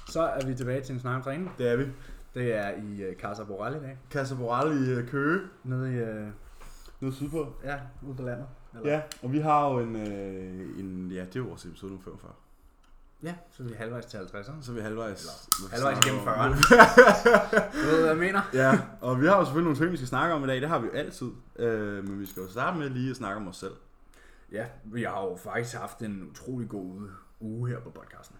Så er vi tilbage til en snak om træning. Det er vi. Det er i Casa Boral i dag. Casa Boral i Køge. Nede sydpå. Ja, ude på landet. Eller? Ja, og vi har jo en ja, det er jo vores episode nummer 45. Ja, så er vi halvvejs til 50'erne. Så er vi halvvejs igennem 40'erne. Du ved, hvad jeg mener? Ja, og vi har jo selvfølgelig nogle ting, vi skal snakke om i dag. Det har vi jo altid. Men vi skal jo starte med lige at snakke om os selv. Ja, vi har jo faktisk haft en utrolig god uge her på podcasten.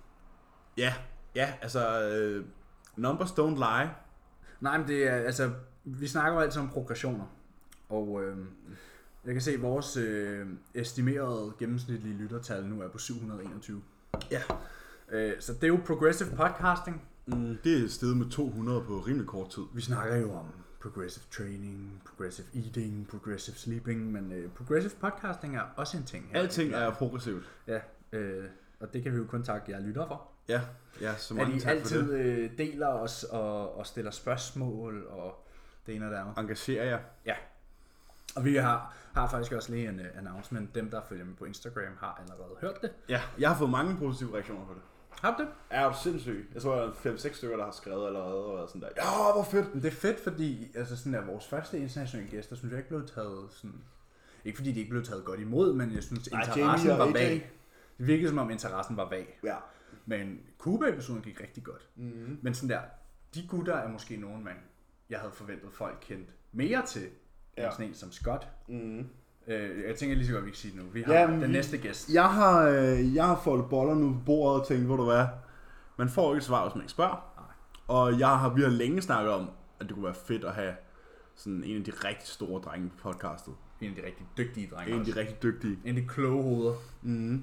Ja, altså numbers don't lie. Nej, men det er, altså, vi snakker jo altid om progressioner. Og jeg kan se, at vores estimerede gennemsnitlige lyttertal nu er på 721. Ja. Så det er jo progressive podcasting. Det er steget med 200 på rimelig kort tid. Vi snakker jo om progressive training, progressive eating, progressive sleeping, men progressive podcasting er også en ting her. Alting er progressivt. Ja, og det kan vi jo kun takke jer lyttere for. Ja, så mange at I tak for det. altid deler os og stiller spørgsmål og det ene og det andet. Engagerer jer. Ja. Og vi har faktisk også lige en announcement. Dem, der følger med på Instagram, har allerede hørt det. Ja, jeg har fået mange positive reaktioner på det. Har du det? Ja, du sindssygt. Jeg tror, der er 5-6 stykker, der har skrevet allerede og været sådan der. Ja, hvor fedt! Det er fedt, fordi altså sådan der, vores første internationale gæster, synes jeg ikke blev taget sådan... Ikke fordi de ikke blev taget godt imod, men jeg synes, interessen var vag. Det virkede som om interessen var vag. Ja. Men Cuba-episoden gik rigtig godt. Mm-hmm. Men sådan der, de gutter er måske nogen, jeg havde forventet folk kendt mere til, end sådan en som Scott. Mm-hmm. Jeg tænker lige så godt, vi kan sige nu. Vi har den næste gæst. Jeg har foldet boller nu på bordet og tænkt, hvor du hvad? Man får ikke et svar, hvis man ikke spørger. Nej. Og vi har længe snakket om, at det kunne være fedt at have sådan en af de rigtig store drenge på podcastet. En af de rigtig dygtige drenge. En af de rigtig dygtige. En af de kloge hoveder. Mm-hmm.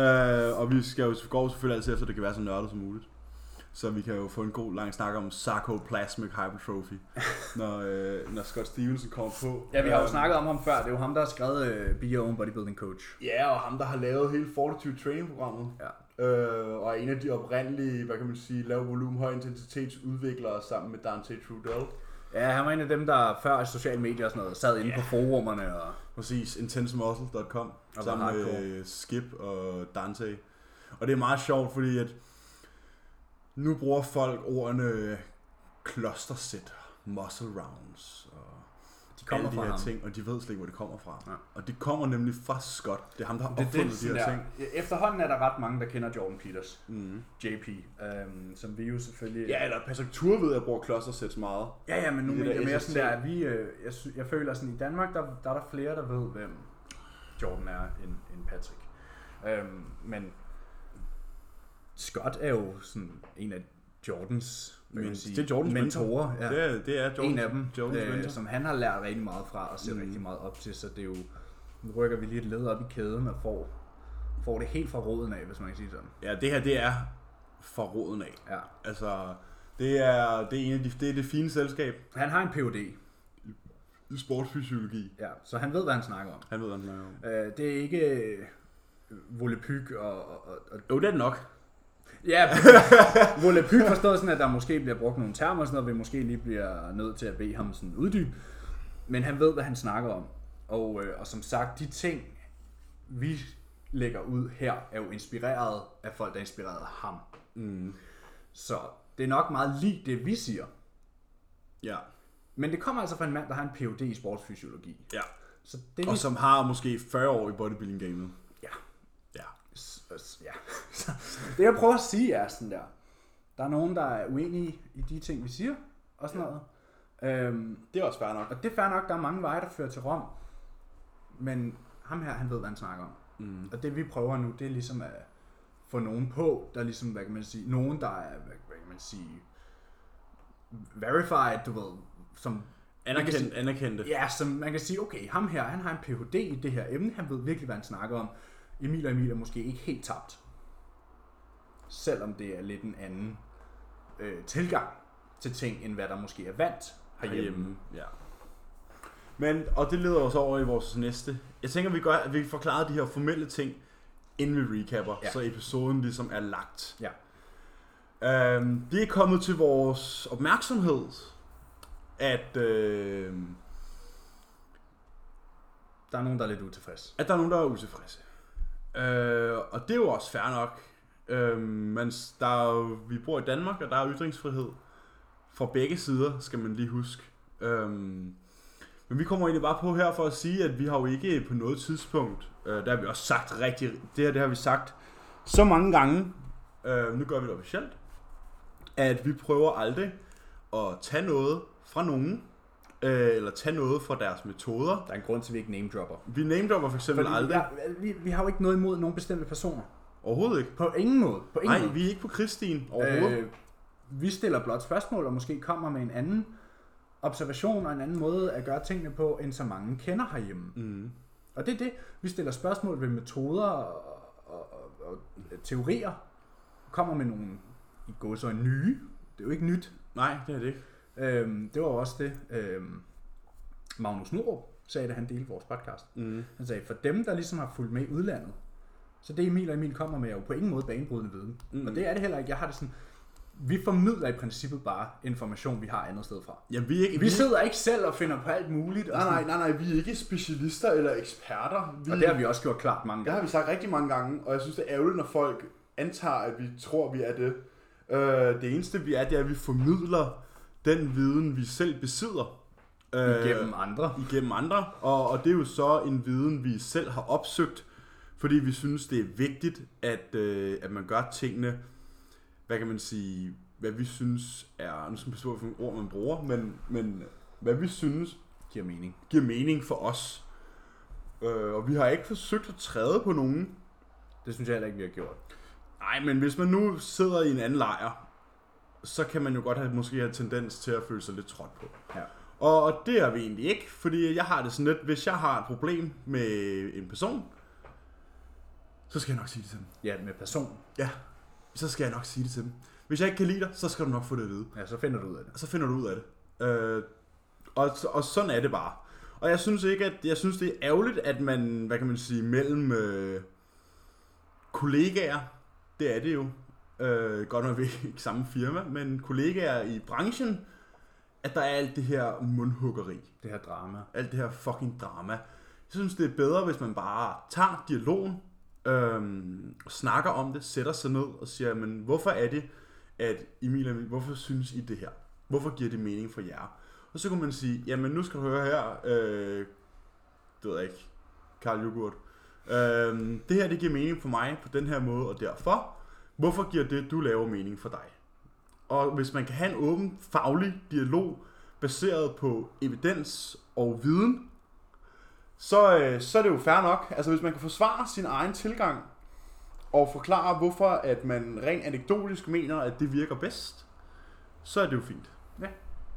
Og vi skal jo gå selvfølgelig altid efter, at det kan være så nørdet som muligt. Så vi kan jo få en god lang snak om sarcoplasmic hypertrophy, når Scott Stevenson kommer på. Ja, vi har jo snakket om ham før. Det er jo ham, der har skrevet Be Your Own Bodybuilding Coach. Ja, og ham, der har lavet hele Fortitude Training-programmet. Ja. Og er en af de oprindelige, hvad kan man sige, lav volumen, høj intensitetsudviklere sammen med Dante Trudell. Ja, han var en af dem, der før i sociale medier og sådan noget, sad inde på forumerne. Og... Præcis, intensemuscle.com sammen med Skip og Dante. Og det er meget sjovt, fordi at nu bruger folk ordene cluster set, muscle rounds og de kommer alle de fra her ham. ting, og de ved slet ikke, hvor det kommer fra. Ja. Og det kommer nemlig fra Scott. Det er ham, der har opfundet de her ting. Efterhånden er der ret mange, der kender Jordan Peters. JP, som vi jo selvfølgelig... Ja, eller Patrick Tuur ved, at jeg bruger cluster sets meget. Ja, men nu mener jeg mere sådan der, at vi... jeg føler sådan, i Danmark, der er der flere, der ved, hvem Jordan er, end Patrick. Men Scott er jo sådan en af Jordans, det er Jordans mentorer. Ja. Det er Jordans, en af dem, mentor. som han har lært rigtig meget fra og ser rigtig meget op til, så det er jo, nu rykker vi lige et led op i kæden og får det helt fra roden af, hvis man kan sige sådan. Ja, det her, det er fra roden af. Ja. Altså, det er det fine selskab. Han har en Ph.D. i sportsfysiologi. Ja, så han ved, hvad han snakker om. Han ved, hvad han snakker om. Det er ikke volapyk og... Jo, det er det nok. Ja, volapyk forstået sådan, at der måske bliver brugt nogle termer, sådan noget, vi måske lige bliver nødt til at bede ham sådan uddybe. Men han ved, hvad han snakker om. Og som sagt, de ting, vi lægger ud her, er jo inspireret af folk, der inspirerede ham. Mm. Så det er nok meget lige det, vi siger. Ja. Men det kommer altså fra en mand, der har en Ph.D. i sportsfysiologi. Ja. Så det og som har måske 40 år i bodybuilding-gamet. Ja. Så det jeg prøver at sige er sådan der. Der er nogen, der er uenige i de ting, vi siger. Og sådan noget. Det er også fair nok. Og det er fair nok, der er mange veje, der fører til Rom. Men ham her, han ved, hvad han snakker om. Mm. Og det vi prøver nu, det er ligesom at få nogen på, der ligesom, hvad kan man sige, nogen, der er, hvad kan man sige, verified, du ved, som... Anerkendte. Ja, som man kan sige, okay, ham her, han har en Ph.D. i det her emne, han ved virkelig, hvad han snakker om. Emil er måske ikke helt tabt. Selvom det er lidt en anden tilgang til ting, end hvad der måske er vant herhjemme. Ja. Men, og det leder os over i vores næste. Jeg tænker, at vi forklarer de her formelle ting, inden vi recapper, så episoden ligesom er lagt. Ja. Det er kommet til vores opmærksomhed, at der er nogen, der er lidt utilfredse. At der er nogen, der er utilfredse. Og det er jo også fair nok. Men vi bor i Danmark, og der er ytringsfrihed fra begge sider, skal man lige huske. Men vi kommer egentlig bare på her for at sige, at vi har jo ikke på noget tidspunkt, der har vi også sagt det har vi sagt så mange gange, nu gør vi det officielt, at vi prøver aldrig at tage noget fra nogen, eller tage noget fra deres metoder. Der er en grund til, at vi ikke name-dropper. Vi name-dropper for eksempel aldrig. Vi har jo ikke noget imod nogen bestemte personer. Overhovedet ikke. På ingen måde. Nej, vi er ikke på krigsstien overhovedet. Vi stiller blot spørgsmål, og måske kommer med en anden observation og en anden måde at gøre tingene på, end så mange kender herhjemme. Mm. Og det er det. Vi stiller spørgsmål ved metoder og teorier. Kommer med nogle i gåseøjne nye. Det er jo ikke nyt. Nej, det er det ikke. Det var også det, Magnus Norup sagde, da han delte vores podcast. Mm. Han sagde, for dem, der ligesom har fulgt med i udlandet, så det Emil og Emil kommer med, er jo på ingen måde banebrydende viden. Og det er det heller ikke. Jeg har det sådan, vi formidler i princippet bare information, vi har andet sted fra. Ja, vi sidder ikke selv og finder på alt muligt. Nej, vi er ikke specialister eller eksperter. Og det har vi også gjort klart mange gange. Det har vi sagt rigtig mange gange, og jeg synes, det er ærgerligt, når folk antager, at vi tror, vi er det. Det eneste, vi er, det er, at vi formidler den viden, vi selv besidder. Igennem andre. Og det er jo så en viden, vi selv har opsøgt, fordi vi synes, det er vigtigt, at man gør tingene, hvad kan man sige, hvad vi synes er, nu skal man passe på, hvilke ord man bruger, men hvad vi synes giver mening for os. Og vi har ikke forsøgt at træde på nogen. Det synes jeg heller ikke, vi har gjort. Nej, men hvis man nu sidder i en anden lejr, så kan man jo godt måske have tendens til at føle sig lidt trådt på. Ja. Og det er vi egentlig ikke, fordi jeg har det sådan lidt, hvis jeg har et problem med en person, så skal jeg nok sige det til dem. Ja, med person. Ja, så skal jeg nok sige det til dem. Hvis jeg ikke kan lide dig, så skal du nok få det at vide. Ja, så finder du ud af det. Så finder du ud af det. Og sådan er det bare. Og jeg synes det er ærgerligt, at man, hvad kan man sige, mellem kollegaer, det er det jo, godt nok ikke samme firma, men kollegaer i branchen, at der er alt det her mundhuggeri. Det her drama. Alt det her fucking drama. Jeg synes, det er bedre, hvis man bare tager dialogen, snakker om det, sætter sig ned og siger, men hvorfor er det, at Emil, hvorfor synes I det her? Hvorfor giver det mening for jer? Og så kan man sige, jamen nu skal du høre her, det ved jeg ikke, Karl Jogurt. Det her, det giver mening for mig på den her måde, og derfor, hvorfor giver det, du laver, mening for dig? Og hvis man kan have en åben, faglig dialog, baseret på evidens og viden, så er det jo fair nok. Altså hvis man kan forsvare sin egen tilgang, og forklare, hvorfor at man rent anekdotisk mener, at det virker bedst, så er det jo fint. Ja.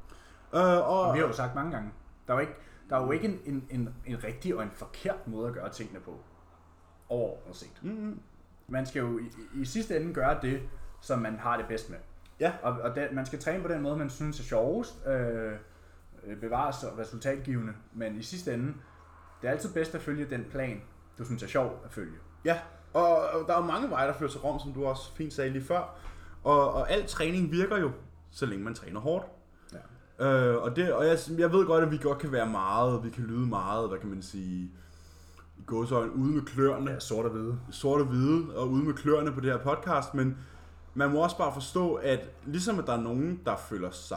Og vi har jo sagt mange gange, der er jo ikke en rigtig og en forkert måde at gøre tingene på. Overordnet set. Mm-hmm. Man skal jo i sidste ende gøre det, som man har det bedst med. Ja. Og man skal træne på den måde, man synes er sjovest, bevares og resultatgivende, men i sidste ende, det er altid bedst at følge den plan, du synes er sjov at følge. Ja, og der er jo mange veje, der fører til Rom, som du også fint sagde lige før. Og al træning virker jo, så længe man træner hårdt. Ja. Og jeg ved godt, at vi godt kan være meget, vi kan lyde meget, hvad kan man sige, i gåseøjne ude med kløerne. Ja, sort og hvide. Sort og hvide, og ude med kløerne på det her podcast, men man må også bare forstå, at ligesom at der er nogen, der føler sig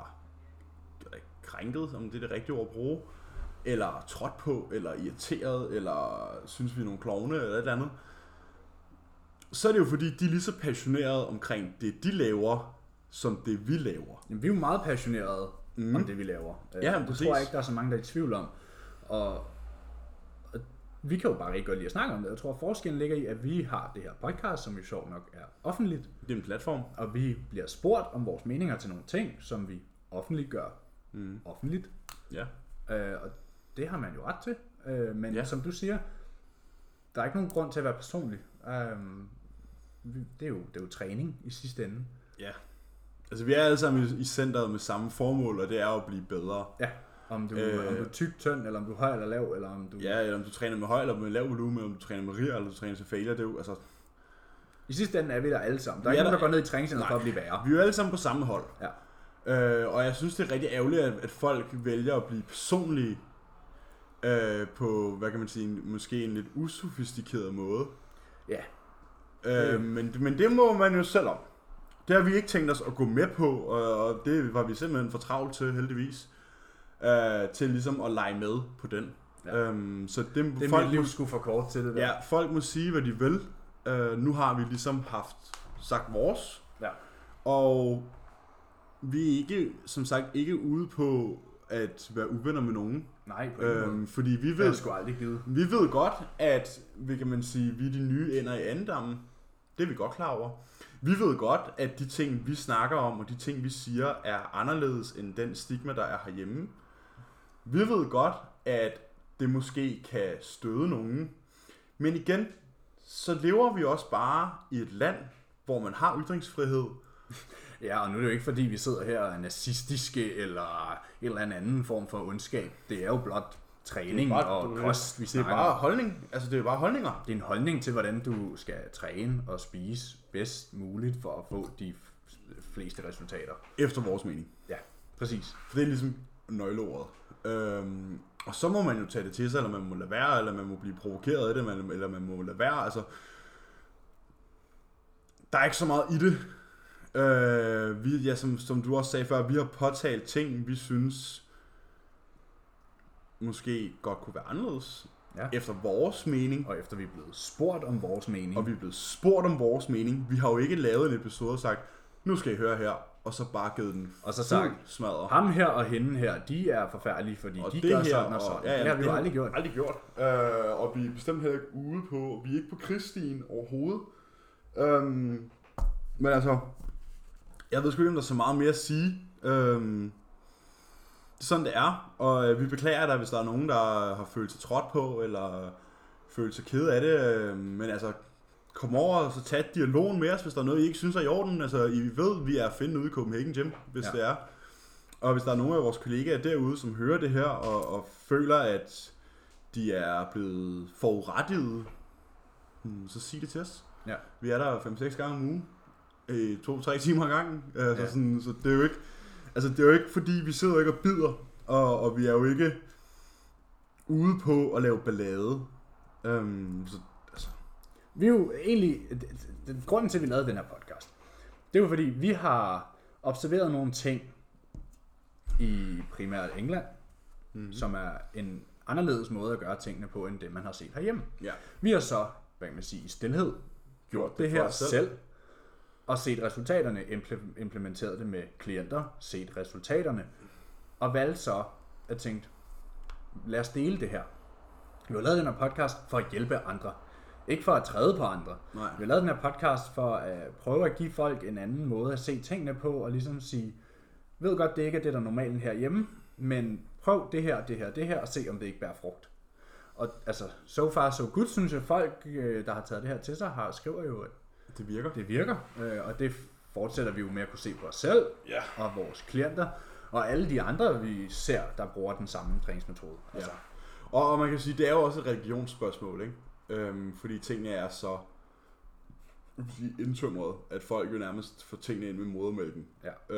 krænket, om det er det rigtige ord at bruge, eller trådt på, eller irriteret, eller synes vi er nogle klovne, eller et eller andet, så er det jo fordi, de er lige så passionerede omkring det, de laver, som det vi laver. Jamen, vi er jo meget passionerede om det, vi laver. Ja, det tror jeg ikke, der er så mange, der er i tvivl om. Og vi kan jo bare ikke godt lide at snakke om det. Jeg tror, forskellen ligger i, at vi har det her podcast, som jo sjovt nok er offentligt. Det er en platform. Og vi bliver spurgt om vores meninger til nogle ting, som vi offentligt gør. Offentligt. Ja. Og det har man jo ret til. Men som du siger, der er ikke nogen grund til at være personlig. Det er jo træning i sidste ende. Ja. Altså vi er alle sammen i centret med samme formål, og det er at blive bedre. Ja. Om du er tyk, tynd, eller om du er høj eller lav, eller om du... Ja, eller om du træner med høj eller med lav volumen, eller om du træner med rig, eller du træner til failure, det er jo, altså... I sidste ende er vi der alle sammen. Der er ikke nogen, der går ned i træningscenteret for at blive værre. Vi er jo alle sammen på samme hold. Ja. Og jeg synes, det er rigtig ærgerligt, at folk vælger at blive personlige på, hvad kan man sige, måske en lidt usofistikeret måde. Ja. Men det må man jo selv om. Det har vi ikke tænkt os at gå med på, og det var vi simpelthen for travlt til, heldigvis. Til ligesom at lege med på den. Ja. Så det folk mit liv skulle for kort til det der. Ja, folk må sige, hvad de vil. Nu har vi ligesom sagt vores. Ja. Og vi er ikke, som sagt, ikke ude på at være uvenner med nogen. Nej, fordi vi ved godt, at vi er de nye ender i andendammen. Det er vi godt klar over. Vi ved godt, at de ting, vi snakker om, og de ting, vi siger, er anderledes end den stigma, der er herhjemme. Vi ved godt, at det måske kan støde nogen. Men igen, så lever vi også bare i et land, hvor man har ytringsfrihed. Ja, og nu er det jo ikke, fordi vi sidder her og er nazistiske eller en eller anden form for ondskab. Det er jo blot træning og kost, vi snakker. Det er bare holdning. Altså, det er bare holdninger. Det er en holdning til, hvordan du skal træne og spise bedst muligt for at få de fleste resultater. Efter vores mening. Ja, præcis. For det er ligesom nøgleordet. Og så må man jo tage det til sig, eller man må lade være, eller man må blive provokeret af det, eller man må lade være. Altså, der er ikke så meget i det. Som du også sagde før, vi har påtalt ting, vi synes måske godt kunne være anderledes. Ja. Efter vores mening. Og efter vi er blevet spurgt om vores mening. Vi har jo ikke lavet en episode og sagt, nu skal I høre her, og så bare givet den og så sagt, smadret. Ham her og hende her, de er forfærdelige, fordi og de gør her, sådan og sådan. Ja, det har vi jo aldrig gjort. Og vi er bestemt heller ikke ude på, vi er ikke på krigsstien overhovedet. Men altså, jeg ved sgu ikke, om der er så meget mere at sige. Det er sådan, det er. Og vi beklager dig, hvis der er nogen, der har følt sig trådt på, eller følt sig ked af det. Men altså, kom over og så tag dialogen med os, hvis der er noget, I ikke synes er i orden. Altså, I ved, vi er at finde ude i Copenhagen Gym, hvis det er. Og hvis der er nogen af vores kollegaer derude, som hører det her, og føler, at de er blevet forurettet, så sig det til os. Ja. Vi er der 5-6 gange om ugen. 2-3 timer ad gangen. Så det er jo ikke... Altså, det er jo ikke, fordi vi sidder ikke og bider, og vi er jo ikke ude på at lave ballade. Vi er jo egentlig... Grunden til, at vi lavede den her podcast, det er jo fordi, vi har observeret nogle ting i primært England, som er en anderledes måde at gøre tingene på, end det, man har set herhjemme. Ja. Vi har så, hvad kan man sige, i stilhed gjort det her selv. Og set resultaterne, implementeret det med klienter, set resultaterne, og valgte så at tænke, lad os dele det her. Vi har lavet den her podcast for at hjælpe andre. Ikke for at træde på andre. Nej. Vi har lavet den her podcast for at prøve at give folk en anden måde at se tingene på, og ligesom sige, ved godt, det ikke er det, der er normalen herhjemme, men prøv det her, og se, om det ikke bærer frugt. Og altså, so far so good, synes jeg, folk, der har taget det her til sig, skriver jo, at det virker, og det fortsætter vi jo med at kunne se på os selv, og vores klienter, og alle de andre, vi ser, der bruger den samme træningsmetode. Altså. Ja. Og man kan sige, det er jo også et religionsspørgsmål, ikke? Fordi tingene er så indtømret, at folk jo nærmest får tingene ind med modermælken. Ja.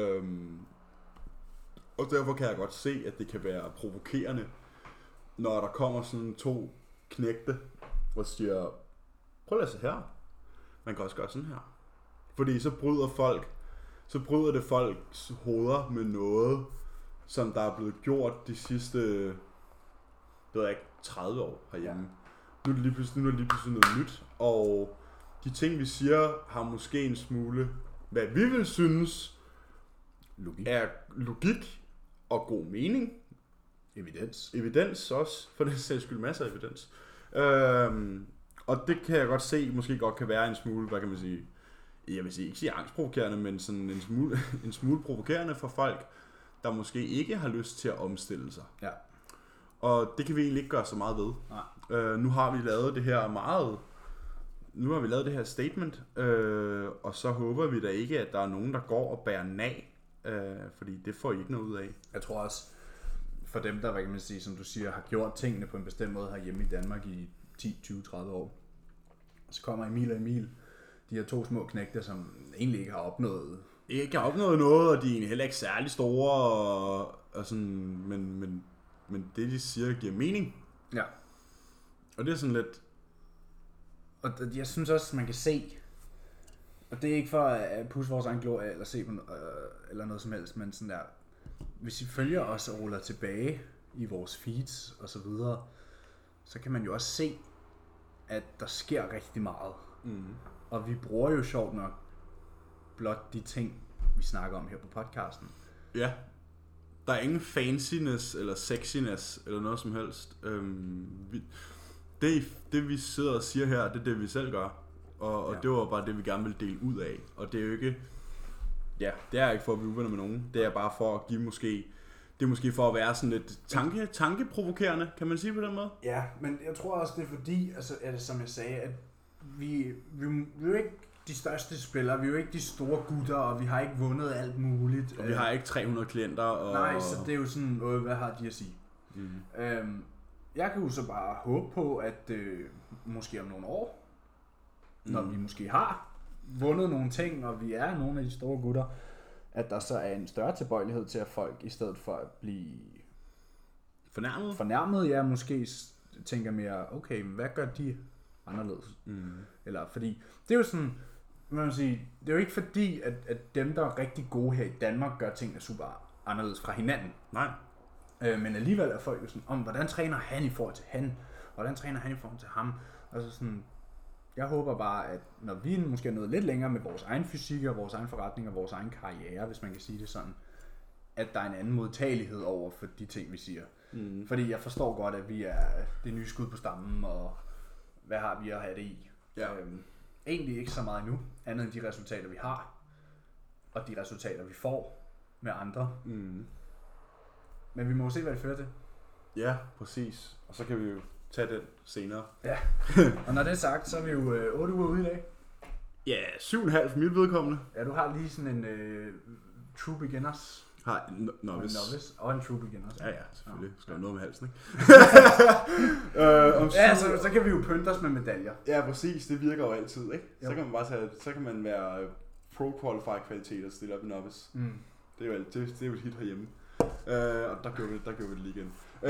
Og derfor kan jeg godt se, at det kan være provokerende, når der kommer sådan 2 knægte, og siger, prøv at se her. Man kan også gøre sådan her. Fordi så bryder det folks hoveder med noget, som der er blevet gjort de sidste, ved jeg ikke, 30 år herhjemme. Ja. Nu er det lige pludselig noget nyt, og de ting, vi siger, har måske en smule, hvad vi vil synes, er logik og god mening. Evidens også, for den sags skyld masser af evidens. Og det kan jeg godt se, måske godt kan være en smule, hvad kan man sige, jeg vil sige, ikke sige angstprovokerende, men sådan en smule provokerende for folk, der måske ikke har lyst til at omstille sig. Ja. Og det kan vi egentlig ikke gøre så meget ved. Nu har vi lavet det her statement, og så håber vi da ikke, at der er nogen, der går og bærer nag, fordi det får I ikke noget ud af. Jeg tror også, for dem, der, hvad kan man sige, som du siger, har gjort tingene på en bestemt måde herhjemme i Danmark i 10, 20, 30 år, så kommer Emil, de her 2 små knægte, som egentlig ikke har opnået noget, og de er egentlig heller ikke særlig store, og sådan, men det, de siger, giver mening. Ja. Og det er sådan lidt... Og jeg synes også, man kan se, det er ikke for at pusse vores egen glorie eller se på eller noget som helst, men sådan der, hvis I følger os og ruller tilbage i vores feeds og så videre, så kan man jo også se, at der sker rigtig meget. Og vi bruger jo sjovt nok blot de ting, vi snakker om her på podcasten. Ja. Der er ingen fanciness eller sexiness eller noget som helst. Det vi sidder og siger her, det er det vi selv gør. Og det var bare det vi gerne ville dele ud af. Og det er jo ikke, det er ikke for at blive uvenner med nogen. Det er bare for at give måske, det er måske for at være sådan lidt tankeprovokerende, kan man sige på den måde? Ja, men jeg tror også det er fordi, altså er det som jeg sagde, at vi er jo ikke de største spillere, vi er jo ikke de store gutter, og vi har ikke vundet alt muligt. Og vi har ikke 300 klienter. Og... Nej, så det er jo sådan, hvad har de at sige? Jeg kan jo så bare håbe på, at måske om nogle år, når vi måske har vundet nogle ting, og vi er nogle af de store gutter, at der så er en større tilbøjelighed til, at folk i stedet for at blive fornærmet, ja, måske tænker mere, okay, hvad gør de anderledes? Eller fordi, det er jo sådan, man må sige, det er jo ikke fordi, at dem, der er rigtig gode her i Danmark, gør tingene super anderledes fra hinanden. Nej. Men alligevel er folk jo sådan, hvordan træner han i forhold til han? Hvordan træner han i forhold til ham? Altså sådan, jeg håber bare, at når vi måske er nået lidt længere med vores egen fysik og vores egen forretning og vores egen karriere, hvis man kan sige det sådan, at der er en anden modtagelighed over for de ting, vi siger. Fordi jeg forstår godt, at vi er det nye skud på stammen, og hvad har vi at have det i? Ja. Egentlig ikke så meget endnu, andet end de resultater, vi har, og de resultater, vi får med andre. Men vi må se, hvad det fører til. Ja, præcis. Og så kan vi jo tage den senere. Ja, og når det er sagt, så er vi jo 8 uger ude i dag. Ja, 7,5 for mit vedkommende. Ja, du har lige sådan en true beginners. Har novice. Og en true beginners. Ja, selvfølgelig. Skal have noget med halsen, ikke? Så kan vi jo pynte os med medaljer. Ja, præcis. Det virker jo altid, ikke? Jo. Så kan man bare tage, så kan man være pro-qualified kvalitet og stille op i novice. Det er jo det er jo et hit herhjemme. Og der gjorde vi det lige igen.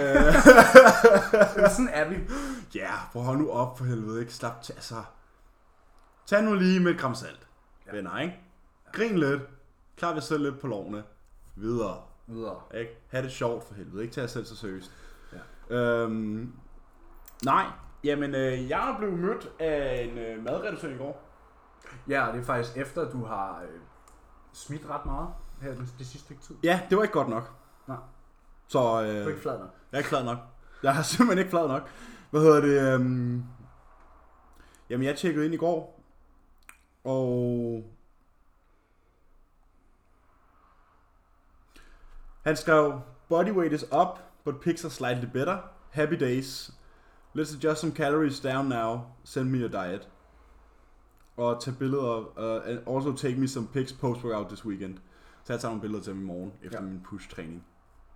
Sådan er vi. Ja, prøv at holde nu op for helvede, ikke? Slap til, altså. Tag nu lige med et gram salt, venner, ikke? Grin lidt. Klar jer selv lidt på lovene. Videre. Ikke? Ha' det sjovt for helvede, ikke? Tag jer selv så seriøst. Ja. Nej, jamen jeg er blevet mødt af en madreducering i går. Ja, og det er faktisk efter, du har smidt ret meget her det sidste stykke tid. Ja, det var ikke godt nok. Nej. Så, du er ikke flad nok. Jeg er ikke flad nok. Jeg er simpelthen ikke flad nok. Hvad hedder det? Jamen, jeg tjekkede ind i går. Og... han skrev, body weight is up, but pics are slightly better. Happy days. Let's adjust some calories down now. Send me your diet. Og tage billeder, and also take me some pics post-workout this weekend. Så jeg tager nogle billeder til dem i morgen, efter min push-træning.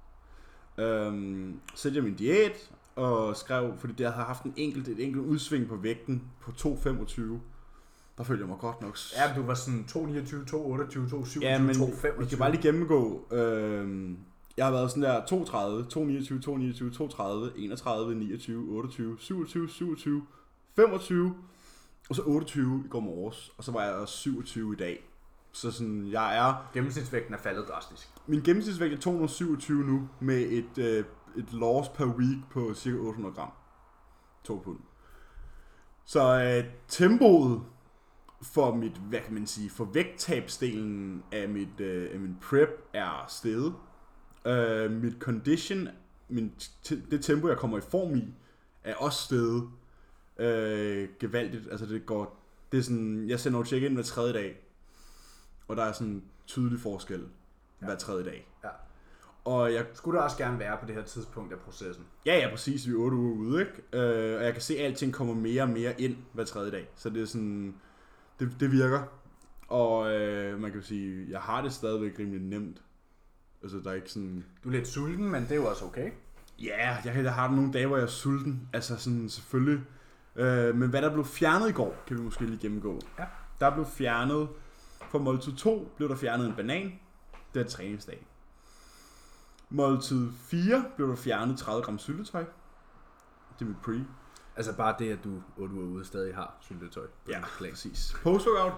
Sætte jeg min diæt, og skrev, fordi jeg havde haft et enkelt udsving på vægten på 2,25. Der følte jeg mig godt nok. Ja, du var sådan 2,29, 2,28, 2,27, ja, men 2,25. vi kan bare lige gennemgå. Jeg har været sådan der 2,30, 2,29, 2,29, 2,30, 31, 29, 28, 27, 27, 25, og så 28 i går morges, og så var jeg 27 i dag. Så sådan, jeg er... gennemsnitsvægten er faldet drastisk. Min gennemsnitsvægt er 227 nu, med et loss per week på cirka 800 gram. 2 pund. Så tempoet for mit, hvad kan man sige, for vægttabsdelen af min prep er steget. Mit condition, det tempo jeg kommer i form i, er også steget gevaldigt. Altså det er sådan, jeg sender jo check-in hver tredje dag, og der er sådan en tydelig forskel hver tredje dag. Ja. Og jeg skulle da også gerne være på det her tidspunkt af processen. Ja, præcis. Vi er 8 uger ude, ikke? Og jeg kan se, at alting kommer mere og mere ind hver tredje dag. Så det er sådan, det virker. Og man kan jo sige, jeg har det stadigvæk rimelig nemt. Altså, der er ikke sådan... Du er lidt sulten, men det er jo også okay. Ja, jeg har nogle dage, hvor jeg er sulten. Altså sådan, selvfølgelig. Men hvad der blev fjernet i går, kan vi måske lige gennemgå. Ja. Der blev fjernet... For måltid 2 blev der fjernet en banan. Det er træningsdag. Måltid 4 blev der fjernet 30 gram syltetøj. Det er mit pre. Altså bare det, at du 8 uger ude stadig har syltetøj. Ja, præcis. Post-workout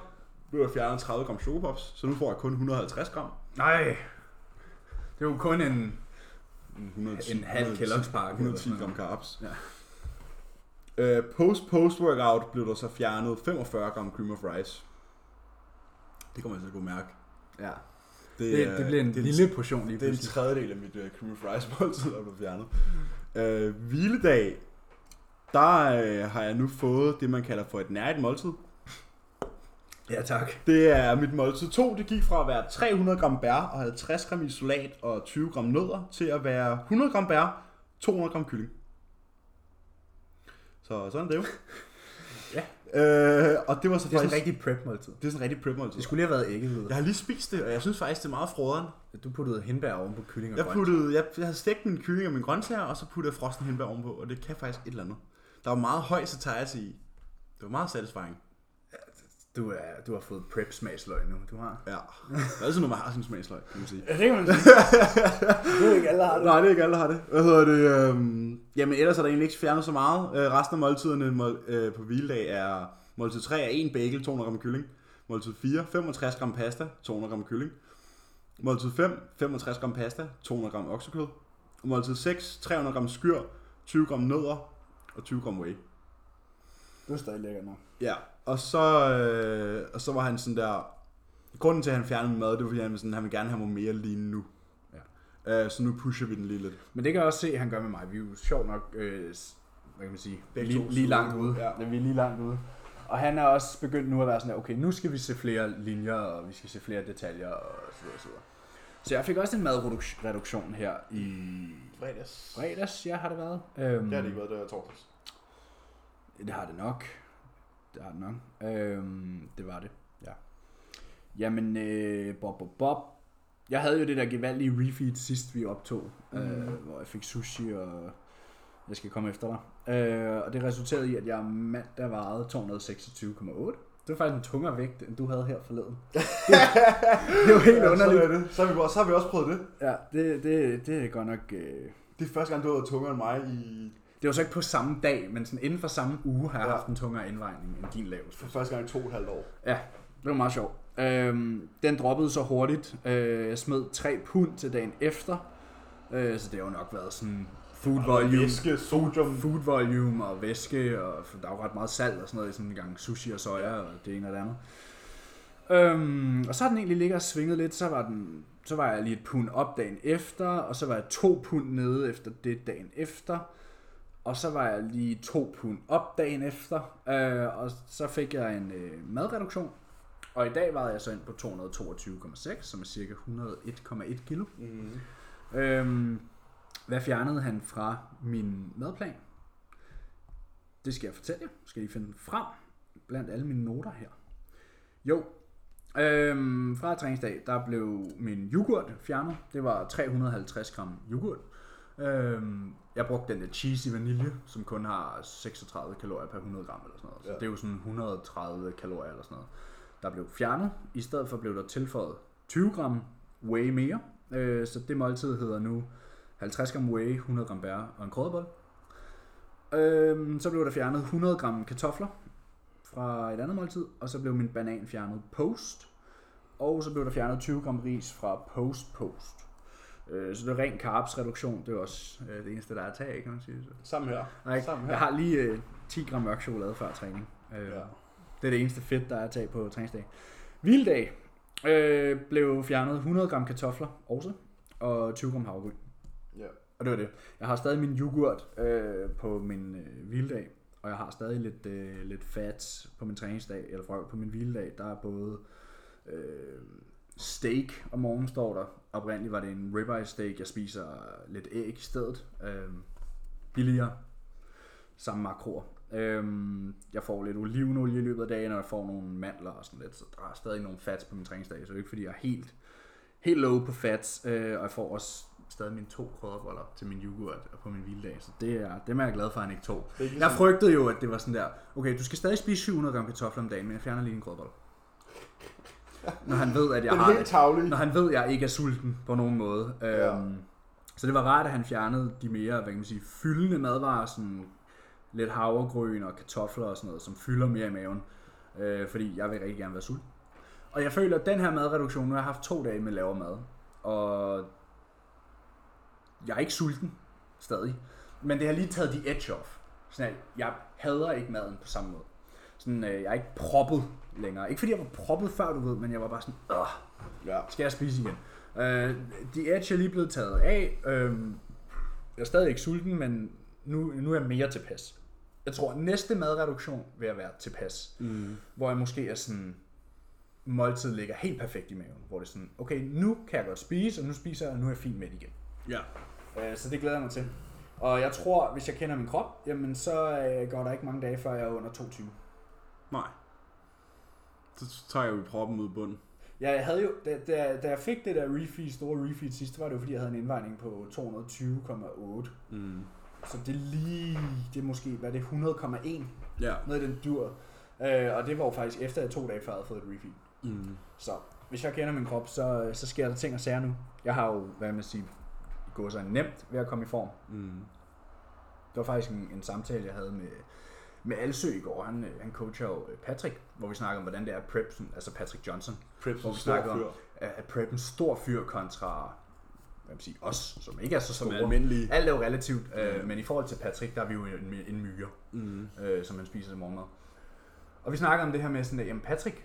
blev der fjernet 30 gram chokopops, så nu får jeg kun 150 gram. Nej, det er jo kun en 110, en halv Kellogg's pakke. 110 gram carbs. Ja. Post-workout blev der så fjernet 45 gram cream of rice. Det kommer jeg til at kunne mærke. Ja. Det bliver en lille portion lige pludselig. Det er en tredjedel af mit cream of rice måltid, der blev fjernet. Hviledag, der har jeg nu fået det, man kalder for et nærigt måltid. Ja, tak. Det er mit måltid 2. Det gik fra at være 300 gram bær og 50 gram isolat og 20 gram nødder til at være 100 gram bær, 200 gram kylling. Så sådan er det jo. Ja. Og det var så det er sådan en rigtig prep-måltid. Det er sådan en rigtig prep-måltid. Det skulle lige have været æggehvide. Jeg har lige spist det, og jeg synes faktisk, det er meget froderen. Du puttede hindbær oven på kylling og grøntsager. Jeg havde stegt min kylling og min grøntsager, og så puttede jeg frossen hindbær ovenpå, og det kan faktisk et eller andet. Der var meget høj satiety i. Det var meget satisfying. Du har fået prep-smagsløg nu, du har. Ja. Det er altid, når man har sin smagsløg, kan man sige. Ja, det kan man sige. Det er ikke alle, der har det. Nej, det er ikke alle, der har det. Hvad hedder det? Jamen, ellers er der egentlig ikke fjernet så meget. Resten af måltiderne på hviledag er... Måltid 3 er 1 bagel, 200 gram kylling. Måltid 4, 65 gram pasta, 200 gram kylling. Måltid 5, 65 gram pasta, 200 gram oksekød. Måltid 6, 300 gram skyr, 20 gram nødder og 20 gram whey. Det er stadig lækkert nok. Ja, og så var han sådan der... Grunden til, at han fjernede min mad, det var fordi, han vil gerne have mig mere lean nu. Ja. Så nu pusher vi den lige lidt. Men det kan jeg også se, at han gør med mig. Vi er jo sjovt nok, hvad kan man sige, lige langt ude. Ja. Vi er lige langt ude. Og han er også begyndt nu at være sådan der, okay, nu skal vi se flere linjer, og vi skal se flere detaljer, og så videre, så videre. Så jeg fik også en madreduktion her i... Fredags, ja, har det været. Det har det ikke været, det var torsdags. Det har det nok. Det var det, ja. Jamen, Bob. Jeg havde jo det der gevaldige refeed sidst vi optog, hvor jeg fik sushi, og jeg skal komme efter dig. Og det resulterede i, at jeg mandag vejede 226,8. Det var faktisk en tungere vægt, end du havde her forleden. Det var helt underligt. Så har vi også prøvet det. Ja, det er godt nok... Det er første gang, du har været tungere end mig i... Det var så ikke på samme dag, men sådan inden for samme uge har jeg haft en tungere indvejning end din laveste. For første gang i 2,5 år. Ja, det var meget sjovt. Den droppede så hurtigt. Jeg smed 3 pund til dagen efter. Så det har jo nok været sådan food volume, væske, sodium. Food volume og væske, og der er jo ret meget salt og sådan noget i sådan en gang sushi og soja og det ene og det andet. Og så har den egentlig ligget og svinget lidt, så var jeg lige et pund op dagen efter, og så var jeg 2 pund nede efter det dagen efter, og så var jeg lige 2 pund op dagen efter, og så fik jeg en madreduktion, og i dag var jeg så ind på 222,6, som er cirka 101,1 kilo. Hvad fjernede han fra min madplan? Det skal jeg fortælle jer. Skal I finde den frem blandt alle mine noter her? Jo, fra træningsdag, der blev min yoghurt fjernet. Det var 350 gram yoghurt. Jeg brugte den der cheesy vanilje, som kun har 36 kalorier per 100 gram eller sådan noget. Så det er jo sådan 130 kalorier eller sådan noget, der blev fjernet. I stedet for blev der tilføjet 20 gram whey mere. Så det måltid hedder nu 50 gram whey, 100 gram bær og en krydderbolle. Så blev der fjernet 100 gram kartofler fra et andet måltid, og så blev min banan fjernet post, og så blev der fjernet 20 gram ris fra post. Så det er ren carbs reduktion, det er også det eneste, der er at tage, kan man sige. Sammen her. Jeg har lige 10 gram mørk chokolade før træning. Det er det eneste fedt, der er at tage på træningsdag. Hviledag blev fjernet 100 gram kartofler også, og 20 gram havregryn. Ja. Og det var det. Jeg har stadig min yoghurt på min hviledag, og jeg har stadig lidt fats på min træningsdag, eller på min hviledag. Der er både steak om morgenen, står der. Oprindeligt var det en ribeye steak. Jeg spiser lidt æg i stedet. Billigere. Samme makroer. Jeg får lidt olivenolie i løbet af dagen, og jeg får nogle mandler og sådan lidt. Så der er stadig nogle fats på min træningsdag, så det er ikke fordi jeg er helt low på fats. Og jeg får også stadig mine 2 krydderboller til min yoghurt på min hviledag, så dem er jeg glad for, at han ikke tog. Jeg frygtede jo, at det var sådan der, okay, du skal stadig spise 700 gram kartofler om dagen, men jeg fjerner lige en krydderbolle. Når han ved, at jeg har det. Når han ved, at jeg ikke er sulten på nogen måde. Så det var rart, at han fjernede de mere, hvad kan man sige, fyldende madvarer, sådan lidt havregryn og kartofler og sådan noget, som fylder mere i maven. Fordi jeg vil rigtig gerne være sulten. Og jeg føler, at den her madreduktion, nu har jeg haft 2 dage med lavere mad, og jeg er ikke sulten stadig, men det har lige taget de edge off. Sådan, jeg hader ikke maden på samme måde. Sådan, jeg er ikke proppet længere. Ikke fordi jeg var proppet før, du ved, men jeg var bare sådan, skal jeg spise igen? De edge er lige blevet taget af. Jeg er stadig ikke sulten, men nu er jeg mere tilpas. Jeg tror, at næste madreduktion vil jeg være tilpas. Hvor jeg måske er sådan, måltid ligger helt perfekt i maven. Hvor det er sådan, okay, nu kan jeg godt spise, og nu spiser jeg, og nu er jeg fint med igen. Ja. Så det glæder jeg mig til. Og jeg tror, hvis jeg kender min krop, jamen så går der ikke mange dage, før jeg er under 22. Nej. Så tager vi proppen ud i bunden. Ja, jeg havde jo, da jeg fik det der store refeed sidst, var det jo fordi, jeg havde en indvejning på 220,8. Så det er måske, hvad er det, 100,1? Ja. Noget i den dur. Og det var jo faktisk efter 2 dage før jeg havde fået et refeed. Så hvis jeg kender min krop, så sker der ting og sager nu. Jeg har jo, hvad man siger, gået så nemt ved at komme i form. Det var faktisk en samtale, jeg havde med Alsø i går. Han coacher jo Patrick, hvor vi snakker om, hvordan det er prep, altså Patrick Johnson. Prep hvor vi snakker om, at prep en stor fyr kontra os, som ikke er så store. Som er almindelige. Alt er jo relativt, men i forhold til Patrick, der er vi jo en myre, som han spiser til morgenmad. Og vi snakker om det her med sådan, at jamen Patrick,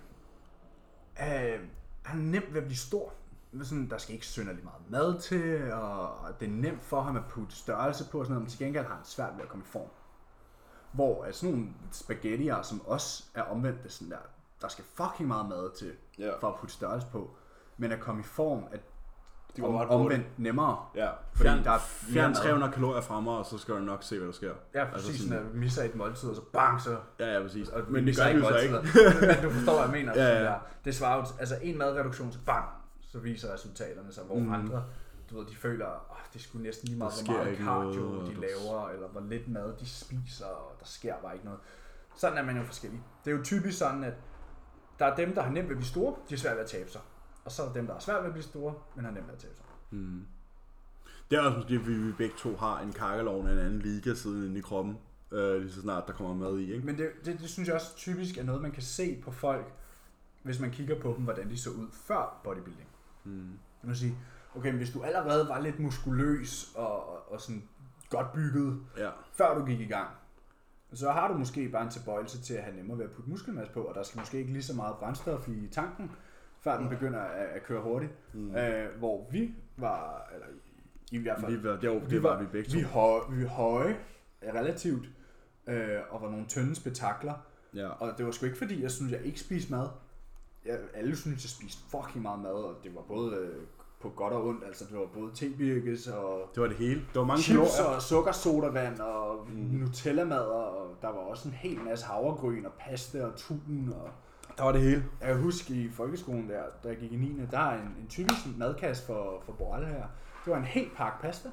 han er nemt ved at blive stor. Sådan, der skal ikke synderligt meget mad til, og det er nemt for ham at putte størrelse på, og sådan noget, men til gengæld har han svært ved at komme i form. Hvor sådan nogle spaghettier, som også er omvendt, det sådan der skal fucking meget mad til, for at putte størrelse på, men at komme i form, at det var omvendt nemmere. Ja, fordi der er fjern 300 kalorier fra mig, og så skal du nok se, hvad der sker. Ja, præcis, altså sådan, at vi misser et måltid, og så bang, så... Ja, præcis. Og men det gør vi jo så ikke. Men du forstår, hvad jeg mener. Ja. Det svarer jo, altså en madreduktion, så bang, så viser resultaterne sig, hvor andre, du ved, de føler, det skulle næsten lige meget, hvor meget cardio de laver, eller hvor lidt mad de spiser, og der sker bare ikke noget. Sådan er man jo forskellig. Det er jo typisk sådan, at der er dem, der har nemt ved at blive store, de er svært ved at tabe sig. Og så er der dem, der er svært ved at blive store, men har nemt ved at tabe sig. Det er også måske, fordi vi begge to har en kakkelovn af en anden liga siden inde i kroppen, lige så snart der kommer mad i, ikke? Men det synes jeg også typisk er noget, man kan se på folk, hvis man kigger på dem, hvordan de så ud før bodybuilding. Man kan sige, okay, men hvis du allerede var lidt muskuløs og sådan godt bygget, før du gik i gang, så har du måske bare en tilbøjelse til at have nemmere ved at putte muskelmasse på, og der skal måske ikke lige så meget brændstof i tanken, før den begynder at køre hurtigt. Hvor vi var, eller i hvert fald, vi begge to. Vi var høje relativt, og var nogle tynde spektakler. Ja. Og det var sgu ikke fordi, jeg synes, jeg ikke spiste mad. Alle synes, jeg spiste fucking meget mad, og det var både på godt og ondt. Altså, det var både tebirkes og... Det var det hele. Der var mange chips og sukkersodavand og Nutella-mad, og der var også en hel masse havregryn og pasta og tun og... Der var det hele. Jeg kan huske i folkeskolen der, da jeg gik i 9. Der er en typisk madkasse for Borrelle her. Det var en hel pakke pasta.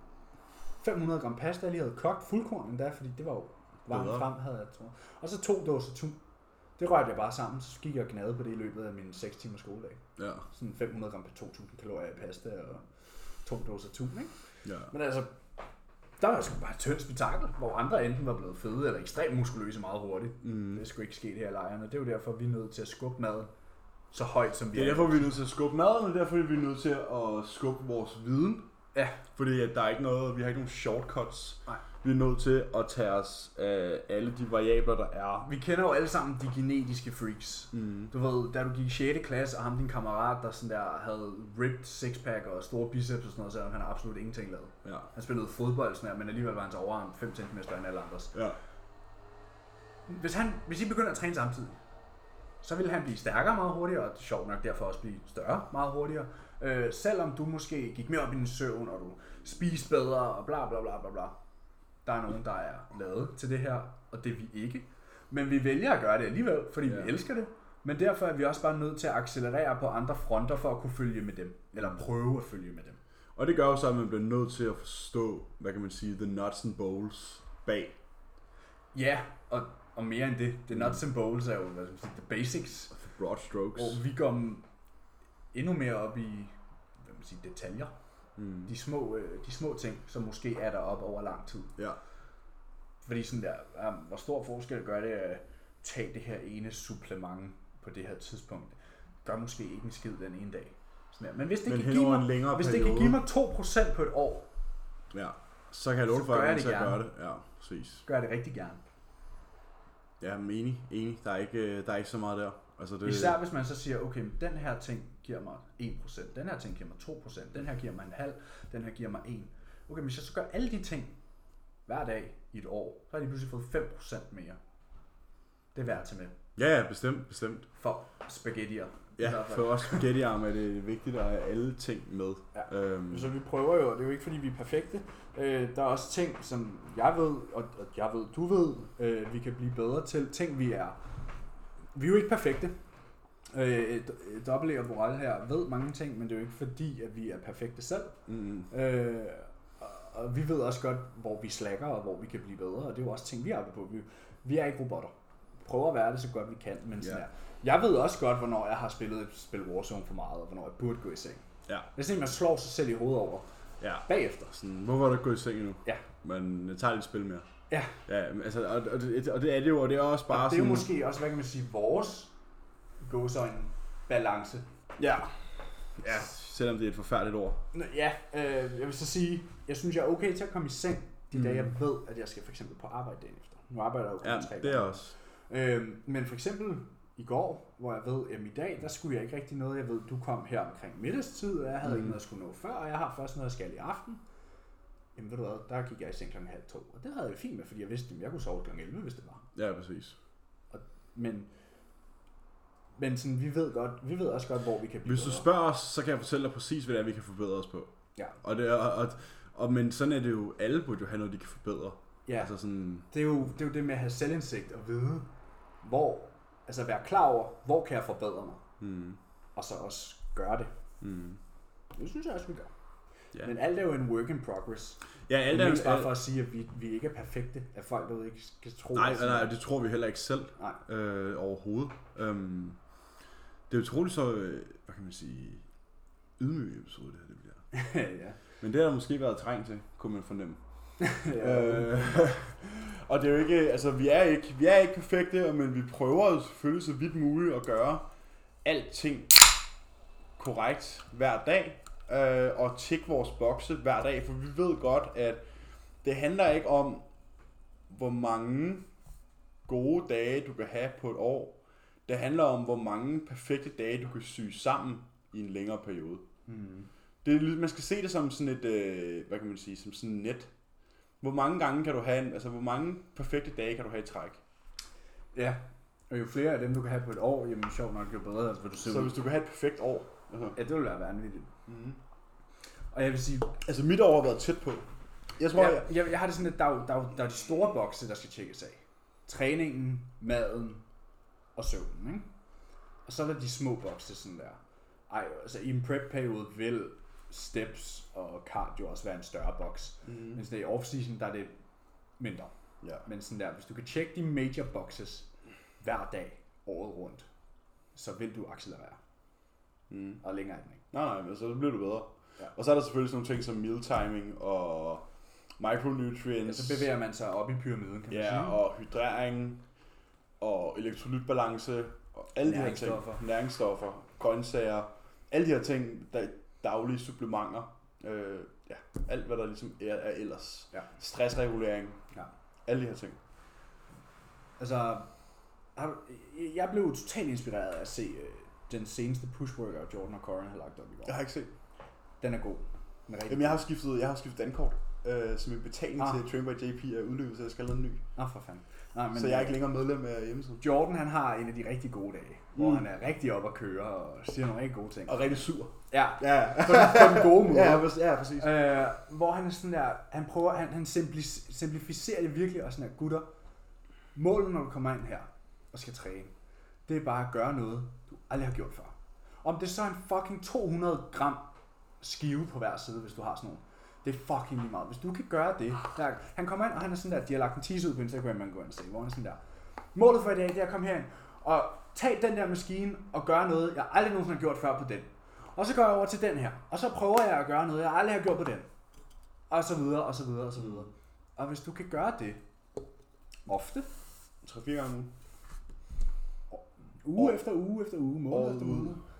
500 gram pasta, jeg lige havde kogt fuldkorn endda, fordi det var jo varmt frem, havde jeg troet. Og så 2 dåser tun. Det rørte jeg bare sammen, så gik jeg og gnadede på det i løbet af min 6 timers skoledag. Ja. Sådan 500 gram på 2000 kalorier i pasta og 2 dåser tun, ikke? Ja. Men altså, der var sgu bare et tyndt spektakel, hvor andre enten var blevet fede eller ekstremt muskuløse meget hurtigt. Det skulle ikke ske her i lejrene. Det er jo derfor, vi er nødt til at skubbe maden så højt, som vi er. Det er derfor, vi er nødt til at skubbe maden, og derfor er vi nødt til at skubbe vores viden. Ja. Fordi at der er ikke noget, vi har ikke nogen shortcuts. Nej. Vi er nødt til at tage os af alle de variabler, der er. Vi kender jo alle sammen de genetiske freaks. Du ved, da du gik i 6. klasse, og ham din kammerat, der sådan der havde ripped sixpack og store biceps og sådan noget, selvom han har absolut ingenting lavet. Ja. Han spillede fodbold sådan her, men alligevel var hans overarm 5 cm større end alle andres. Ja. Hvis I begynder at træne samtidig, så vil han blive stærkere meget hurtigere, og sjovt nok derfor også blive større meget hurtigere. Selvom du måske gik mere op i din søvn, og du spiste bedre, og bla bla bla bla bla. Der er nogen, der er lavet til det her, og det er vi ikke. Men vi vælger at gøre det alligevel, fordi vi elsker det. Men derfor er vi også bare nødt til at accelerere på andre fronter, for at kunne følge med dem. Eller prøve at følge med dem. Og det gør jo så, at man bliver nødt til at forstå, hvad kan man sige, the nuts and bolts bag. Ja, og mere end det. The nuts and bolts er jo, hvad skal man sige, the basics. Broad strokes. Og vi går endnu mere op i, hvad man sige, detaljer. De små ting, som måske er deroppe over lang tid. Ja. Fordi sådan der, hvor stor forskel gør det at tage det her ene supplement på det her tidspunkt. gør måske ikke en skid den ene dag. Sådan men hvis det, men kan, give mig, hvis det kan give mig 2% på et år, ja, så kan jeg love for, at jeg gøre det. Ja, præcis. Gør det rigtig gerne. Ja, men enig. Der er ikke så meget der. Altså det... Især hvis man så siger, okay, den her ting giver mig 1%, den her ting giver mig 2%, den her giver mig 0,5%, den her giver mig 1%. Okay, hvis jeg så gør alle de ting hver dag i et år, så har de pludselig fået 5% mere. Det er værd at tage med. Ja, bestemt. For spaghettier. Ja, for os spaghettiarm er det vigtigt at have alle ting med. Ja. Så vi prøver jo, det er jo ikke fordi vi er perfekte. Der er også ting, som jeg ved, og jeg ved, du ved, vi kan blive bedre til. Ting vi er jo ikke perfekte. Dobbelt og Borrell her ved mange ting, men det er jo ikke fordi, at vi er perfekte selv. Og vi ved også godt, hvor vi slacker, og hvor vi kan blive bedre, og det er jo også ting, vi arbejder på. Vi er ikke robotter. Prøver at være det så godt vi kan, men sådan jeg ved også godt, hvornår jeg har spillet et spil Warzone for meget, og hvornår jeg burde gå i seng. Ja. Det er sådan, man slår sig selv i hovedet over bagefter. Sådan, hvorfor er du ikke gået i seng endnu? Ja. Men jeg tager lidt spil mere. Ja. Altså, og det er det jo, og det er også bare og det er jo måske også, hvad kan man sige, vores balance. Ja, selvom det er et forfærdeligt ord. Ja, jeg vil så sige, jeg synes, jeg er okay til at komme i seng de dage, jeg ved, at jeg skal for eksempel på arbejde dagen efter. Nu arbejder jeg jo kun 3 gange. Det er også. Men for eksempel i går, hvor jeg ved, at i dag, der skulle jeg ikke rigtig noget. Jeg ved, du kom her omkring middagstid, og jeg havde ikke noget at skulle nå før, og jeg har først noget, jeg skal i aften. Jamen ved du hvad, der gik jeg i seng 1:30, og det havde jeg fint med, fordi jeg vidste, at jeg kunne sove kl. 11, hvis det var. Ja, præcis. Men sådan, vi ved også godt, hvor vi kan blive Hvis du spørger os, så kan jeg fortælle dig præcis, hvad det er, vi kan forbedre os på. Ja. Men sådan er det jo, alle burde jo have noget, de kan forbedre. Ja, altså sådan... det er jo det med at have selvindsigt og vide, altså være klar over, hvor kan jeg forbedre mig, og så også gøre det. Det synes jeg også, vi gør. Ja. Men alt er jo en work in progress. Ja, alt er jo bare for at sige, at vi ikke er perfekte, at folk derude ikke skal tro. Nej, det tror vi heller ikke selv overhovedet. Det er utroligt så, hvad kan man sige, ydmyg episode det bliver. Ja. Men det har der måske været trængt til, kunne man fornemme. Og det er jo ikke, altså vi er ikke perfekte, men vi prøver selvfølgelig så vidt muligt at gøre alting korrekt hver dag, og tjekke vores bokse hver dag, for vi ved godt, at det handler ikke om, hvor mange gode dage du kan have på et år. Det handler om, hvor mange perfekte dage du kan sy sammen i en længere periode. Man skal se det som sådan et, hvad kan man sige, som sådan et net. Hvor mange gange kan du have, hvor mange perfekte dage kan du have i træk? Ja, og jo flere af dem du kan have på et år, jamen sjovt nok, jo bedre. Altså, vil du så hvis du kan have et perfekt år? Ja, det vil være vanvittigt. Og jeg vil sige... Altså mit år har været tæt på. Jeg tror, jeg har det sådan, at der er de store bokse, der skal tjekkes af. Træningen, maden og søvnen, ikke? Og så er der de små bokse sådan der. Altså i en prep-periode vil steps og cardio også være en større boks. Men sådan i off-season, der er det mindre. Ja. Men sådan der, hvis du kan tjekke de major boxes hver dag, året rundt, så vil du accelerere. Og længere end ikke. Nej, men så bliver du bedre. Ja. Og så er der selvfølgelig sådan nogle ting som meal timing og micronutrients. Ja, så bevæger man sig op i pyramiden, kan man sige. Ja, og hydrering og elektrolytbalance og alle de her ting. Næringsstoffer, grøntsager, alle de her ting, daglige supplementer. Alt hvad der ligesom er ellers. Ja. Stressregulering. Ja. Alle de her ting. Altså, jeg blev totalt inspireret af at se den seneste push-workout, Jordan og Corin har lagt op i går. Jeg har ikke set. Den er god. Jamen, jeg har skiftet dankort, som en betaling til Train by JP er udløbet, så jeg skal have en ny. For fanden. Men så jeg er ikke længere medlem af hjemmesiden. Jordan, han har en af de rigtig gode dage, hvor han er rigtig op at køre og siger nogle rigtig gode ting. Og rigtig sur. Ja. På den gode måde. Ja, præcis. Hvor han er sådan der, han simplificerer det virkelig, og sådan der, gutter, målet når du kommer ind her og skal træne, det er bare at gøre noget, du aldrig har gjort før. Om det så er en fucking 200 gram skive på hver side, hvis du har sådan nogle. Det er fucking lige meget. Hvis du kan gøre det. Han kommer ind, og han er sådan der, de har lagt en teaser ud på Instagram, man kan gå ind og se, hvor han er sådan der. Målet for i dag, det er at komme herind og tage den der maskine og gøre noget, jeg aldrig nogensinde har gjort før på den. Og så går jeg over til den her, og så prøver jeg at gøre noget, jeg aldrig har gjort på den. Og så videre, og så videre, og så videre. Og hvis du kan gøre det ofte, 3-4 gange uge efter uge efter uge, måned efter måned,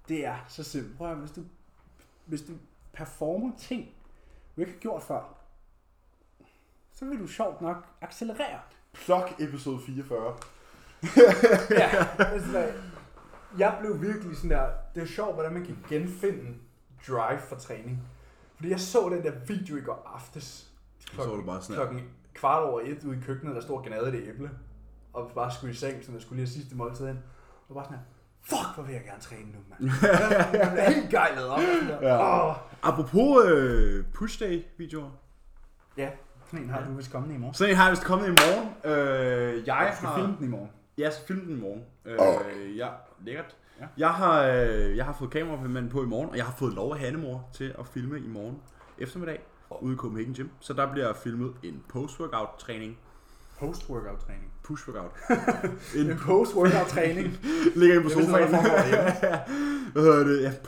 Det er så simpelt. Prøv at, hvis du performer ting, du ikke har gjort før, så vil du sjovt nok accelerere. Plok episode 44. Ja, altså, jeg blev virkelig sådan der, det er sjovt, hvordan man kan genfinde drive for træning. Fordi jeg så den der video i går aftes, klokken 1:15 ude i køkkenet, der stod og gnavede det æble, og bare skulle i seng, så jeg skulle lige have sidste måltid ind. Og bare sådan her, fuck, hvor vil jeg gerne træne nu, mand. Jeg er helt gejlet op. Ja. Apropos push day videoer. Ja, sådan en har du vist kommet i morgen. Sådan en har jeg vist kommet i morgen. Jeg skal filme den i morgen. Jeg skal filme den i morgen. Ja, lækkert. Ja. Jeg har fået kameramanden på i morgen, og jeg har fået lov af Hannemor til at filme i morgen eftermiddag ude i Copenhagen Gym. Så der bliver filmet en post-workout træning. Post-workout træning? Push-workout. en post-workout træning? Ligger inde på sofaen. Hvad hedder det? Ja.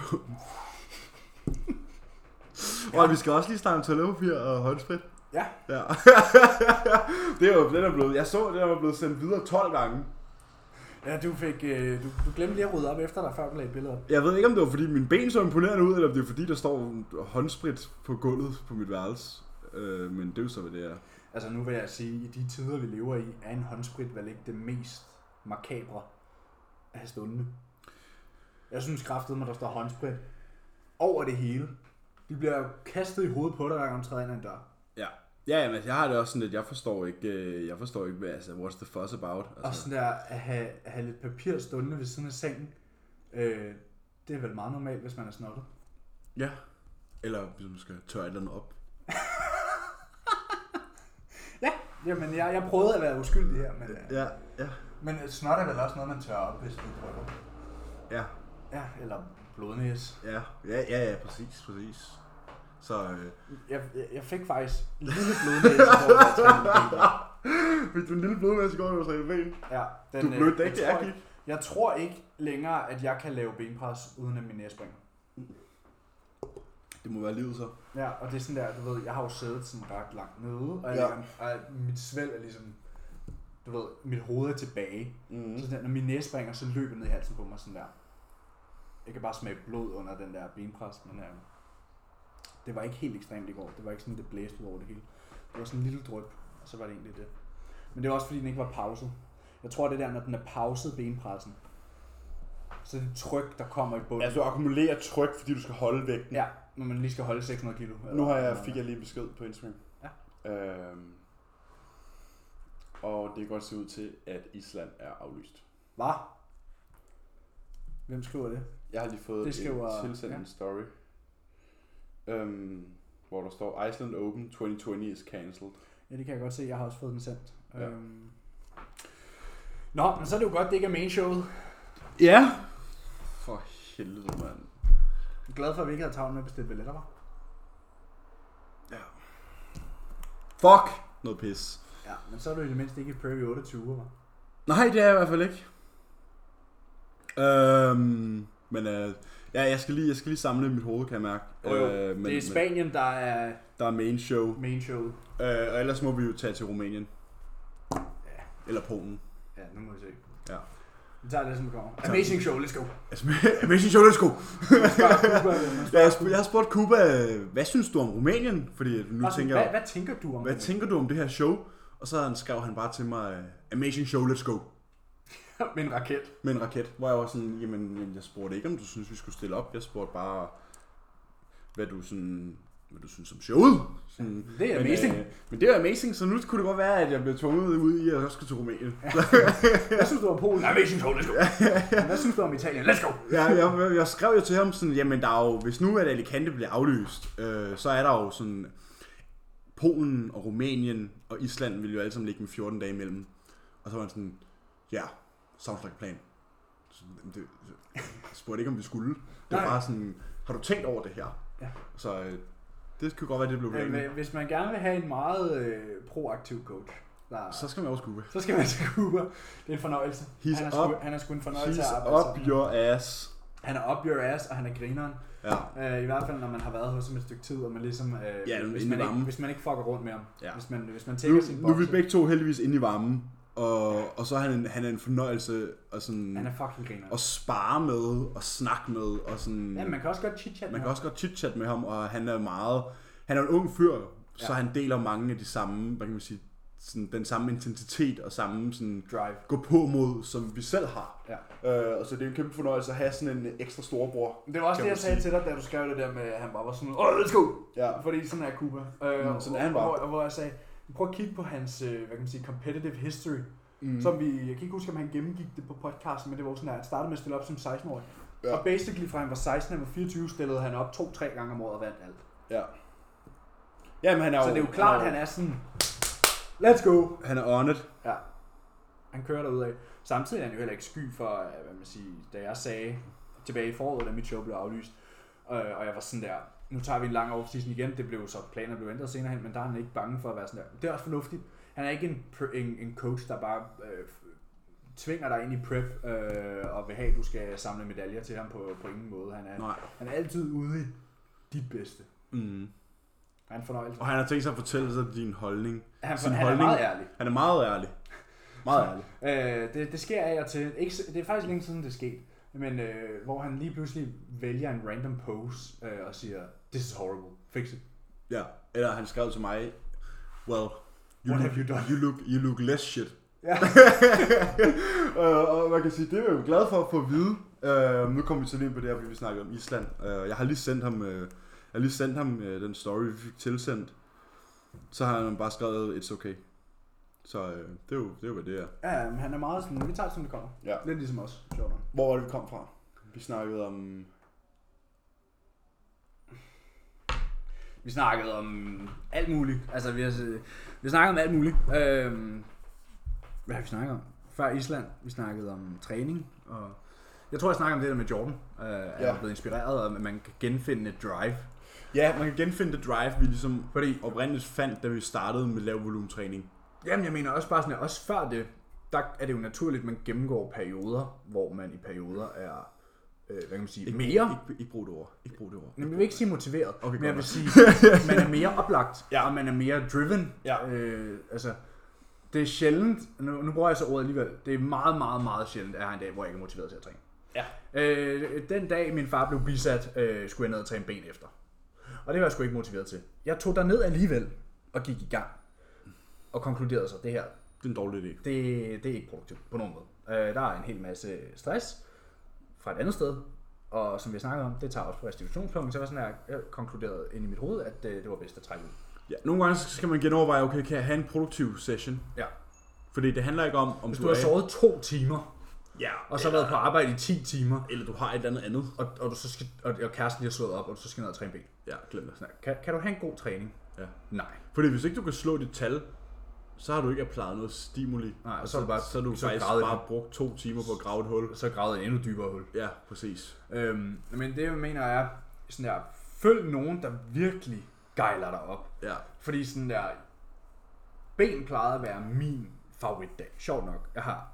Og vi skal også lige snakke om toiletpapir og håndsprit. Ja. Det er jo den er blevet. Jeg så den var blevet sendt videre 12 gange. Ja, du glemte lige at rydde op efter dig, før du lagde et billede op. Jeg ved ikke, om det var fordi mine ben så imponerende ud, eller om det er fordi, der står håndsprit på gulvet på mit værelse. Men det er jo så, hvad det er. Altså nu vil jeg sige, at i de tider, vi lever i, er en håndsprit vel ikke det mest makabre at have stående. Jeg synes kraftedeme, der står håndsprit over det hele. De bliver kastet i hovedet på dig, hver gang træder ind en dør. Ja, men jeg har det også sådan lidt, jeg forstår ikke, hvad, altså, what's the fuss about? Altså. Og sådan der, at have lidt papir stående ved siden af sengen, det er vel meget normalt, hvis man er snottet. Ja, eller hvis man skal tørre et eller andet op. Ja, jamen jeg prøvede at være uskyldig her, men... Ja. Men snot er vel også noget, man tørrer op, hvis du prøver. Ja. Ja, eller blodnæs. Ja, præcis. Så jeg fik faktisk en lille blodnæs, hvor jeg trænede. Fik du en lille blodnæs i går, når du trænede ben? Ja. Du blev dækket, jeg tror ikke længere, at jeg kan lave benpres, uden at min næse springer. Det må være livet så. Ja, og det er sådan der, du ved, jeg har jo siddet sådan ret langt nede, og mit svælg er ligesom, du ved, mit hoved er tilbage. Så sådan der, når min næse springer, så løber ned i halsen på mig sådan der. Jeg kan bare smage blod under den der benpres, men det var ikke helt ekstremt i går. Det var ikke sådan, det blæste ud over det hele. Det var sådan en lille dryp, og så var det egentlig det. Men det var også fordi, den ikke var pauset. Jeg tror, det der, når den er pauset benpressen, så det tryk, der kommer i bunden. Altså, du akkumulerer tryk, fordi du skal holde vægten. Ja, når man lige skal holde 600 kilo. Nu fik jeg lige besked på Instagram. Ja. Og det kan godt se ud til, at Island er aflyst. Hvad? Hvem skriver det? Jeg har lige fået tilsendt en story. Hvor der står Iceland Open 2020 is cancelled. Ja, det kan jeg godt se. Jeg har også fået den sendt. Ja. Nå, men så er det jo godt, det ikke er main showet. Ja. For helvede, mand. Jeg er glad for, at vi ikke havde travlt med at bestille billetter, var? Ja. Fuck! Noget pis. Ja, men så er du i det mindste ikke i Prairie 28 uger, var? Nej, det er jeg i hvert fald ikke. Men jeg skal lige samle mit hoved, kan jeg mærke. Men, det er Spanien, der er main show. Og ellers må vi jo tage til Rumænien. Ja. Eller Polen. Ja, nu må vi se. Ja. Vi tager det, som det kommer. Amazing show, let's go. Amazing show, let's go. Jeg har spurgt Cuba, hvad synes du om Rumænien? Fordi nu tænker hvad tænker du om Hvad tænker du om det her show? Og så skrev han bare til mig, amazing show, let's go. Med en raket. Hvor jeg var sådan, jamen jeg spurgte ikke, om du synes, vi skulle stille op. Jeg spurgte bare, hvad du synes om showet. Sådan, det er amazing. Men det er amazing, så nu kunne det godt være, at jeg blev tvunget ud i, at jeg også skulle til Rumænien. Ja. Hvad synes du om Polen? Amazing show, let's go. Hvad synes du om Italien? Let's go. Jeg skrev jo til ham sådan, jamen der er jo, hvis nu at Alicante bliver aflyst, så er der jo sådan, Polen og Rumænien og Island vil jo alle sammen ligge med 14 dage imellem. Og så var han sådan, ja, sounds like a plan. Jeg spurgte ikke, om vi skulle. Det var bare sådan, har du tænkt over det her? Ja. Så det kunne godt være, det blev planen. Hvis man gerne vil have en meget proaktiv coach, så skal man også Cuba. Så skal man til Cuba. Det er en fornøjelse. Han er sgu en fornøjelse at arbejde sammen. He's up your ass. Han er up your ass, og han er grineren. Ja. I hvert fald, når man har været hos ham et stykke tid, og man ligesom, hvis man ikke fucker rundt med ham. Ja. Hvis man tænker sin nu er vi begge to heldigvis inde i varmen. Og så er han en fornøjelse og sådan, han er fucking griner. Og spare med og snakke med og sådan. Ja, man kan også godt chit-chat med ham. Man kan også godt chit-chat med ham, og han er en ung fyr, så han deler mange af de samme, hvad kan man sige, sådan, den samme intensitet og samme sådan drive, gå på mod, som vi selv har. Ja. Og så det er en kæmpe fornøjelse at have sådan en ekstra storebror. Det var også det, jeg sagde til dig, da du skrev det der med, at han bare var sådan, let's go! Ja. Fordi sådan er Cooper. Sådan er han bare. Hvor jeg sagde, prøv at kigge på hans, hvad kan man sige, competitive history. Som jeg kan ikke huske, om han gennemgik det på podcasten, men det var sådan, at han startede med at stille op som 16-årig. Ja. Og basically fra han var 16 og var 24, stillede han op 2-3 gange om året og vandt alt. Ja. Jamen, han er så det er jo klart, han er sådan, let's go! Han er on it. Ja. Han kører derudad. Samtidig er han jo heller ikke sky for, hvad man siger, da jeg sagde tilbage i foråret, da mit show blev aflyst, og jeg var sådan der, nu tager vi en lang offseason igen, det blev så, planer blev ændret senere hen, men der er han ikke bange for at være sådan der. Det er også fornuftigt. Han er ikke en coach, der bare tvinger dig ind i prep og vil have, at du skal samle medaljer til ham på ingen måde. Han er altid ude i dit bedste. Mm. Han er fornøjelse. Og han har tænkt sig at fortælle sig din holdning. Han er meget ærlig. Han er meget ærlig. Meget ærlig. Det sker af og til. Det er faktisk længe siden, det skete. Men hvor han lige pludselig vælger en random pose og siger, this is horrible, fix it. Ja, eller han skrev til mig, well, what have you done? You look less shit. Ja. Og man kan sige, det er jeg jo glad for at få at vide. Nu kommer vi til lige på det her, vi snakker om Island. Jeg har lige sendt ham, den story, vi fik tilsendt. Så har han bare skrevet, it's okay. Så det er jo hvad det er. Ja, men han er meget sådan, vi tager det som det kommer. Ja. Lidt ligesom os, sjovt nok. Hvor var det, vi kom fra? Vi snakkede om... Vi snakkede om alt muligt. Altså, vi snakkede om alt muligt. Hvad har vi snakket om? Før Island, vi snakkede om træning. Og jeg tror, jeg snakkede om det der med Jordan. Er blevet inspireret, og man kan genfinde et drive. Ja, man kan genfinde det drive, vi ligesom oprindeligt fandt, da vi startede med lav volumtræning. Jamen, jeg mener også bare sådan, at også før det, der er det jo naturligt, at man gennemgår perioder, hvor man i perioder er, hvad kan man sige, mere... Ikke brug det ord. Jeg vil ikke sige motiveret, okay, men jeg vil sige, man er mere oplagt, og man er mere driven. Ja. Altså, det er sjældent, nu bruger jeg så ordet alligevel, det er meget, meget, meget sjældent, at jeg har en dag, hvor jeg ikke er motiveret til at træne. Ja. Den dag, min far blev bisat, skulle jeg ned og træne ben efter. Og det var jeg sgu ikke motiveret til. Jeg tog derned alligevel og gik i gang. Og konkluderede så, det her... Det er en dårlig idé. Det er ikke produktivt på nogen måde. Der er en hel masse stress fra et andet sted. Og som vi snakkede om, det tager også på restitutionspunkten. Så var sådan, at jeg konkluderede ind i mit hoved, at det var bedst at trække ud. Ja, nogle gange skal man genoverveje, okay, kan jeg have en produktiv session? Ja. Fordi det handler ikke om hvis du har sovet 2 timer, ja, og så været på arbejde i 10 timer, eller du har et eller andet. Og du så skal, og kæresten lige har slået op, og du så skal ned og træne ben. Ja, glem det. Kan du have en god træning? Ja. Nej. Fordi hvis ikke du kan slå dit tal, så har du ikke applyet noget stimuli. Nej, og så har du faktisk bare brugt 2 timer på at grave et hul. Så gravet et endnu dybere hul. Ja, præcis. Men det jeg mener er, sådan der, følg nogen, der virkelig gejler dig op. Ja. Fordi sådan der, ben plejede at være min favoritdag. Sjovt nok. Jeg har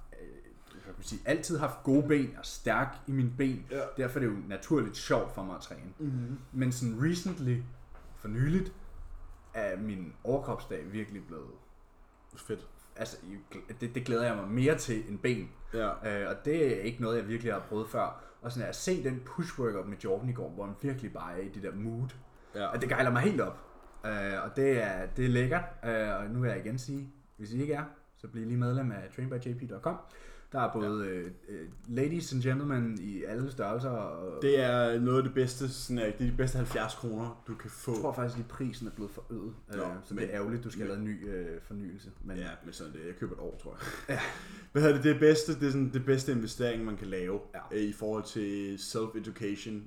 altid haft gode ben og stærk i mine ben. Ja. Derfor er det jo naturligt sjovt for mig at træne. Mm-hmm. Men sådan recently, for nyligt, er min overkropsdag virkelig blevet fedt. Altså, det glæder jeg mig mere til end ben. Ja. Og det er ikke noget, jeg virkelig har prøvet før. Og sådan at se den push-workout med Jordan i går, hvor han virkelig bare er i det der mood. Ja. Og det gejler mig helt op. Og det er lækkert. Og nu vil jeg igen sige, hvis I ikke er, så bliv lige medlem af trainbyjp.com. Der er både ladies and gentlemen i alle størrelser. Og det er noget af det bedste, sådan, det er de bedste 70 kroner, du kan få. Jeg tror faktisk, at prisen er blevet forøget. Så det er ærgerligt, du skal lave en ny fornyelse. Men ja, men sådan det. Jeg køber et år, tror jeg. Ja. Hvad hedder det? Det er sådan det bedste investering, man kan lave i forhold til self-education.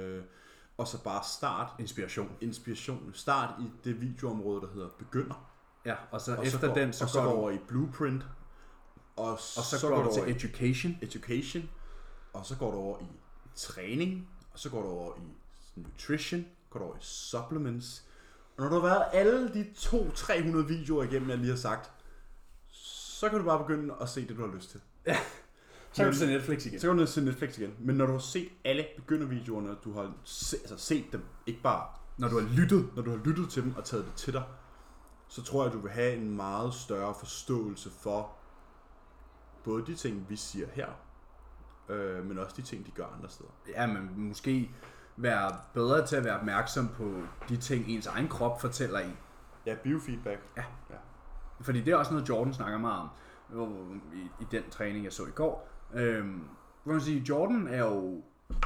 Og så bare start. Inspiration. Start i det videoområde, der hedder begynder. Ja, og så efter den, så går du over i blueprint. Og så går du til education, og så går du over i træning, og så går du over i nutrition, går du over i supplements. Og når du har været alle de 200-300 videoer igennem, jeg lige har sagt, så kan du bare begynde at se det, du har lyst til. Ja. Så kan du se Netflix igen. Men når du har set alle begyndervideoerne, du har set dem, ikke bare når du har lyttet til dem og taget det til dig, så tror jeg, at du vil have en meget større forståelse for, både de ting, vi siger her, men også de ting, de gør andre steder. Ja, men måske være bedre til at være opmærksom på de ting, ens egen krop fortæller en. Ja, biofeedback. Ja. Fordi det er også noget, Jordan snakker meget om i den træning, jeg så i går. Hvor man siger, Jordan er jo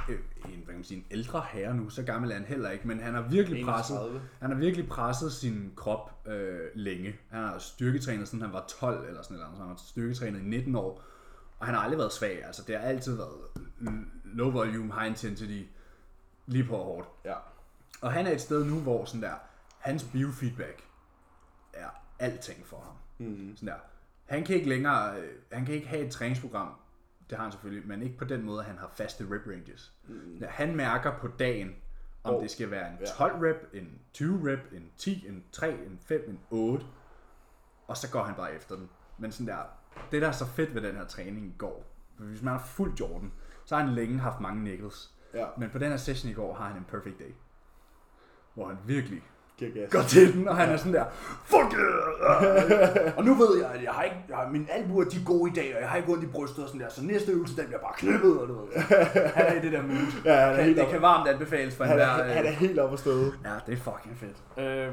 en ældre herre nu, så gammel er han heller ikke, men han har virkelig presset sin krop længe. Han har styrketrænet siden han var 12 eller sådan noget, så han har styrketrænet i 19 år, og han har aldrig været svag. Altså det har altid været low volume, high intensity, lige på hårdt. Ja. Og han er et sted nu, hvor sådan der, hans biofeedback er alting for ham. Mm-hmm. Sådan der. Han kan ikke have et træningsprogram, det har han selvfølgelig, men ikke på den måde, at han har faste rep ranges. Mm. Han mærker på dagen, om det skal være en 12 rep, en 20 rep, en 10, en 3, en 5, en 8, og så går han bare efter den. Men sådan der, det der er så fedt ved den her træning i går, hvis man har fuldt Jordan, så har han længe haft mange nickels. Ja. Men på den her session i går har han en perfect day, hvor han virkelig går til den, og han er sådan der, fuck yeah! Og nu ved jeg, at mine albuer, de er gode i dag, og jeg har ikke ondt i brystet og sådan der, så næste øvelse, den bliver bare klippet, og du ved. Han er i det der mood. Ja, det kan varmt anbefales for enhver. Han er helt oppe at støde. Ja, det er fucking fedt.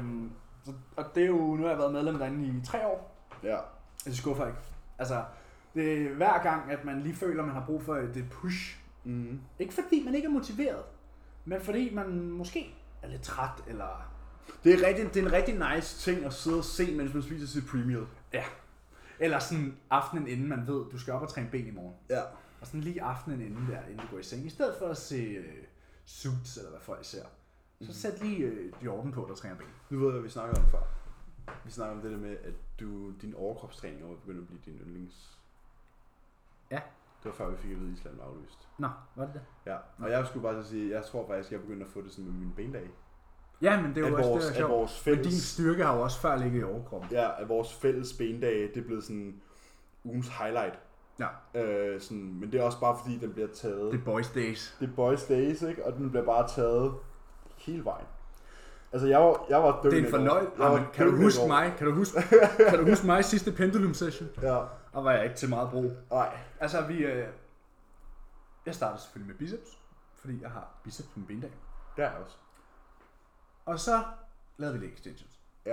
Og det er jo, nu har jeg været medlem derinde i 3 år. Ja. Det skuffer ikke. Altså, det er hver gang, at man lige føler, at man har brug for et push. Mm. Ikke fordi man ikke er motiveret, men fordi man måske er lidt træt, eller... Det er en rigtig nice ting at sidde og se, mens man spiser sit pre-meal. Ja. Eller sådan aftenen inden man ved, du skal op og træne ben i morgen. Ja. Og sådan lige aftenen inden du går i seng. I stedet for at se Suits, eller hvad folk ser. Så sæt lige Jordan på, der træner ben. Nu ved jeg, hvad vi snakker om før. Vi snakker om det der med, at din overkropstræning er begyndt at blive din yndlings. Ja. Det var før vi fik at vide, at Island var aflyst. Nå, var det det? Ja, og jeg skulle bare så sige, jeg tror faktisk, jeg er begyndt at få det sådan med mine bendag. Ja, men det er jo også det, der er vores fælles... Men din styrke har jo også før ligget i overkroppen. Ja, at vores fælles bendage, det er blevet sådan ugens highlight. Ja. Men det er også bare fordi, den bliver taget... Det er boys days. Det er boys days, ikke? Og den bliver bare taget hele vejen. Altså, jeg var død. Det er en fornøjelse. Kan du huske mig sidste pendulum session? Ja. Og var jeg ikke til meget brug. Nej. Altså, jeg startede selvfølgelig med biceps, fordi jeg har biceps på min bendag. Det er jeg også. Og så lavede vi leg extensions. Ja.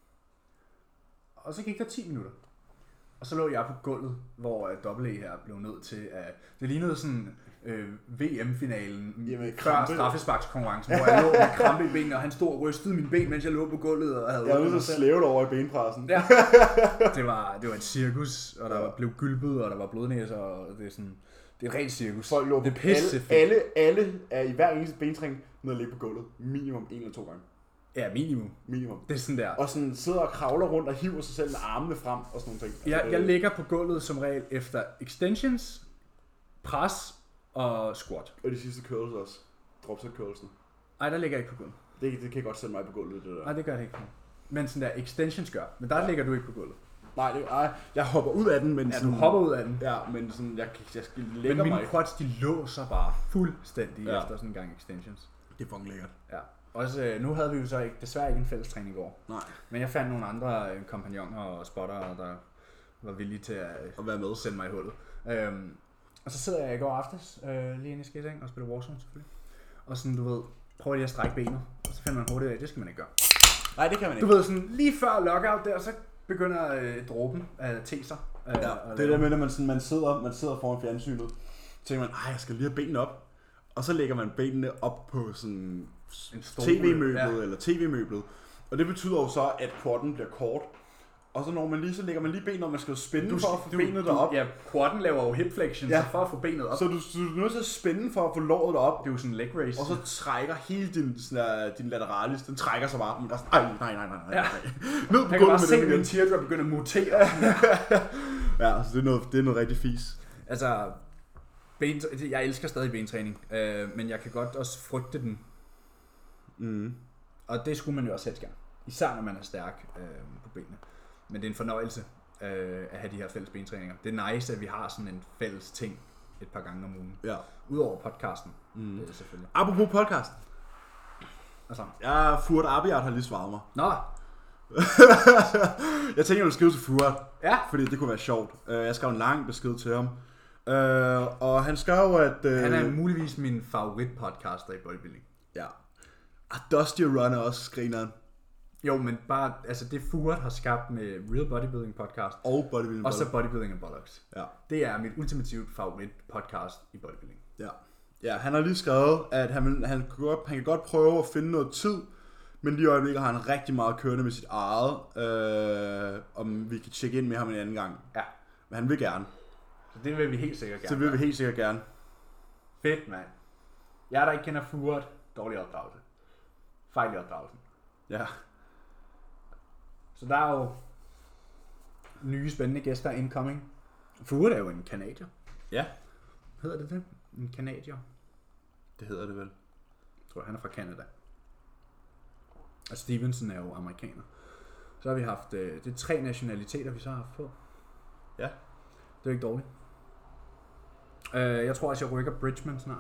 Og så gik der 10 minutter. Og så lå jeg på gulvet, hvor AA her blev nødt til at... Det lignede sådan VM-finalen før straffesparkskonkurrencen, hvor jeg lå med krampe i benene, og han stod og rystede mine ben, mens jeg lå på gulvet og havde... Jeg var nødt til at slæve over i benpressen. Ja. Det var et cirkus, og der blev gylpet, og der var blodnæser, og det er sådan... Det er et rent cirkus. Folk lå på alle er i hver eneste bentræning med at ligge på gulvet. Minimum 1 eller 2 gange. Ja, minimum. Det er sådan der. Og sådan sidder og kravler rundt og hiver sig selv med armene frem og sådan nogle ting. Jeg ligger på gulvet som regel efter extensions, pres og squat. Og de sidste curls også. Dropset curlsene. Ej, der ligger jeg ikke på gulvet. Det kan godt sætte mig på gulvet, det der. Nej, det gør det ikke. Men sådan der extensions gør. Men der ligger du ikke på gulvet. Nej, jeg hopper ud af den, men sådan... Ja, du hopper ud af den. Ja, men sådan, jeg lægger mig... Men mine quads, de låser bare fuldstændig efter sådan en gang extensions. Det er fucking lækkert. Ja. Også, nu havde vi jo så desværre ikke en fælles træning i går. Nej. Men jeg fandt nogle andre kompagnoner og spottere, der var villige til at være med, sende mig i hullet. Og så sidder jeg i går aftes lige inde i skidting og spiller Warzone selvfølgelig. Og sådan, du ved, prøver lige at strække benet, og så finder man hurtigt af, det skal man ikke gøre. Nej, det kan man ikke. Du ved sådan, lige før lockout der, så begynder dråben at te sig. Ja, det er der med, at man sidder foran fjernsynet, så tænker man, jeg skal lige have benene op. Og så lægger man benene op på sådan tv-møblet eller tv-møblet. Og det betyder jo så, at quaden bliver kort. Og så når man lige, så lægger man lige benet op, man skal jo spænde for at få benet derop. Ja, quaden laver jo hip flexion, så for at få benet op. Så du er nødt til at spænde for at få låret derop. Det er jo sådan en leg race. Og så trækker hele din lateralis, den trækker sig bare. Nej. Ja. Ned på jeg kan bare se, at min teardrop begynder at mutere. Ja, så det er noget rigtig fis. Altså, jeg elsker stadig bentræning, men jeg kan godt også frygte den. Mm. Og det skulle man jo også helst gerne. Især når man er stærk på benene. Men det er en fornøjelse at have de her fælles bentræninger. Det er nice, at vi har sådan en fælles ting et par gange om ugen. Ja. Udover podcasten. Det er det selvfølgelig. Apropos podcast. Altså. Ja, Furt Abiyat har lige svaret mig. Nå. Jeg tænker, jeg vil skrive til Furet. Ja. Fordi det kunne være sjovt. Jeg skrev en lang besked til ham. Og han skrev, at... Han er muligvis min favoritpodcaster i bodybuilding. Ja. Dusty Run er også skrineren. Jo, men bare, altså det Furet har skabt med Real Bodybuilding Podcast. Og Bodybuilding. Og så Bodybuilding and Bollocks. Ja. Det er mit ultimativt favoritpodcast i bodybuilding. Ja. Ja, han har lige skrevet, at han kan godt prøve at finde noget tid, men lige i øjeblikket har han rigtig meget kørende med sit eget, om vi kan tjekke ind med ham en anden gang. Ja. Men han vil gerne. Så det vil vi helt sikkert gerne. Så vil vi helt sikkert gerne. Fedt, mand. Jeg der ikke kender Furet, dårlig opdragelse. Fejl i opdragelsen. Ja. Så der er jo nye spændende gæster incoming. Furet er jo en kanadier. Ja. Hedder det det? En kanadier? Det hedder det vel. Jeg tror, han er fra Canada. Og Stevenson er jo amerikaner. Så har vi haft, det er 3 nationaliteter, vi så har haft på. Ja. Det er ikke dårligt. Jeg tror også, jeg rykker Bridgman snart.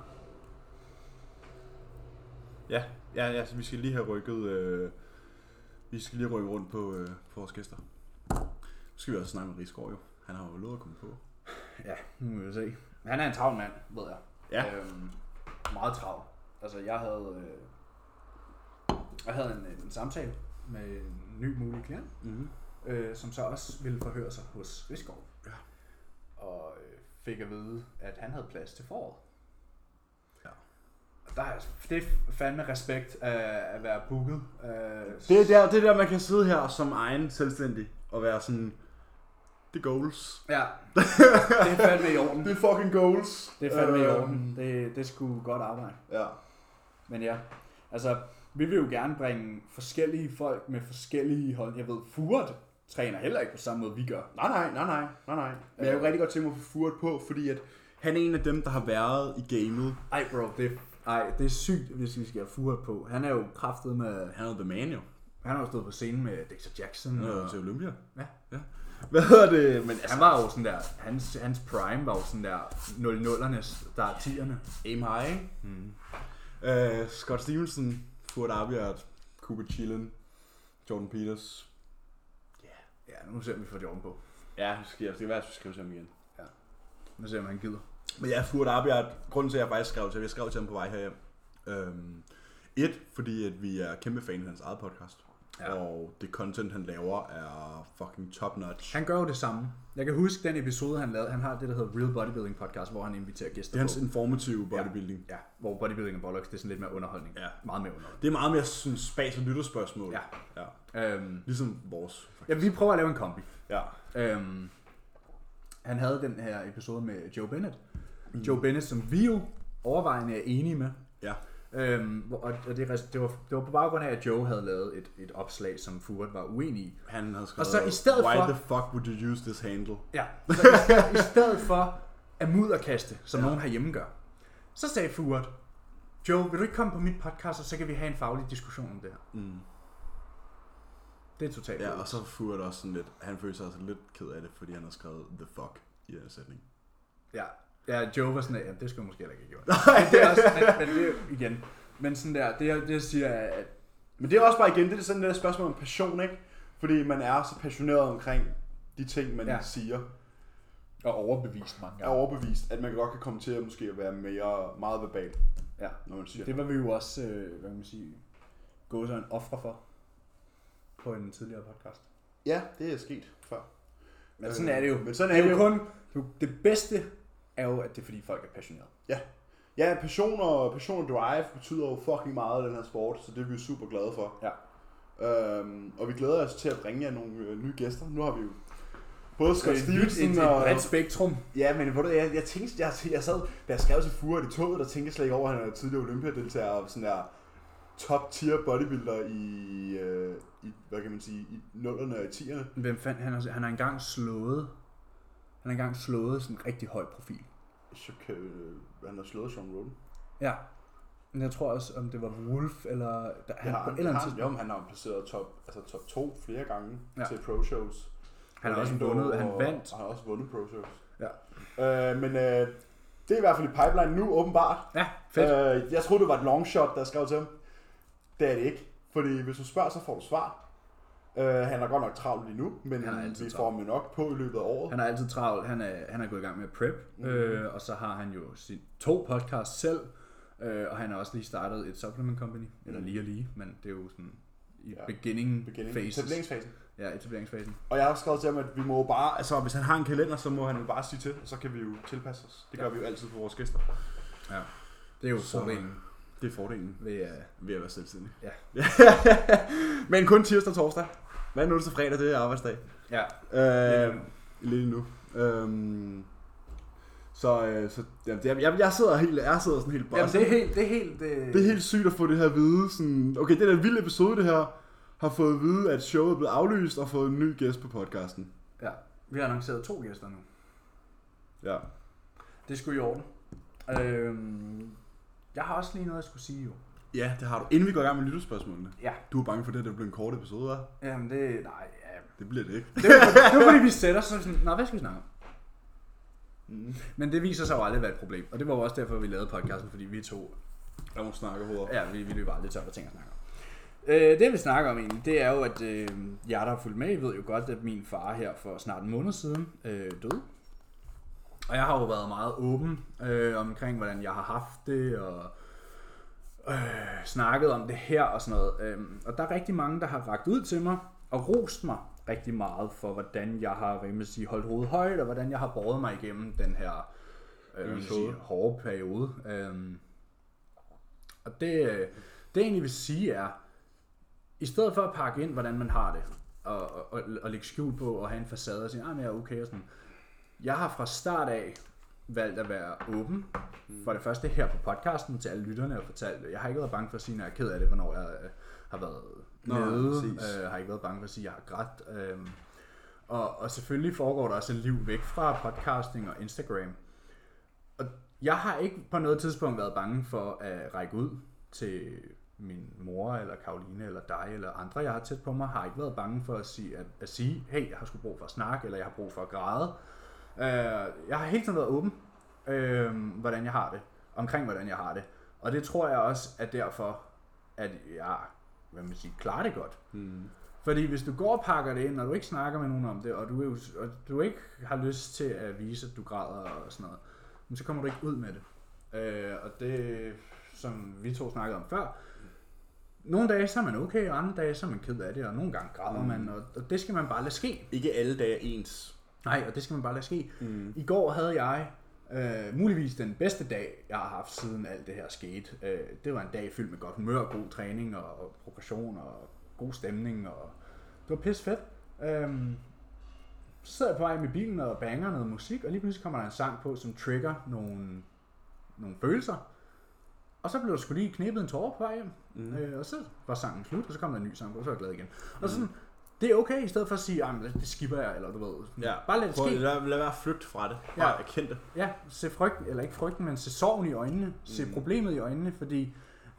Ja, så vi skal lige have rykket, vi skal lige rykke rundt på vores gæster. Nu skal vi også snakke med Rigsgaard jo. Han har jo lovet at komme på. Ja, nu må vi se. Han er en travl mand, ved jeg. Ja. Meget travl. Altså, jeg havde en samtale med en ny mulig klient, som så også ville forhøre sig hos Rigsgaard. Ja. Og fik at vide, at han havde plads til foråret. Ja. Det er fandme respekt at være booket. Det er der, man kan sidde her som egen selvstændig og være sådan, det er goals. Ja, det er fandme i orden. Det er fucking goals. Det er fandme i orden. Det er sgu godt arbejde. Ja. Men ja, altså, vi vil jo gerne bringe forskellige folk med forskellige hold. Jeg ved, Furet træner heller ikke på samme måde, vi gør. Nej. Men jeg er jo rigtig godt tænke mig at få Furet på, fordi at han er en af dem, der har været i gamet. Ej bro, det er sygt, hvis vi skal have Furet på. Han er jo kraftet med... Han er the man jo. Han har jo stået på scenen med Dexter Jackson. Han er jo til Olympia. Ja. Hvad hedder det? Men altså, han var jo sådan der, hans prime var jo sådan der 00'ernes, der er 10'erne. Aim high, ikke? Scott Stevenson, Furet Abiyat, Cooper Chillen, Jordan Peters. Ja, nu ser vi får Jordan på. Ja, det skal være, at vi skriver til ham igen. Ja. Nu ser vi, om han gider. Men ja, Furet Abiyat, grunden til, at jeg faktisk skrev til ham, jeg skrev til ham på vej herhjem. Fordi at vi er kæmpe fan af hans eget podcast. Ja. Og det content, han laver, er fucking top notch. Han gør jo det samme. Jeg kan huske den episode, han lavede. Han har det, der hedder Real Bodybuilding Podcast, hvor han inviterer gæster på. Det er hans informative bodybuilding. Ja, hvor bodybuilding og bollocks, det er sådan lidt mere underholdning. Ja. Meget mere underholdning. Det er meget mere sådan spas- og lytterspørgsmål. Ja. Ligesom vores. Faktisk. Ja, vi prøver at lave en kombi. Ja. Han havde den her episode med Joe Bennett. Joe Bennett, som vi jo overvejende er enige med. Ja. Og det var på baggrund af, at Joe havde lavet et opslag, som Furet var uenig i. Han havde skrevet, og så i stedet why for, the fuck would you use this handle? Ja, i stedet for at mudderkaste, som nogen herhjemme gør, så sagde Furet, Joe, vil du ikke komme på mit podcast, og så kan vi have en faglig diskussion om det her. Det er totalt. Ja, og så Furet også sådan lidt, han følte sig også lidt ked af det, fordi han har skrevet the fuck i den sætning. Ja, Joe var sådan, at det skulle jeg måske heller ikke have gjort. Men det er også, men det er igen. Men sådan der, det siger jeg, at... Men det er også bare igen, det er sådan et spørgsmål om passion, ikke? Fordi man er så passioneret omkring de ting, man siger. Og overbevist mange gange. Er overbevist, at man godt kan komme til at måske være meget verbal, når man siger. Det var vi jo også, hvad kan man sige, gået så en ofre for på en tidligere podcast. Ja, det er sket før. Men sådan er det jo. Men sådan er det jo kun, det bedste er jo, at det er fordi folk er passionerede. Ja, passion og drive betyder jo fucking meget i den her sport, så det er vi jo super glade for. Ja. Og vi glæder os til at bringe jer nogle nye gæster. Nu har vi jo både Scott Stevenson og... Et bredt spektrum. Ja, men jeg tænkte, jeg sad, da jeg skrev til Furet i toget, der tænkte jeg slet ikke over, at han er tidligere Olympiadeltager og sådan der top tier bodybuilder i hvad kan man sige, i 0'erne og i 10'erne. Hvem fandt han har engang slået sådan en rigtig høj profil. Han har slået Sean Roden. Ja. Men jeg tror også, om det var Wolf eller... Han har placeret top 2 flere gange til pro shows. Han har også vundet, han vandt. Han har også vundet pro shows. Ja. Men det er i hvert fald i pipeline nu, åbenbart. Ja, fedt. Jeg troede, det var et long shot, der skrev til ham. Det er det ikke. Fordi hvis du spørger, så får du svar. Han er godt nok travlt lige nu, men vi får ham jo nok på i løbet af året. Han er altid travlt. Han er gået i gang med prep, og så har han jo sine 2 podcasts selv, og han har også lige startet et supplement company, eller lige, men det er jo sådan i beginning etableringsfasen. Ja, etableringsfasen. Og jeg har skrevet til ham, at vi må bare, altså hvis han har en kalender, så må han jo bare sige til, og så kan vi jo tilpasse os. Det gør vi jo altid for vores gæster. Ja, det er jo fordelen. Det er fordelen ved at være selvstændig. Ja. Men kun tirsdag og torsdag. Hvad nu til fredag, det er arbejdsdag. Ja. Lidt nu. Jeg sidder sådan helt bosset. Det er helt sygt at få det her at vide. Sådan, okay, det er en vild episode, det her. Har fået at vide, at showet er blevet aflyst og fået en ny gæst på podcasten. Ja, vi har annonceret 2 gæster nu. Ja. Det skulle i orden. Jeg har også lige noget, jeg skulle sige jo. Ja, det har du. Inden vi går i gang med lytterspørgsmålene. Ja. Du er bange for det, at det bliver en kort episode, hva'? Jamen det bliver det ikke. Det var fordi vi sætter sådan, hvad skal vi snakke om? Men det viser sig jo aldrig at være et problem. Og det var jo også derfor, vi lavede podcasten, fordi vi to... Der må snakke hovedet. Ja, vi løber aldrig tør, hvad ting at snakke om. Det vi snakker om egentlig, det er jo, at jer der har fulgt med, I ved jo godt, at min far her for snart en måned siden døde. Og jeg har jo været meget åben omkring, hvordan jeg har haft det, og snakket om det her og sådan noget. Og der er rigtig mange, der har rakt ud til mig og rost mig rigtig meget for, hvordan jeg har holdt hovedet højt, og hvordan jeg har båret mig igennem den her hårde periode. Og det egentlig vil sige er, i stedet for at pakke ind, hvordan man har det, og lægge skjul på, og have en facade og sige, jeg er okay og sådan. Jeg har fra start af valgt at være åben. For det første her på podcasten til alle lytterne og fortalt, jeg har ikke været bange for at sige, når jeg er ked af det, hvornår jeg har været nede. Har ikke været bange for at sige, at jeg har grædt. Og selvfølgelig foregår der også et liv væk fra podcasting og Instagram. Og jeg har ikke på noget tidspunkt været bange for at række ud til min mor, eller Karoline, eller dig, eller andre, jeg har tæt på mig, har ikke været bange for at sige, hey, jeg har sgu brug for at snakke, eller jeg har brug for at græde. Jeg har hele tiden været åben, hvordan jeg har det, omkring hvordan jeg har det. Og det tror jeg også er derfor, at jeg, klarer det godt. Fordi hvis du går og pakker det ind, og du ikke snakker med nogen om det, og du ikke har lyst til at vise, at du græder og sådan noget, så kommer du ikke ud med det. Og det, som vi to snakkede om før, nogle dage så er man okay, og andre dage så er man ked af det, og nogle gange græder man, og det skal man bare lade ske. Ikke alle dage er ens. Nej, og det skal man bare lade ske. I går havde jeg muligvis den bedste dag, jeg har haft siden alt det her skete. Det var en dag fyldt med godt humør, god træning og progression og god stemning, og det var pisse fedt. Så sidder jeg på vej med bilen og banger noget musik, og lige pludselig kommer der en sang på, som trigger nogle følelser. Og så blev der sgu lige knæppet en tårer på vej hjem, og så var sangen slut, og så kom der en ny sang på, og så var jeg glad igen. Og sådan, det er okay, i stedet for at sige, det skipper jeg, eller du ved. Ja. Bare lad det ske. Lad være flygt fra det. Bare erkend det. Ja, se frygten, eller ikke frygten, men se sorgen i øjnene. Se problemet i øjnene, fordi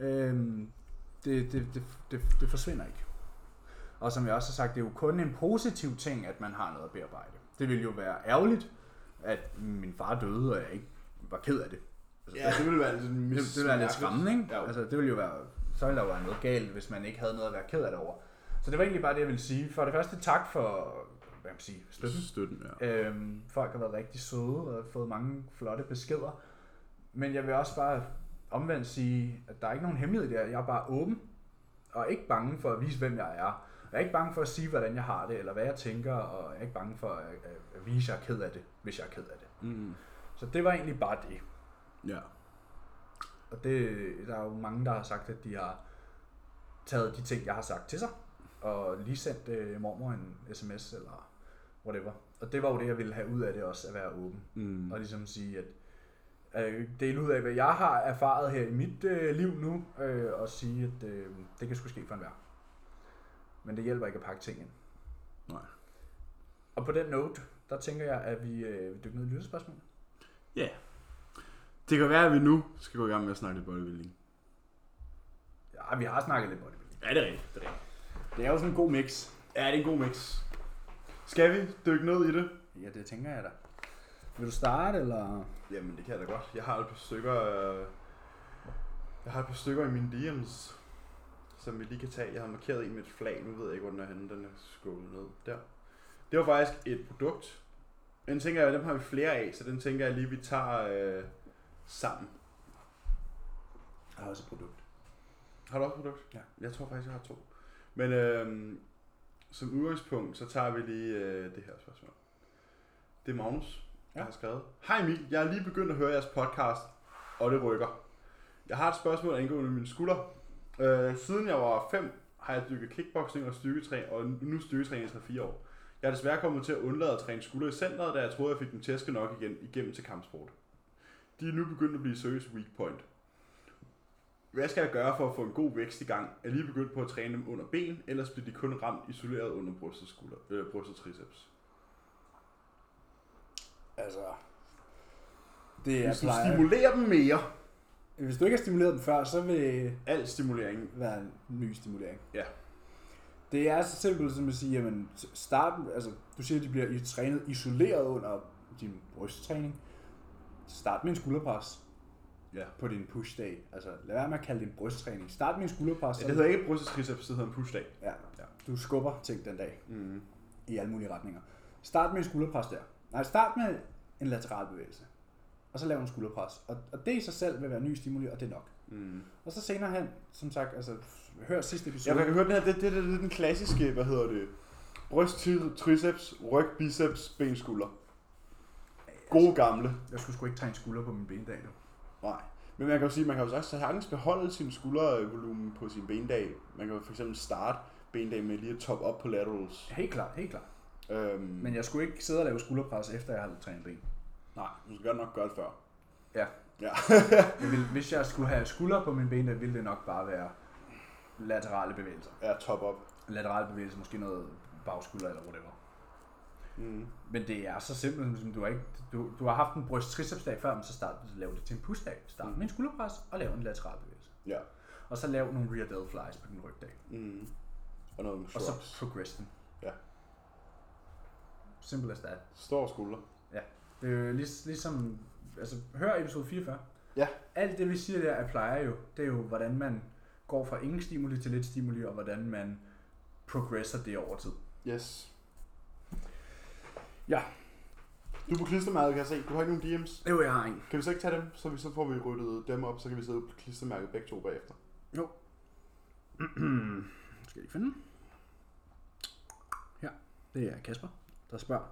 det forsvinder ikke. Og som jeg også har sagt, det er jo kun en positiv ting, at man har noget at bearbejde. Det ville jo være ærgerligt, at min far døde, og jeg ikke var ked af det. Altså, ja, det ville være lidt skræmmende, ikke? Ja. Altså, det ville jo være, så ville der jo være noget galt, hvis man ikke havde noget at være ked af det over. Så det var egentlig bare det, jeg ville sige. For det første, tak for støtten. Ja. Folk har været rigtig søde og har fået mange flotte beskeder. Men jeg vil også bare omvendt sige, at der er ikke nogen hemmelighed der. Jeg er bare åben og ikke bange for at vise, hvem jeg er. Jeg er ikke bange for at sige, hvordan jeg har det, eller hvad jeg tænker, og jeg er ikke bange for at vise, at jeg er ked af det, hvis jeg er ked af det. Så det var egentlig bare det. Ja. Og der er jo mange, der har sagt, at de har taget de ting, jeg har sagt til sig, og lige sendt mormor en sms eller whatever. Og det var jo det, jeg ville have ud af det også, at være åben. Og ligesom sige, at dele ud af, hvad jeg har erfaret her i mit liv nu, og sige, at det kan sgu ske for enhver. Men det hjælper ikke at pakke ting ind. Nej. Og på den note, der tænker jeg, at vi dykker ned i lyttespørgsmål. Ja. Yeah. Det kan være, at vi nu skal gå i gang med at snakke lidt bodybuilding. Ja, vi har snakket lidt bodybuilding. Ja, det er rigtigt. Det er jo sådan en god mix. Ja, det er en god mix. Skal vi dykke ned i det? Ja, det tænker jeg da. Vil du starte, eller? Jamen, det kan jeg da godt. Jeg har et par stykker i mine DM's. som vi lige kan tage. Jeg har markeret en med et flag, nu ved jeg ikke, hvor den er henne. Den er skålet ned der. Det var faktisk et produkt. Den tænker jeg, dem har vi flere af, så den tænker jeg lige, vi tager sammen. Jeg har også et produkt. Har du også et produkt? Ja. Jeg tror faktisk, jeg har 2. Men som udgangspunkt, så tager vi lige det her spørgsmål. Det er Magnus, der har skrevet. Hej Emil, jeg er lige begyndt at høre jeres podcast, og det rykker. Jeg har et spørgsmål angående mine skulder. Siden jeg var 5, har jeg dykket kickboxing og styrketræning, og nu styrketræning i 3-4 år. Jeg er desværre kommet til at undlade at træne skulder i centret, da jeg troede, jeg fik dem tæsket nok igen igennem til kampsport. De er nu begyndt at blive seriøs weak point. Hvad skal jeg gøre for at få en god vækst i gang? Er lige begyndt på at træne dem under ben, ellers bliver de kun ramt isoleret under brystet og triceps? Altså, det er hvis du stimulerer dem mere. Hvis du ikke har stimuleret dem før, så vil al stimulering være en ny stimulering. Ja. Det er så simpelt som at sige, jamen starten, altså du siger, at de bliver trænet isoleret under din brysttræning. Start med en skulderpres. Ja. På din push-dag. Altså lad være med at kalde det en brysttræning. Start med en skulderpres. Ja, det hedder ikke brystet triceps, det hedder en push-dag. Ja. Du skubber ting den dag. I alle mulige retninger. Start med en skulderpres der. Nej, start med en lateral bevægelse. Og så lav en skulderpres. Og det i sig selv vil være ny stimuli, og det er nok. Og så senere hen, som sagt, altså hør sidste episode. Ja, jeg kan høre den her, det er den klassiske, bryst, triceps, ryg, biceps, ben, skulder. Gode gamle. Jeg skulle sgu ikke træne skulder på min bendag nu. Nej. Men man kan jo sige, man kan jo også sagtens beholde sin skuldervolumen på sin bendag. Man kan jo for eksempel starte bendag med lige at top op på laterals. Helt klart. Men jeg skulle ikke sidde og lave skulderpres, efter jeg havde trænet ben. Nej, du skal godt nok gøre det før. Ja. Hvis jeg skulle have skulder på min bendag, ville det nok bare være laterale bevægelser. Ja, top op. Laterale bevægelser, måske noget bagskulder eller whatever. Men det er så simpelt, som du har haft en bryst-tricepsdag før, men så lav det til en push-dag. Start med en skulderpres og lav en lateral bevægelse. Ja. Og så lav nogle rear delt flies på din rygdag. Og noget og så progress den. Ja. Simple as that. Stor skulder. Ja. Det er jo ligesom, altså hør episode 44. Ja. Alt det vi siger der applier jo, det er jo hvordan man går fra ingen stimuli til lidt stimuli, og hvordan man progresser det over tid. Yes. Ja. Du er på klistermærket, kan jeg se. Du har ikke nogen DM's? Jo, jeg har en. Kan vi så ikke tage dem, så får vi ryddet dem op, så kan vi sidde på klistermærket begge to bagefter. Jo. Skal jeg lige finde den? Her. Det er Kasper, der spørger.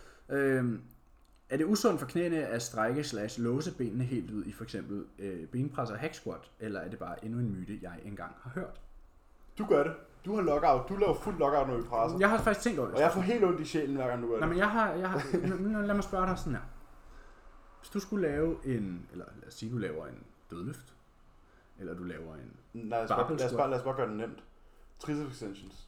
Er det usundt for knæene at strække/låse benene helt ud i for eksempel benpres og hack squat, eller er det bare endnu en myte, jeg engang har hørt? Du gør det. Du har lockout. Du laver fuld lockout, når vi presser. Jeg har faktisk tænkt over det. Og jeg får helt ondt i sjælen, hver gang du gør det. Nej, men jeg har lad mig spørge dig sådan her. Hvis du skulle lave eller lad os sige, du laver en dødløft, eller du laver en lad os bare gøre det nemt. Triceps extensions.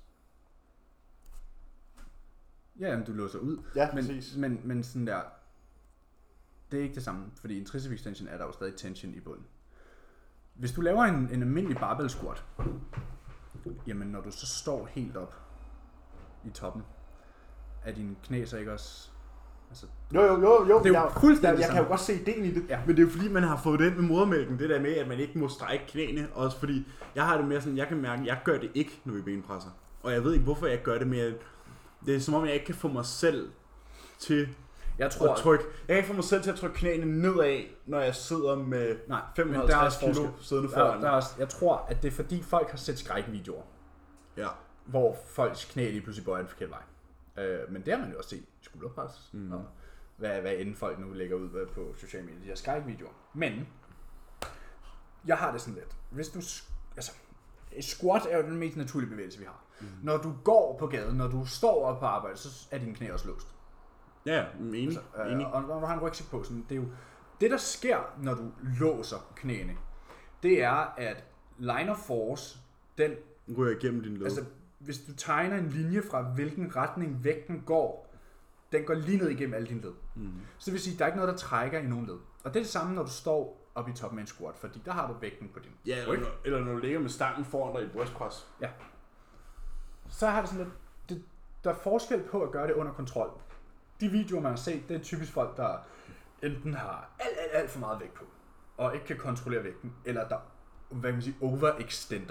Ja, men du låser ud. Ja, præcis. Men sådan der, det er ikke det samme, fordi en tricep extension er der jo stadig tension i bunden. Hvis du laver en almindelig barbell squat, jamen når du så står helt op i toppen, er dine knæ så ikke også... Altså, jo. Det er jo fuldstændig jeg kan jo godt se ideen i det, ja. Men det er jo fordi, man har fået den med modermælken, det der med, at man ikke må strække knæene. Også fordi, jeg har det mere sådan, jeg kan mærke, at jeg gør det ikke, når vi benpresser. Og jeg ved ikke, hvorfor jeg gør det mere. Det er som om, jeg ikke kan få mig selv til at trykke. Jeg kan ikke få mig selv til at trykke knæene nedad, når jeg sidder med 550 kilo siddende foran. Jeg tror, at det er fordi, folk har set skrækvideoer. Ja. Hvor folks knæ lige pludselig bøjer en forkert vej. Men det har man jo også set i skulderpres. Og hvad end folk nu lægger ud på sociale medier, de her skrækvideoer. Men jeg har det sådan lidt. Hvis du, altså, squat er jo den mest naturlige bevægelse, vi har. Når du går på gaden, når du står op på arbejde, så er dine knæ også låst. Ja, enig. Og når du har en rygsæk på, sådan, det er jo det, der sker, når du låser knæene. Det er, at line of force, den ryger igennem din led. Altså, hvis du tegner en linje fra hvilken retning vægten går, den går lige ned igennem alle dine led. Så det vil sige, at der er ikke noget, der trækker i nogen led. Og det er det samme, når du står oppe i toppen af en squat, fordi der har du vægten på din ryg. Eller når du ligger med stangen foran dig i brystpres. Ja. Så har det sådan lidt, der er forskel på at gøre det under kontrol. De videoer, man har set, det er typisk folk, der enten har alt for meget vægt på, og ikke kan kontrollere vægten, eller der, hvad kan man sige, overextender.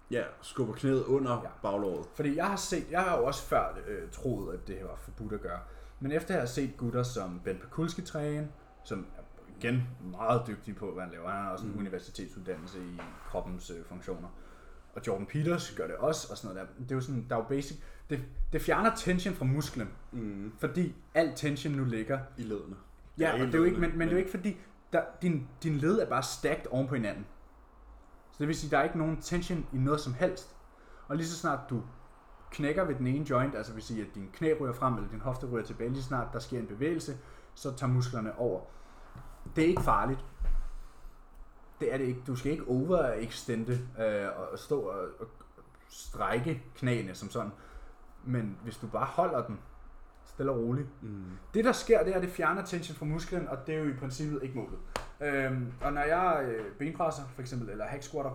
Ja, skubber knæet under baglåret. Fordi jeg har jo også før troet, at det her var forbudt at gøre. Men efter jeg har set gutter som Ben Pakulski træne, som igen meget dygtig på, hvad han laver. Han har også en universitetsuddannelse i kroppens funktioner. Og Jordan Peters gør det også, og sådan noget der. Det er jo sådan, der er jo basic. Det fjerner tension fra musklen, fordi al tension nu ligger i ledene. Ja, og det er jo ikke, men det er jo ikke fordi, din led er bare stacked oven på hinanden. Så det vil sige, der er ikke nogen tension i noget som helst. Og lige så snart du knækker ved den ene joint, altså vil sige, at din knæ ryger frem, eller din hofte ryger tilbage, lige så snart der sker en bevægelse, så tager musklerne over. Det er ikke farligt. Det er det ikke. Du skal ikke overextende og stå og strække knæene som sådan. Men hvis du bare holder den stille og roligt. Det der sker, det er, at det fjerner tension fra musklen, og det er jo i princippet ikke målet. Og når jeg benpresser for eksempel, eller hack squatter,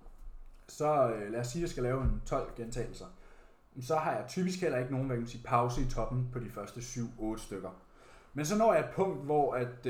så lad os sige, at jeg skal lave en 12 gentagelser. Så har jeg typisk heller ikke nogen, hvad kan man sige, pause i toppen på de første 7-8 stykker. Men så når jeg et punkt, hvor at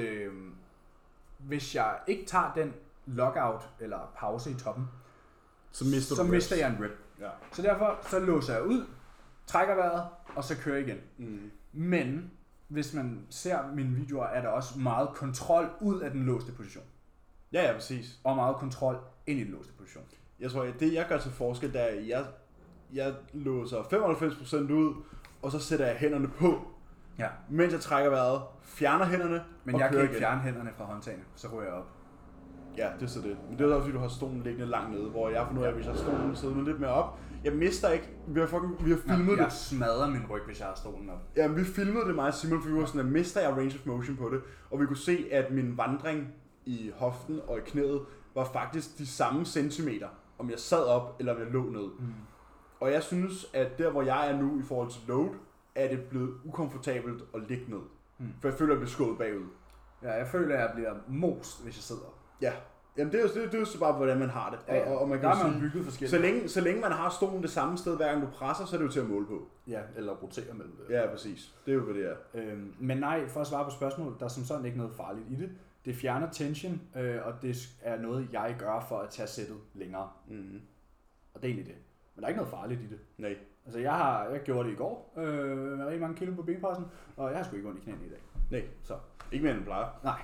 hvis jeg ikke tager den lockout eller pause i toppen, så mister jeg en rep. Ja. Så derfor så låser jeg ud, trækker vejret, og så kører jeg igen. Men hvis man ser mine videoer, er der også meget kontrol ud af den låste position. Ja, præcis. Og meget kontrol ind i den låste position. Jeg tror, at det jeg gør til forskel, der er, jeg låser 95% ud, og så sætter jeg hænderne på, mens jeg trækker vejret, fjerner hænderne. Men jeg kan ikke fjerne hænderne fra håndtagene, så ryger jeg op. Ja, det er så det. Men det er også fordi, du har stolen liggende langt nede, hvor jeg får nu af, hvis jeg har stolen siddende lidt mere op. Jeg mister ikke. Vi har filmet det. Jeg smadrer min ryg, hvis jeg har stolen op. Ja, vi filmede det meget Simon, for vi var sådan, at mister jeg range of motion på det. Og vi kunne se, at min vandring i hoften og i knæet var faktisk de samme centimeter, om jeg sad op, eller om jeg lå ned. Og jeg synes, at der, hvor jeg er nu i forhold til load, er det blevet ukomfortabelt at ligge ned. For jeg føler, at jeg bliver skåret bagud. Ja, jeg føler, at jeg bliver most, hvis jeg sidder op. Ja. Jamen det er jo så bare, hvordan man har det. Ja. Og man kan der sige, bygget forskelligt. Så længe man har stolen det samme sted, hver gang du presser, så er det jo til at måle på. Ja, eller rotere mellem det. Ja, præcis. Det er jo, hvad det er. Men nej, for at svare på spørgsmålet, der er som sådan ikke noget farligt i det. Det fjerner tension, og det er noget, jeg gør for at tage sættet længere. Og det er egentlig det. Men der er ikke noget farligt i det. Nej. Altså jeg gjorde det i går, med rigtig mange kilo på benpressen, og jeg har sgu ikke ondt i knæene i dag. Nej. Så. Ikke mere end plejer. Nej.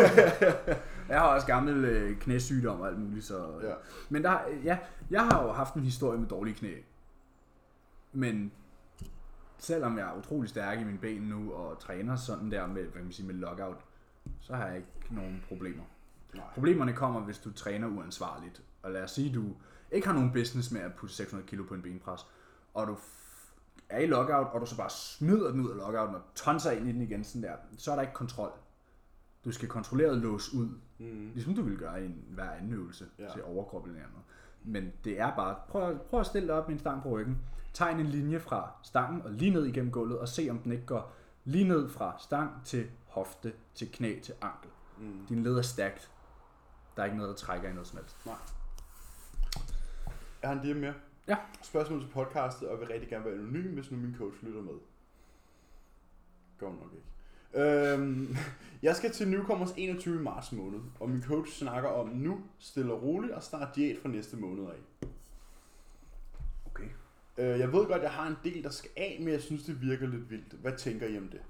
Jeg har også gammel knæsygdom og alt muligt, så... Ja. Men jeg har jo haft en historie med dårlige knæ. Men selvom jeg er utrolig stærk i mine ben nu, og træner sådan der med, hvad kan man sige, med lockout, så har jeg ikke nogen problemer. Nej. Problemerne kommer, hvis du træner uansvarligt. Og lad os sige, at du ikke har nogen business med at putte 600 kilo på en benpres, og du er i lockout, og du så bare smider den ud af lockouten og tonser ind i den igen sådan der, så er der ikke kontrol. Du skal kontrolleret låse ud, ligesom du vil gøre i hver anden øvelse til overkrop eller noget. Men det er bare, prøv at stille dig op med en stang på ryggen, tegn en linje fra stangen og lige ned igennem gulvet, og se om den ikke går lige ned fra stang til hofte, til knæ, til ankel. Din led er stacked. Der er ikke noget, der trækker i noget som helst. Nej. Jeg har en DM mere. Ja. Spørgsmål til podcastet, og vil rigtig gerne være anonym, hvis nu min coach lytter med. Går nok ikke. Jeg skal til Newcomers 21. marts måned, og min coach snakker om nu, stille og roligt, og start diæt fra næste måned af. Okay. Jeg ved godt, jeg har en del, der skal af, men jeg synes, det virker lidt vildt. Hvad tænker I om det?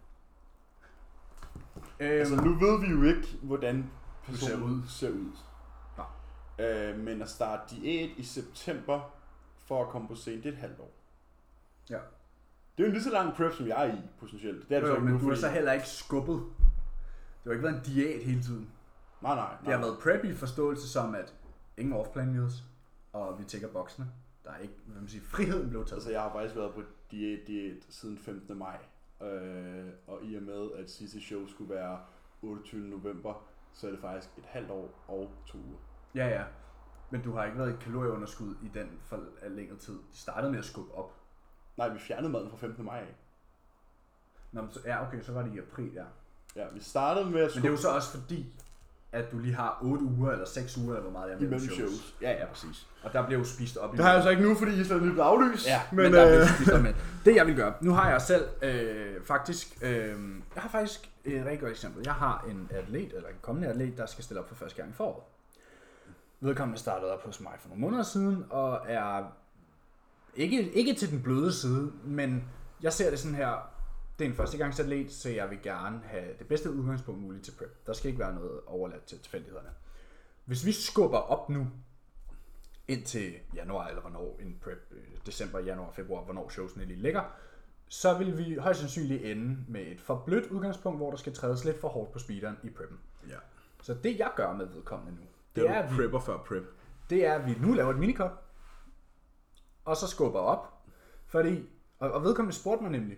Altså, nu ved vi jo ikke, hvordan personen ser ud. Men at starte diæt i september for at komme på scenen, det er et halvt år. Ja. Det er jo en lige så lang prep, som jeg er i, potentielt. Det er det så ikke men nu, du har så heller ikke skubbet. Det har ikke været en diæt hele tiden. Nej. Det har været prep i forståelse som, at ingen off-plan meals, og vi tækker boksene. Der er ikke, hvad man siger, friheden blev taget. Altså, jeg har faktisk været på diæt siden 15. maj. Og i og med, at sidste show skulle være 28. november, så er det faktisk et halvt år og 2 uger. Ja. Men du har ikke været i kalorieunderskud i den for længere tid. De startede med at skubbe op. Nej, vi fjernede maden fra 15. maj af. Nå, okay, så var det i april, ja. Ja, vi startede med at skubbe. Men det er jo så også fordi, at du lige har 8 uger eller 6 uger, eller hvor meget jeg mellem shows. Ja, præcis. Og der bliver jo spist op i. Det har jeg så ikke nu, fordi I slet lige blevet aflyst. Ja, men der bliver spist op med. Det jeg vil gøre. Nu har jeg selv jeg har faktisk et rigtig godt eksempel. Jeg har en atlet, eller en kommende atlet, der skal stille op for første gang i foråret. Vedkommende startede op hos mig for nogle måneder siden, og er ikke til den bløde side, men jeg ser det sådan her, det er en førstegangsatlet, så jeg vil gerne have det bedste udgangspunkt muligt til prep. Der skal ikke være noget overladt til tilfældighederne. Hvis vi skubber op nu, indtil januar, eller hvornår en prep, december, januar, februar, hvornår showsene lige ligger, så vil vi højst sandsynligt ende med et for blødt udgangspunkt, hvor der skal trædes lidt for hårdt på speederen i preppen. Ja. Så det jeg gør med vedkommende nu, det er at prepper før prep. Det er, at vi nu laver et minicut, og så skubber op, fordi, og vedkommende spurgte mig nemlig,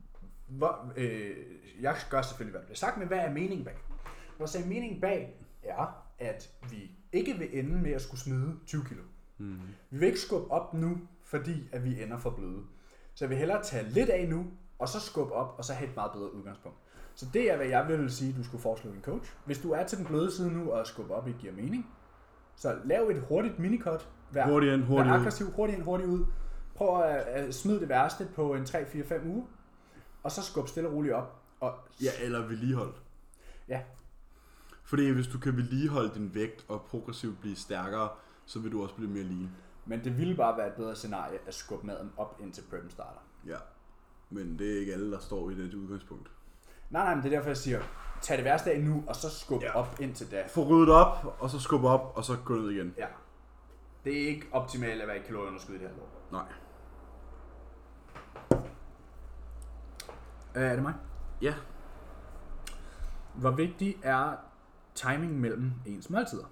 jeg gør selvfølgelig, hvad der bliver sagt, men hvad er meningen bag? Og så meningen bag er, at vi ikke vil ende med at skulle smide 20 kilo. Mm. Vi vil ikke skubbe op nu, fordi at vi ender for bløde. Så jeg vil hellere tage lidt af nu, og så skubbe op, og så have et meget bedre udgangspunkt. Så det er, hvad jeg vil sige, du skulle foreslå din coach. Hvis du er til den bløde side nu, og skubbe op ikke giver mening, så lav et hurtigt minicut. Vær aggressiv, hurtigt ud. Prøv at smide det værste på en 3-4-5 uger, og så skub stille og roligt op. Og ja, eller vedligehold. Ja. Fordi hvis du kan vedligeholde din vægt og progressivt blive stærkere, så vil du også blive mere lean. Men det ville bare være et bedre scenarie at skubbe maden op indtil preppen starter. Ja, men det er ikke alle, der står i det udgangspunkt. Nej, men det er derfor, jeg siger, tag det værste af nu, og så skub op indtil da. Få ryddet op, og så skubbe op, og så gå ned igen. Ja. Det er ikke optimalt at være i kalorieunderskud i det her år. Nej. Er det mig? Ja. Hvor vigtig er timing mellem ens måltider?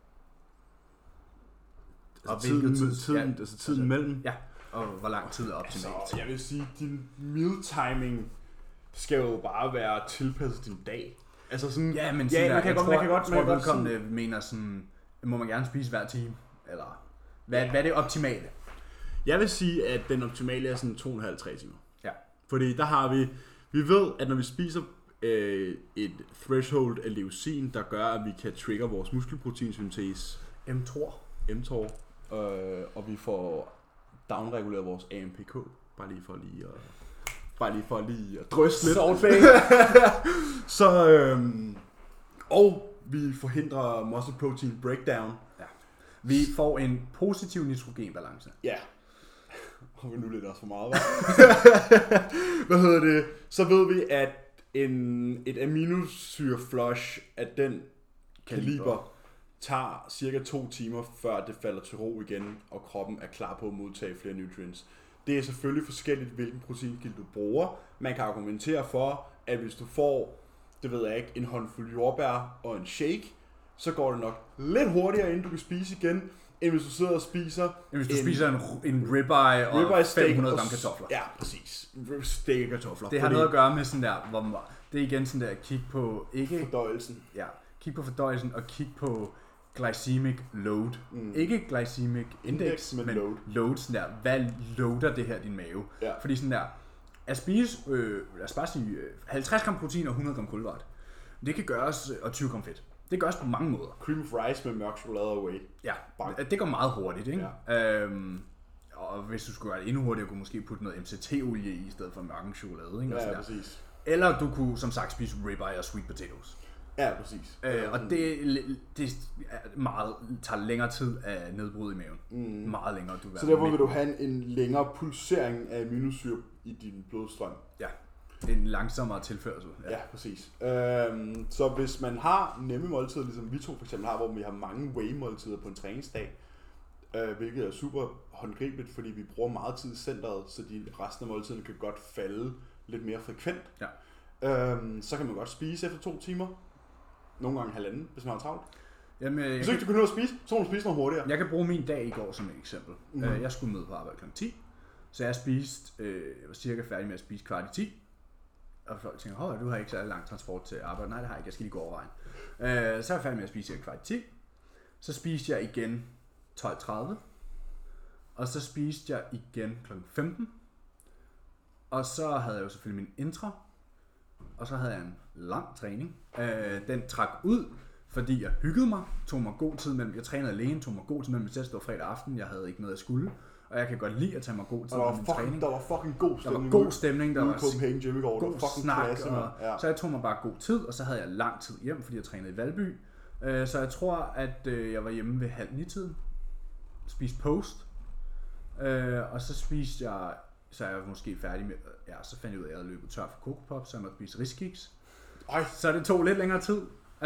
Altså tiden mellem? Ja, og hvor lang tid er optimalt? Altså, jeg vil sige, din meal timing skal jo bare være tilpasset din dag. Altså sådan, ja, men sådan man kan godt sådan, mener sådan, må man gerne spise hver time? Eller hvad er det optimale? Jeg vil sige, at den optimale er sådan 2,5-3 timer. Ja. Fordi der har vi ved, at når vi spiser et threshold af leucin, der gør, at vi kan trigge vores muskelproteinsyntese. mTOR. Og vi får downreguleret vores AMPK. Bare lige for lige at drysse lidt. Så, og vi forhindrer muscle protein breakdown. Ja. Vi får en positiv nitrogenbalance. Ja. Og vi nu lidt også for meget, hva'? Så ved vi, at et aminosyre flush af den kaliber tager cirka 2 timer, før det falder til ro igen, og kroppen er klar på at modtage flere nutrients. Det er selvfølgelig forskelligt, hvilken proteinkilde du bruger. Man kan argumentere for, at hvis du får, det ved jeg ikke, en håndfuld jordbær og en shake, så går det nok lidt hurtigere, inden du kan spise igen, end hvis du sidder og spiser en ribeye og 500 gram kartofler. Ja, præcis. Steak kartofler. Det har noget at gøre med sådan der, hvor det er igen sådan der, kig på ikke fordøjelsen. Ja, kig på fordøjelsen og kig på glycemic load. Ikke glycemic index, men load sådan der. Hvad loader det her din mave? Ja. Fordi sådan der, at spise, lad os bare sige, 50 gram protein og 100 gram kulhydrat, det kan gøres, og 20 gram fedt. Det gøres på mange måder. Cream of rice med mørk chokolade og whey. Ja, det går meget hurtigt, ikke? Ja. Og hvis du skulle gøre det endnu hurtigere, kunne du måske putte noget MCT-olie i stedet for mørken chokolade, ikke? Ja, præcis. Eller du kunne som sagt spise ribeye og sweet potatoes. Ja, præcis. Og det meget, tager længere tid at nedbryde i maven. Meget længere. Så derfor vil du have en længere pulsering af aminosyre i din blodstrøm. Ja, en langsommere tilførsel. Ja, præcis. Så hvis man har nemme måltider, ligesom vi to for eksempel har, hvor vi har mange whey-måltider på en træningsdag, hvilket er super håndgribeligt, fordi vi bruger meget tid i centret, så resten af måltiderne kan godt falde lidt mere frekvent. Ja. Så kan man godt spise efter 2 timer. Nogle gange 1,5, hvis man har travlt. Jamen, hvis ikke du kan nå at spise, så må du spise noget hurtigere. Jeg kan bruge min dag i går som et eksempel. Jeg skulle møde på arbejde kl. 10, så jeg spiste, jeg var cirka færdig med at spise 9:15. Og folk tænker, du har ikke så lang transport til arbejde. Nej, det har jeg ikke, jeg skal lige gå over vejen. Så er jeg færdig med at spise cirka 9:15. Så spiste jeg igen 12:30. Og så spiste jeg igen kl. 15. Og så havde jeg jo selvfølgelig min intra. Og så havde jeg en lang træning. Den trak ud, fordi jeg hyggede mig. Tog mig god tid mellem. Jeg trænede alene, tog mig god tid mellem. Det var fredag aften. Jeg havde ikke noget at skulle. Og jeg kan godt lide at tage mig god tid med min træning. Der var fucking god stemning. Der var god stemning. Der var Copenhagen Gym i går. God snak. Så jeg tog mig bare god tid. Og så havde jeg lang tid hjem, fordi jeg trænede i Valby. Så jeg tror, at jeg var hjemme ved 8:30-tiden. Spiste post. Og så spiste jeg... Så er jeg måske færdig med... Ja, så fandt jeg ud af, at jeg havde løbet tør for Coco Pop, så jeg måtte spise riskiks. Så det tog lidt længere tid.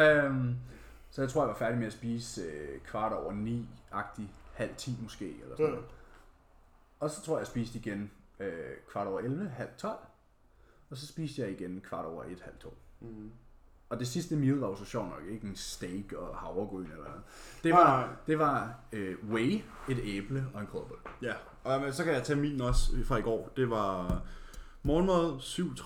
Så jeg tror, jeg var færdig med at spise 9:15-agtig, 9:30 måske, eller sådan noget. Og så tror jeg, jeg spiste igen 11:15, 11:30. Og så spiste jeg igen 1:15, 1:30. Og det sidste meal var jo så sjovt nok, ikke en steak og havregryn eller noget. Det var whey, et æble og en krydderbolle. Ja, og så kan jeg tage min også fra i går. Det var morgenmad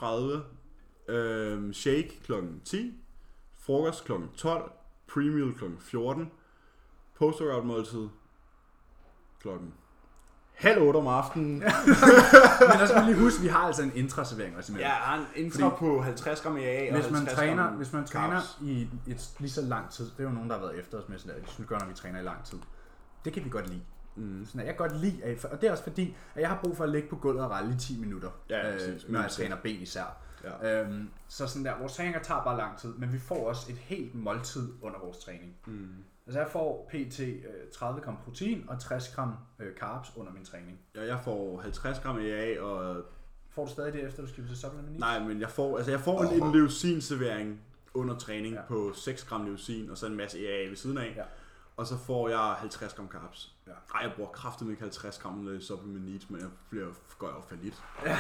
7:30, shake kl. 10, frokost kl. 12, pre-meal kl. 14, post-workout måltid kl. 7:30 om aftenen. Men der skal vi lige huske, at vi har altså en intraservering også imellem. Ja, jeg har en intra på 50 gram EA og 50 gram Hvis man træner i et lige så lang tid, det er jo nogen, der har været efter os med sådan der, vi gør, når vi træner i lang tid. Det kan vi godt lide. Sådan, jeg kan godt lide, og det er også fordi, at jeg har brug for at ligge på gulvet og ralle i 10 minutter, når jeg træner ben især. Ja. Så sådan der, vores træninger tager bare lang tid, men vi får også et helt måltid under vores træning. Altså jeg får pt. 30 gram protein og 60 gram carbs under min træning. Ja, jeg får 50 gram EA og... Får du stadig det efter, du skifter til supplement? Nej, men jeg får en leucin-servering under træning på 6 gram leucin og så en masse EA ved siden af. Ja. Og så får jeg 50 gram carbs. Ja. Ej, jeg bruger kraftigt ikke 50 gram supplement needs, men jeg går jo for lidt. Ja.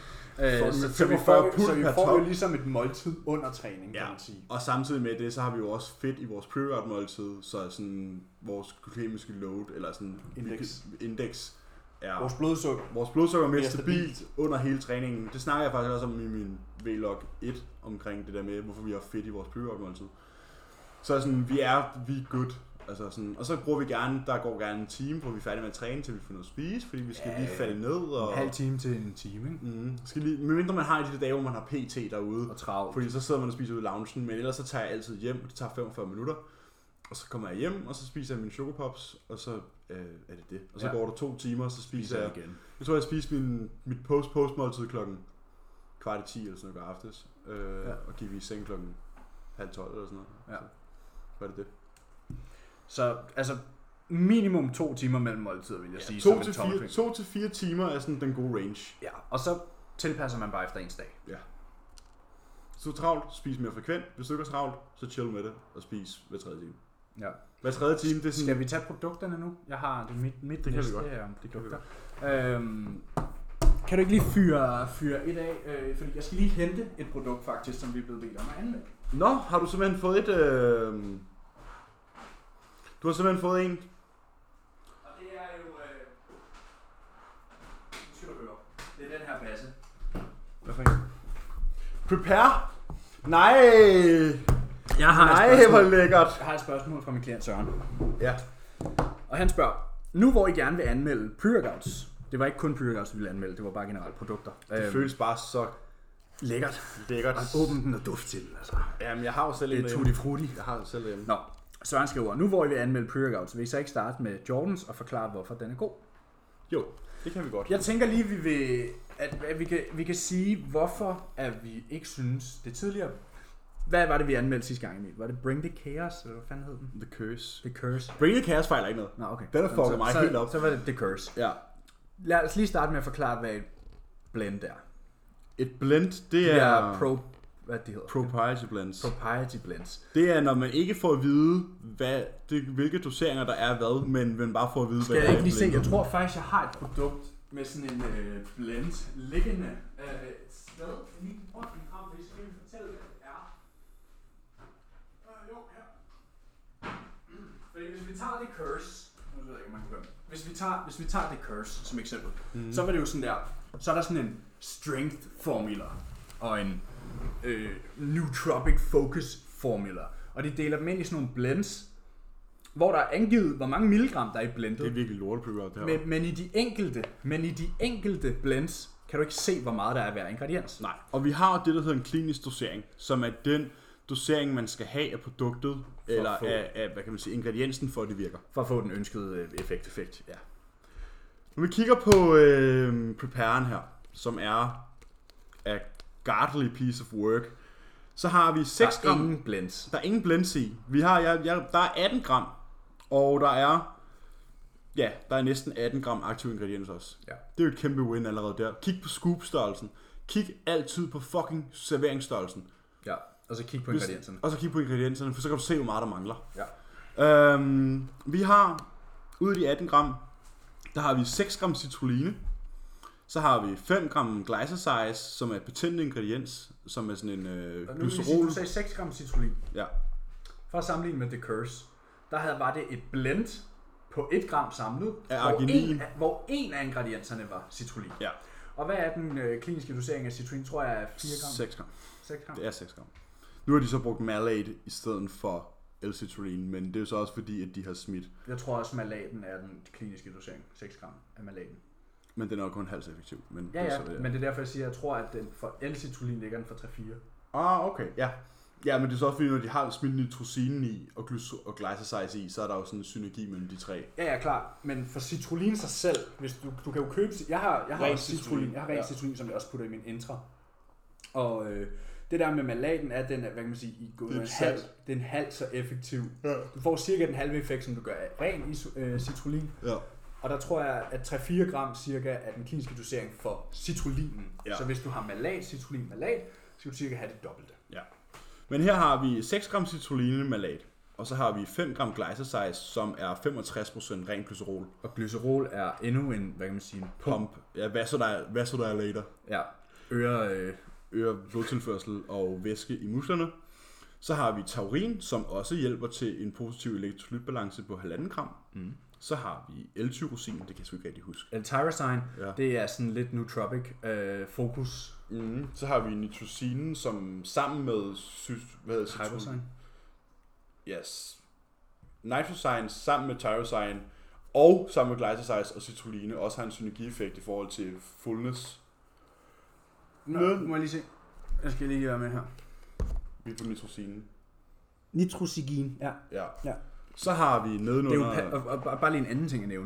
Så vi får jo ligesom et måltid under træning, kan man sige. Og samtidig med det, så har vi jo også fedt i vores pre-workout måltid, så sådan vores glykemiske load, eller sådan index er... Vores blodsukker er mere stabilt under hele træningen. Det snakker jeg faktisk også om i min vlog 1, omkring det der med, hvorfor vi har fedt i vores pre-workout måltid. Så sådan, vi er good. Altså sådan, og så bruger vi gerne, der går gerne en time, hvor vi er færdige med at træne, til vi får noget at spise, fordi vi skal lige falde ned. Og en halv time til en time, ikke? Skal lige, medmindre man har i de dage, hvor man har PT derude. Og travlt. Fordi så sidder man og spiser ude i loungen, men ellers så tager jeg altid hjem, det tager 45 minutter. Og så kommer jeg hjem, og så spiser jeg mine chokopops, og så er det. Og så går der 2 timer, og så spiser jeg igen. Jeg tror, jeg spiser mit postmåltid klokken 9:15 eller sådan noget aftes. Og gik vi i seng klokken 11:30 eller sådan noget. Ja. Så var det. Så altså minimum 2 timer mellem måltider, vil jeg sige. 2 til 4 timer er sådan den gode range. Ja, og så tilpasser man bare efter ens dag. Ja. Så travlt, spis mere frekvent. Hvis du ikke er travlt, så chill med det og spis hver 3. time. Ja. Hver 3. time, det er sådan... Skal vi tage produkterne nu? Jeg har mit det næste produkter. Kan du ikke lige fyre et af? Fordi jeg skal lige hente et produkt faktisk, som vi er blevet bedt om at anmelde. Nå, har du simpelthen fået et... Du har simpelthen fået en. Og det er jo... Nu skal du høre. Det er den her basse. Hvad for en? Prepare? Nej! Hvor lækkert. Jeg har et spørgsmål fra min klient Søren. Ja. Og han spørger, nu hvor I gerne vil anmelde pre-workouts. Det var ikke kun pre-workouts, vi ville anmelde, det var bare generelt produkter. Det føles bare så lækkert. Og åbne den og duft til, altså. Jamen, jeg har jo selv en. Det er tutti frutti. Jeg har jo selv en. Nå. Søren skriver, nu hvor I vil anmelde pre-workouts, vil I så ikke starte med Jordans og forklare, hvorfor den er god? Jo, det kan vi godt. Jeg tænker lige, at vi kan sige, hvorfor at vi ikke synes det tidligere. Hvad var det, vi anmeldte sidste gang, Emil? Var det Bring the Chaos, eller hvad fanden hed den? The Curse. Bring the Chaos fejler ikke noget. Nå, okay. Den er fucket mig helt op. Så var det The Curse. Ja. Lad os lige starte med at forklare, hvad et blend er. Et blend, det er... Hvad det hedder? Proprietary blends. Proprietary blends. Det er, når man ikke får at vide, hvilke doseringer der er hvad, men bare får at vide, hvad det er. Skal jeg ikke lige se? Jeg tror faktisk, jeg har et produkt med sådan en blend liggende et sted. Lige rundt i ham, hvis jeg vil fortælle, hvad det er. Jo, her. Fordi hvis vi tager det Curse, nu ved jeg ikke, om man kan høre. Hvis vi tager det Curse som eksempel, så var det jo sådan der, så er der sådan en strength formula og en nootropic focus formula. Og de deler dem ind i sådan nogle blends, hvor der er angivet, hvor mange milligram der er i blendet. Det er virkelig lorteprøver, det her. Men i de enkelte blends, kan du ikke se, hvor meget der er hver ingrediens. Nej. Og vi har det, der hedder en klinisk dosering, som er den dosering, man skal have af produktet, eller af, hvad kan man sige, ingrediensen, for at det virker. For at få den ønskede effekt, ja. Når vi kigger på Preparen her, som er a godly piece of work, Så har vi 6 gram. Der er ingen blends. Der er ingen blends i. Vi har, der er 18 gram, og der er næsten 18 gram aktive ingredienser også. Ja. Det er jo et kæmpe win allerede der. Kig på scoop-størrelsen. Kig altid på fucking serveringsstørrelsen. Ja, og så kig på ingredienserne. Og så kig på ingredienserne, for så kan du se, hvor meget der mangler. Ja. Vi har, ud af de 18 gram, der har vi 6 gram citruline. Så har vi 5 gram glycosides, som er patent ingrediens, som er sådan en glycerol. Du sagde 6 gram citrullin. Ja. For at sammenligne med The Curse, var det et blend på 1 gram samlet, hvor en af ingredienserne var citrullin. Ja. Og hvad er den kliniske dosering af citrullin? Tror jeg er 4 gram? 6 gram. 6 gram? Det er 6 gram. Nu har de så brugt malate i stedet for L-citrulline, men det er jo så også fordi, at de har smidt. Jeg tror også, malaten er den kliniske dosering. 6 gram af malaten. Men den er jo kun halvt effektiv. Men ja, det er så, men det er derfor, jeg siger, at jeg tror, at den for L-citrulline ligger den for 3-4. Okay, ja. Ja, men det er så også fordi, når de har smidt nitrosinen i og glycosides i, så er der jo sådan en synergi mellem de tre. Ja, klar. Men for citrullin sig selv, hvis du kan jo købe. Jeg har ren citrullin. Jeg har ren citrullin, som jeg også putter i min intra. Og det der med malaten er, den er, hvad kan man sige, det er en halv så effektiv. Ja. Du får cirka den halve effekt, som du gør af ren citrullin. Ja. Og der tror jeg, at 3-4 gram cirka er den kliniske dosering for citrullinen. Ja. Så hvis du har malat, citrullin, malat, så skal du cirka have det dobbelte. Ja. Men her har vi 6 gram citruline malat, og så har vi 5 gram glycosides, som er 65% ren glycerol. Og glycerol er endnu en, hvad kan man sige, en pump. Ja, vasodilator. Ja, øger blodtilførsel og væske i musklerne. Så har vi taurin, som også hjælper til en positiv elektrolytbalance på 1,5 gram. Mm. Så har vi L-tyrosin, det kan jeg sgu ikke rigtig huske. L-tyrosine, ja. Det er sådan lidt nootropic fokus. Mm. Så har vi nitrosinen, som sammen med tyrosine. Yes. Nitrosine sammen med tyrosine og sammen med glycosides og citruline også har en synergieffekt i forhold til fullness. Nå, må jeg lige se. Jeg skal lige være med her. Vi er på nitrosinen. Nitrosigin, ja. Så har vi nedenunder. Det er jo bare lige en anden ting at nævne.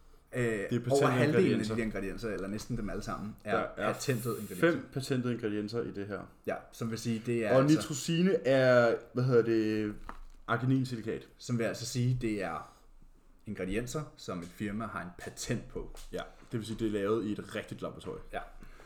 Over halvdelen af de ingredienser, eller næsten dem alle sammen, er patentede ingredienser. 5 patentede ingredienser i det her. Ja, som vil sige, det er og nitrosine er, argininsilikat. Som vil altså sige, det er ingredienser, som et firma har en patent på. Ja, det vil sige, det er lavet i et rigtigt laboratorium. Ja.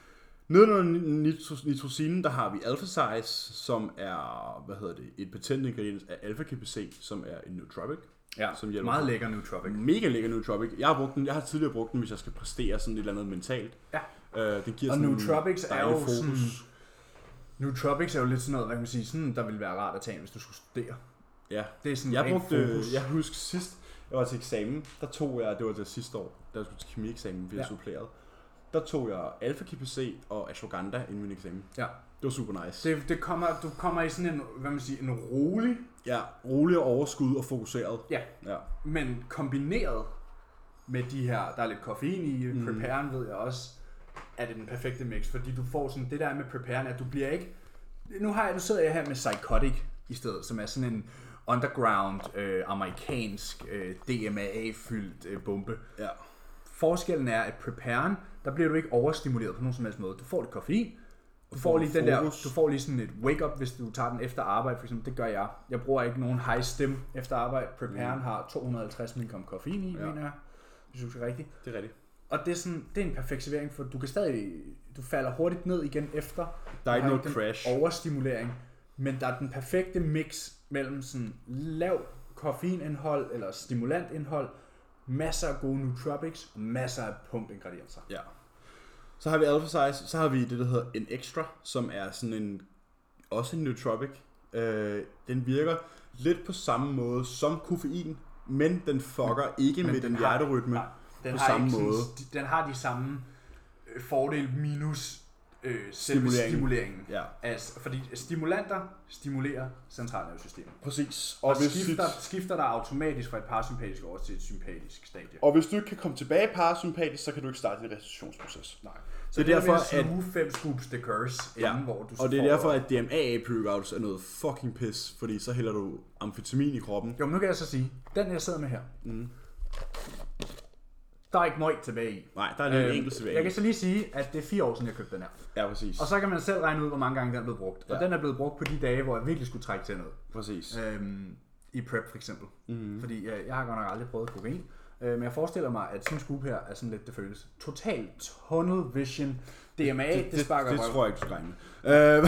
Nedenunder nitrosinen, der har vi alpha-size, som er, et patent ingrediens af alpha-KPC, som er en nootropic. Ja, som meget lækker nootropic. Mega lækker nootropic. Jeg har tidligere brugt den, hvis jeg skal præstere sådan et eller andet mentalt. Ja. Den giver og sådan nootropics er jo sådan, nootropics er jo lidt sådan noget, hvad kan man sige, sådan, der ville være rart at tage, hvis du skulle studere. Ja. Det er sådan jeg husker sidst, jeg var til eksamen, det var det sidste år, da jeg skulle til kemieksamen, vi havde suppleret. Der tog jeg alpha-KPC og ashwagandha inden min eksamen. Ja. Det var super nice. Du kommer i sådan en, hvad man siger, en rolig. Ja, rolig og overskud og fokuseret. Ja. Men kombineret med de her, der er lidt koffein i Preparen, ved jeg også, er det den perfekte mix, fordi du får sådan det der med Preparen, at du bliver ikke. Nu sidder jeg her med Psychotic i stedet, som er sådan en underground amerikansk DMA-fyldt bombe. Ja. Forskellen er, at Preparen, der bliver du ikke overstimuleret på nogen som helst måde. Du får lidt koffein, du får lige sådan et wake-up, hvis du tager den efter arbejde, for eksempel. Det gør jeg. Jeg bruger ikke nogen high stim efter arbejde. Preparen har 250 mg koffein i, mener jeg, hvis du skal rigtigt. Det er rigtigt. Og det er en perfekt servering, for du kan du falder hurtigt ned igen efter. Der er ikke noget crash. Overstimulering, men der er den perfekte mix mellem sådan lav koffeinindhold eller stimulantindhold, masser af gode nootropics og masser af pumpingredienser. Ja. Så har vi alpha-size, så har vi det, der hedder en extra, som er sådan også en nootropic. Den virker lidt på samme måde som koffein, men den fucker ikke med den hjerterytme på samme måde. Den har de samme fordele minus stimuleringen. Ja. Altså, fordi stimulanter stimulerer centralnervesystemet. Præcis. Og skifter der automatisk fra et parasympatisk over til et sympatisk stadie. Og hvis du ikke kan komme tilbage parasympatisk, så kan du ikke starte en restitutionsproces. Nej. Så det er derfor, at 5 scoops The Curse, inden, hvor du og det er derfor, at DMAA pre-workouts er noget fucking pis, fordi så hælder du amfetamin i kroppen. Jo, men nu kan jeg så sige, den jeg sidder med her, Der er ikke møg tilbage i. Nej, der er lige en enkelt tilbage. Jeg kan så lige sige, at det er 4 år siden, jeg købte den her. Ja, præcis. Og så kan man selv regne ud, hvor mange gange den er blevet brugt. Og den er blevet brugt på de dage, hvor jeg virkelig skulle trække til noget. Præcis. I prep for eksempel. Fordi jeg har godt nok aldrig prøvet kokain. Men jeg forestiller mig, at sådan en scoop her er sådan lidt, det føles. Total tunnel vision. DMA, det sparker det tror jeg ikke, du skal regne med.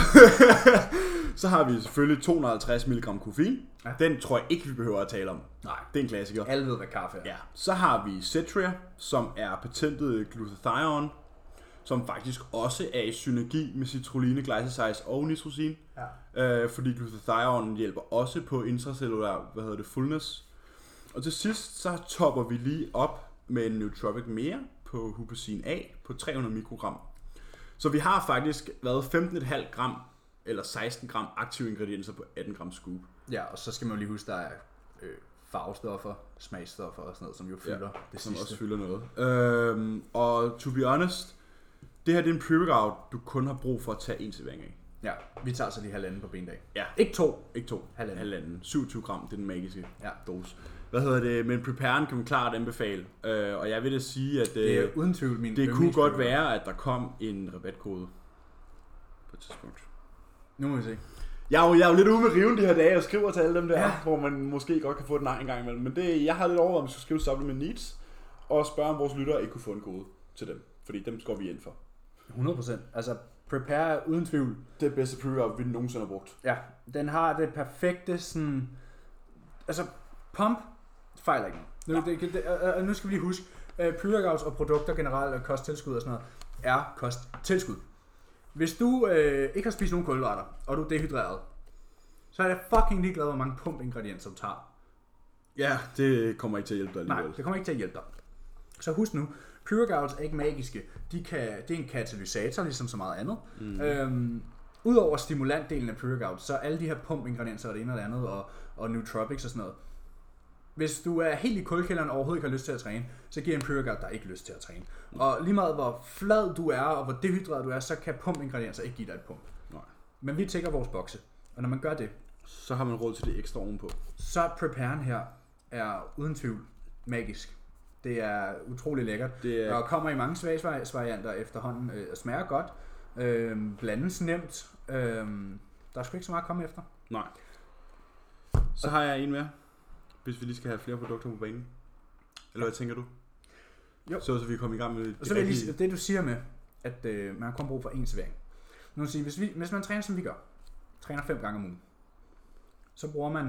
Så har vi selvfølgelig 250 mg koffein. Ja. Den tror jeg ikke, vi behøver at tale om. Nej. Det er en klassiker. Alle ved, hvad kaffe er. Ja. Så har vi Cetria, som er patentet glutathione, som faktisk også er i synergi med citrulline, glycosides og nitrosin. Ja. Fordi glutathione hjælper også på intracellulær, fullness. Og til sidst, så topper vi lige op med en nootropic mere på hupesin A på 300 mikrogram. Så vi har faktisk været 15,5 gram eller 16 gram aktive ingredienser på 18 gram scoop. Ja, og så skal man jo lige huske, der er farvestoffer, smagstoffer og sådan noget, som jo fylder det som sidste. Også fylder noget. Og to be honest, det her det er en pre-workout, du kun har brug for at tage en servering af. Ja, vi tager så lige halvanden på bendag. Ja. Ikke to. Halvanden. 27 gram, det er den magiske dose. Men preparen kan man klart anbefale. Og jeg vil da sige, at det er uden tvivl min det kunne godt være, at der kom en rabatkode på et tidspunkt. Nu må vi se. Jeg er jo lidt ude med riven de her dage og skriver til alle dem der, hvor man måske godt kan få et nej en gang imellem. Men jeg har lidt overvejet, om vi skulle skrive supplement needs og spørge om vores lyttere ikke kunne få en kode til dem. Fordi dem går vi ind for. 100%. Altså, Prepare er uden tvivl det bedste pre-workout, vi nogensinde har brugt. Ja, den har det perfekte sådan... Altså, pump fejler ikke noget. Nu skal vi lige huske, pre-workouts og produkter generelt, og kosttilskud og sådan noget, er kosttilskud. Hvis du ikke har spist nogen kulhydrater, og du er dehydreret, så er det fucking ligeglad, hvor mange pumpingredienser du tager. Ja, det kommer ikke til at hjælpe dig alligevel. Nej, det kommer ikke til at hjælpe dig. Så husk nu, pre-workouts er ikke magiske. Det er en katalysator, ligesom så meget andet. Udover stimulantdelen af pre-workouts, så alle de her pumpingredienser og det ene og det andet, og nootropics og sådan noget. Hvis du er helt i kulkælderen og overhovedet ikke har lyst til at træne, så giver en pre-workout dig ikke lyst til at træne. Og lige meget hvor flad du er, og hvor dehydreret du er, så kan pumpingredienser ikke give dig et pump. Nej. Men vi tækker vores bokse, og når man gør det, så har man råd til det ekstra ovenpå. Så preparen her er uden tvivl magisk. Det er utrolig lækkert. Og kommer i mange smagsvarianter efterhånden. Smager godt. Blandes nemt. Der er sgu ikke så meget at komme efter. Nej. Så har jeg en mere, hvis vi lige skal have flere produkter på banen. Eller hvad tænker du? Jo. Så vi kommer i gang med og så vil jeg lige, det du siger med, at man har kun brug for én servering. Nu siger, hvis man træner som vi gør, træner 5 gange om ugen, så bruger man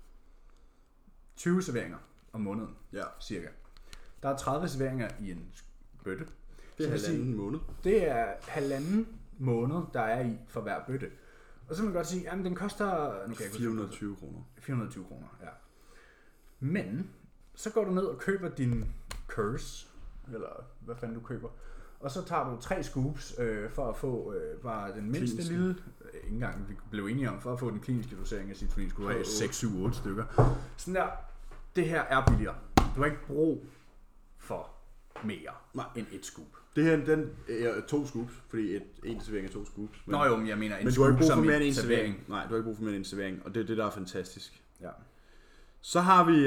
20 serveringer om måneden, cirka. Der er 30 serveringer i en bøtte. Det er halvanden måned. Det er halvanden måned, der er i for hver bøtte. Og så kan man godt sige, at den koster... 420 kroner. 420 kroner, ja. Men, så går du ned og køber din curse, eller hvad fanden du køber. Og så tager du 3 scoops for at få bare den mindste kliniske. Lille... ikke engang vi blev enige om, for at få den kliniske dosering af citrullin, skulle du have 6, 7, 8 stykker. Sådan der, det her er billigere. Du har ikke brug for mere end et scoop. Det her den er 2 scoops, fordi en servering er 2 scoops. Men, men jeg mener en scoop som en servering. Nej, du har ikke brug for mere end en servering, og det er det, der er fantastisk. Ja. Så har vi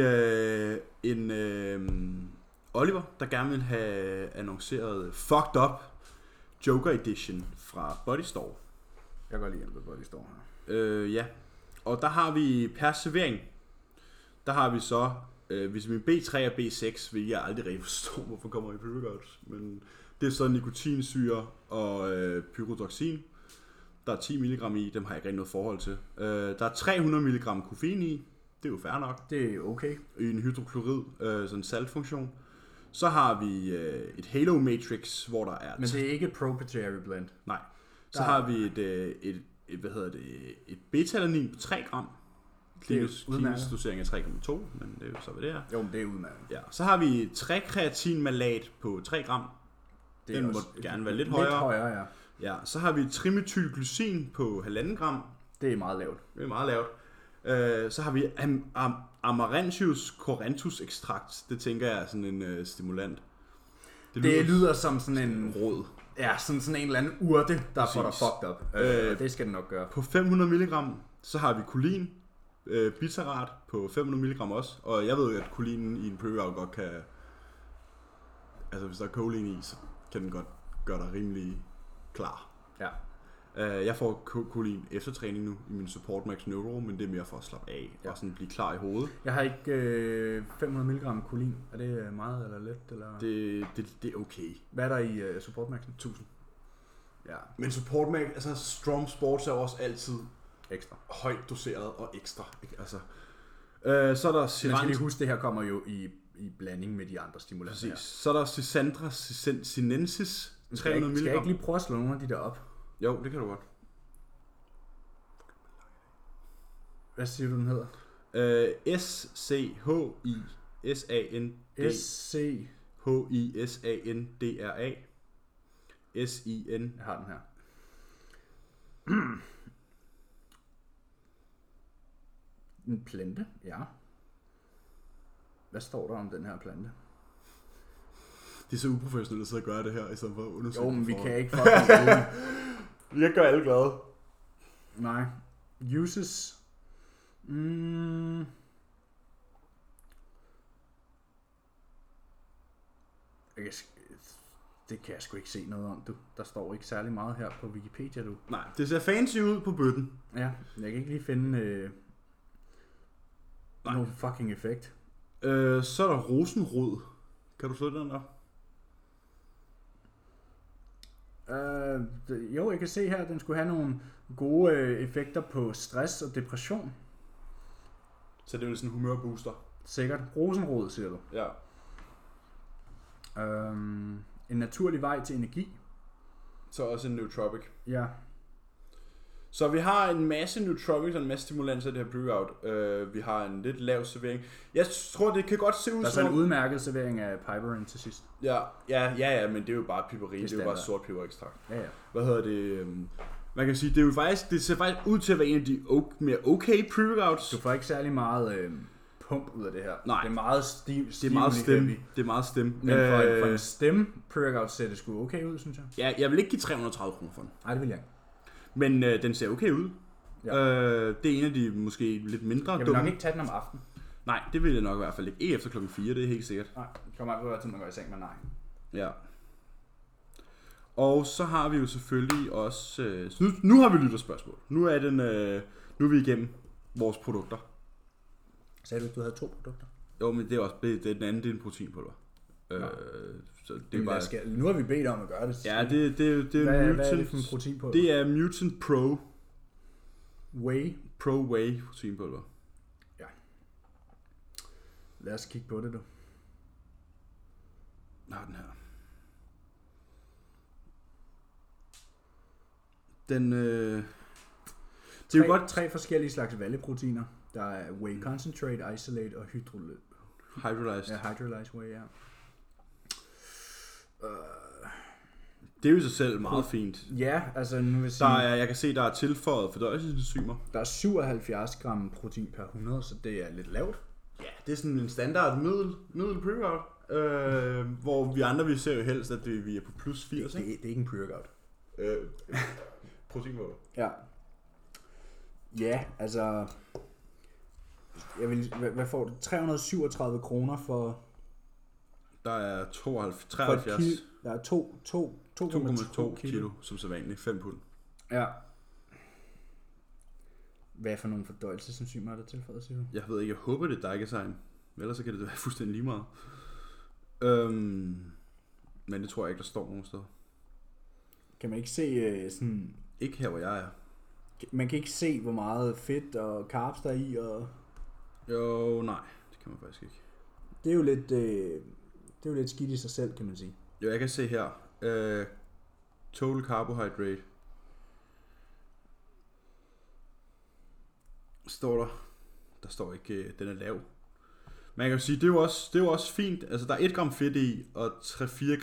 Oliver, der gerne vil have annonceret Fucked Up Joker Edition fra Body Store. Jeg går lige ind på Body Store her. Ja, og der har vi per servering, der har vi så vitamin B3 og B6, hvilket jeg aldrig rigtig forstår, hvorfor kommer i pre-workouts. Men det er så nikotinsyre og pyridoxin. Der er 10 mg i, dem har jeg ikke rigtig noget forhold til. Der er 300 mg koffein i, det er jo fair nok. Det er okay. I en hydroklorid, sådan en saltfunktion. Så har vi et Halo Matrix, hvor der er... Men det er ikke et proprietary blend. Nej. Så har vi et beta-alanin på 3 gram. Klinisk dosering af 3,2, men det er jo så, hvad det er. Jo, men det er udmærket. Ja. Så har vi trekreatinmalat på 3 gram. Den må gerne være lidt højere. Lidt højere, ja. Ja, så har vi trimethylglycin på 1,5 gram. Det er meget lavt. Det er meget lavt. Så har vi Amaranthus corentus ekstrakt. Det tænker jeg er sådan en stimulant. Det lyder som sådan en råd. Ja, sådan en eller anden urte, der får dig fucked up. Det skal den nok gøre. På 500 mg, så har vi kolin, bitarat på 500 mg også. Og jeg ved jo, at kolinen i en pre-workout godt kan Altså, hvis der er choline i, så kan den godt gøre dig rimelig klar. Ja. Jeg får choline efter træning nu i min Support Max Neuro, men det er mere for at slappe af og sådan blive klar i hovedet. Jeg har ikke 500 mg choline. Er det meget eller let? Eller? Det er okay. Hvad er der i Support Maxen? 1000. Ja. Men Support Max, altså Strong Sports er også altid Ekstra. højt doseret og ekstra. Ikke? Altså, så er der Man skal lige huske, det her kommer jo i blanding med de andre stimulanter. Præcis. Så er der Sisandra sinensis 300 mg. Skal jeg ikke lige prøve at slå nogle af de der op? Jo, det kan du godt. Hvad siger du, den hedder? SCHISANDRA SIN. Jeg har den her. En plante, ja. Hvad står der om den her plante? Det er så uprofessionelt at sidde og gøre det her, i stedet for at undersøge. Jo, men vi kan ikke fucking Vi kan gøre alle glade. Nej. Uses. Det kan jeg sgu ikke se noget om, du. Der står ikke særlig meget her på Wikipedia, du. Nej, det ser fancy ud på bøtten. Ja, jeg kan ikke lige finde nogen fucking effekt. Så er der rosenrod. Kan du slå den der? Jo, jeg kan se her, at den skulle have nogle gode effekter på stress og depression. Så det er jo sådan en humørbooster. Sikkert. Rosenrod, siger du. Ja. En naturlig vej til energi. Så også en nootropic. Ja. Så vi har en masse nootropics og en masse stimulanser i det her breakout. Vi har en lidt lav servering. Jeg tror, det kan godt se ud som... Der er så en udmærket servering af piperin til sidst. Ja, men det er jo bare piperi. Det er jo bare sort peberekstrakt. Ja. Hvad hedder det? Man kan sige, det ser faktisk ud til at være en af de mere okay pre-workouts. Du får ikke særlig meget pump ud af det her. Nej. Det er meget stiv. Det er meget stem. Men for en stem pre-workout ser det sgu okay ud, synes jeg. Ja, jeg vil ikke give 330 kroner for den. Nej, det vil jeg ikke. Men den ser okay ud. Ja. Det er en af de måske lidt mindre dumme. Jeg vil nok ikke tage den om aftenen. Nej, det vil jeg nok i hvert fald ikke. Ikke efter klokken 4, det er helt sikkert. Nej, det kommer aldrig være til, man går i seng, men nej. Ja. Og så har vi jo selvfølgelig også... nu har vi lytterspørgsmål. Nu er vi igennem vores produkter. Sagde du ikke, du havde 2 produkter? Jo, men det er også den anden, det er en proteinpulver. Så det er bare... Nu har vi bedt om at gøre det. Ja, det er Mutant. Hvad er det for en proteinpulver? Det er Mutant Pro. Whey? Pro Whey proteinpulver. Ja. Lad os kigge på det, du. Jeg har den her. Det er jo godt 3 forskellige slags valleproteiner. Der er whey concentrate, isolate og hydrolyzed. Ja, hydrolyzed whey, ja. Det er jo i sig selv meget fint. Ja, altså nu vil jeg sige... Jeg kan se, der er tilføjet fordøjelsesenzymer. Der er 77 gram protein per 100, så det er lidt lavt. Ja, det er sådan en standard middel pre-workout. Hvor vi andre, vi ser jo helst, at vi er på plus 80. Det er ikke en pre-workout. Proteinpulver. Ja. Ja, altså... Hvad får du? 337 kroner for... Der er 73. Der er 2,2 kilo som sædvanligt. 5 pund. Ja. Hvad for nogle fordøjelsesenzymer er der tilføjet, siger du? Jeg ved ikke, jeg håber det er Digozyme. Ellers så kan det være fuldstændig lige meget. Men det tror jeg ikke, der står nogen steder. Kan man ikke se sådan... Ikke her, hvor jeg er. Man kan ikke se, hvor meget fedt og carbs der er i, og... Jo, nej. Det kan man faktisk ikke. Det er jo lidt skidt i sig selv, kan man sige. Jo, jeg kan se her. Total carbohydrate. Står der. Der står ikke, den er lav. Man kan jo sige, det er jo også fint. Altså, der er 1 gram fedt i, og 3-4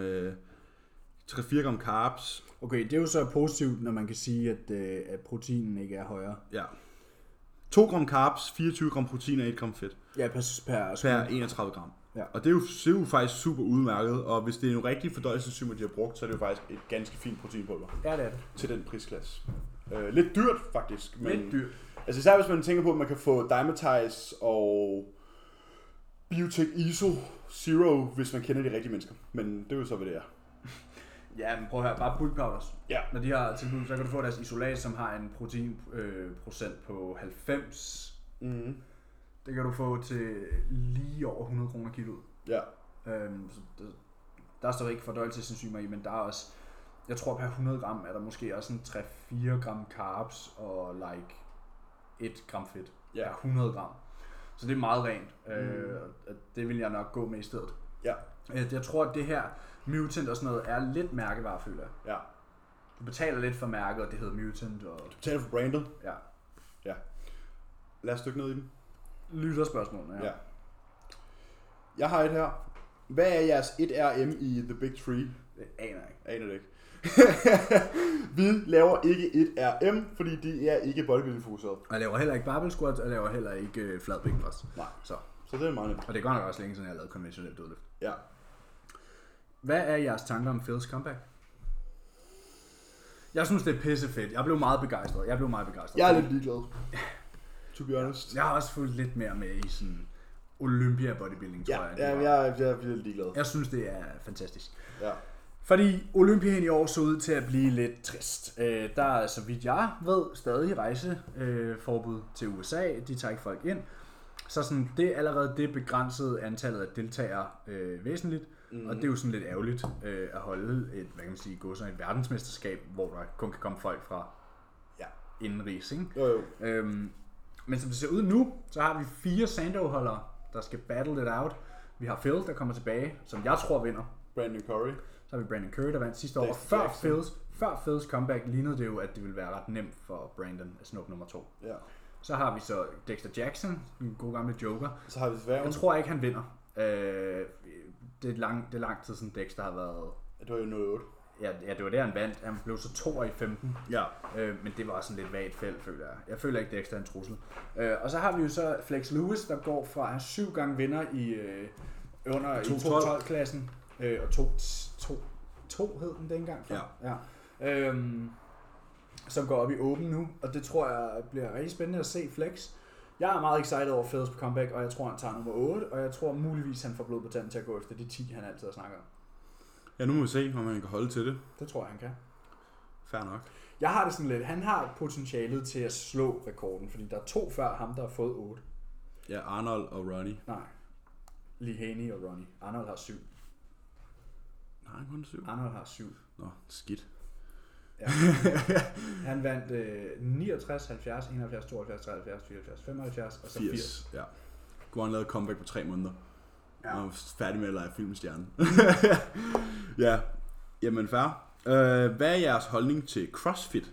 gram carbs. Okay, det er jo så positivt, når man kan sige, at proteinen ikke er højere. Ja. 2 gram carbs, 24 gram protein og 1 gram fedt. Ja, per 31 gram. Ja. Og det er jo faktisk super udmærket, og hvis det er nogle rigtige fordøjelsesenzymer, de har brugt, så er det jo faktisk et ganske fint proteinpulver. Ja, det er det. Til den prisklasse. Lidt dyrt faktisk. Men, lidt dyrt. Altså især hvis man tænker på, at man kan få Dymatize og Biotech ISO Zero, hvis man kender de rigtige mennesker. Men det er jo så, hvad det er. Ja, men prøv at høre, bare bulk powders. Ja. Når de har tilbud, så kan du få deres isolat, som har en proteinprocent på 90. Mm. Det kan du få til lige over 100 kroner kiloet. Ja. Så der er stadig ikke fordøjelsesenzymer i, men der er også, jeg tror per 100 gram er der måske også en 3-4 gram carbs og like 1 gram fedt per 100 gram. Så det er meget rent. Det vil jeg nok gå med i stedet. Ja. Jeg tror, at det her Mutant og sådan noget er lidt mærkevare, føler jeg. Ja. Du betaler lidt for mærket, og det hedder Mutant. Og... Du betaler for brandet? Ja. Ja. Lad os dykke ned i den. Lytterspørgsmålene, ja. Jeg har et her. Hvad er jeres 1RM i The Big Three? Det aner jeg ikke. Aner det ikke. Vi laver ikke 1RM, fordi det er ikke bodybuilding fokuseret. Jeg laver heller ikke barbell squats, og jeg laver heller ikke flad bænkpres. Nej. Så det er meget nemt. Og det går nok også længe siden, jeg har lavet konventionelt dødløft. Ja. Hvad er jeres tanker om Phil's comeback? Jeg synes, det er pissefedt. Jeg blev meget begejstret. Jeg er lidt ligeglad. To be honest. Jeg har også fulgt lidt mere med i sådan Olympia bodybuilding, tror jeg. Jeg er lidt ligeglad. Jeg synes, det er fantastisk. Ja. Fordi Olympiaen i år så ud til at blive lidt trist. Der er, så vidt jeg ved, stadig rejseforbud til USA. De tager ikke folk ind. Så sådan, det er allerede det begrænsede antallet af deltagere væsentligt. Og det er jo sådan lidt ærgerligt at holde et, hvad kan man sige, et verdensmesterskab, hvor der kun kan komme folk fra indenrigs, ikke? Jo. Men som det ser ud nu, så har vi 4 Sandow-holdere, der skal battle it out. Vi har Phil, der kommer tilbage, som jeg tror vinder. Brandon Curry. Så har vi Brandon Curry, der vandt sidste år. Og før Phil's comeback lignede det jo, at det ville være ret nemt for Brandon at snuppe nummer 2. Ja. Så har vi så Dexter Jackson, en god gamle joker. Så har vi Sværen. Jeg tror ikke, han vinder. Det er lang tid siden Dexter har været... Det var jo 08. Ja, det var der, han vandt. Han blev så 2'er i 15. Ja. Men det var også sådan lidt vagt felt, føler jeg. Jeg føler ikke, Dexter er en trussel. Og så har vi jo så Flex Lewis, der går fra at have 7 gange vinder i under 212-klassen. Og 2 hed den dengang. Ja. Som går op i Open nu. Og det tror jeg bliver rigtig spændende at se Flex. Jeg er meget excited over Phil's comeback, og jeg tror, han tager nummer 8. Og jeg tror muligvis, han får blod på tanden til at gå efter de 10, han altid har snakket om. Ja, nu må vi se, om han kan holde til det. Det tror jeg, han kan. Fair nok. Jeg har det sådan lidt, han har potentialet til at slå rekorden, fordi der er 2 før ham, der har fået 8. Ja, Arnold og Ronnie. Nej. Lee Haney og Ronnie. Arnold har 7. Nej, han kun 7. Arnold har 7. Nå, skidt. Ja. Han vandt 69, 70, 71, 72, 73, 74, 75 og så 80. Ja. Kunne han lave comeback på 3 måneder. Ja. Og var færdig med at lege filmstjerne. Ja, jamen fair. Hvad er jeres holdning til CrossFit?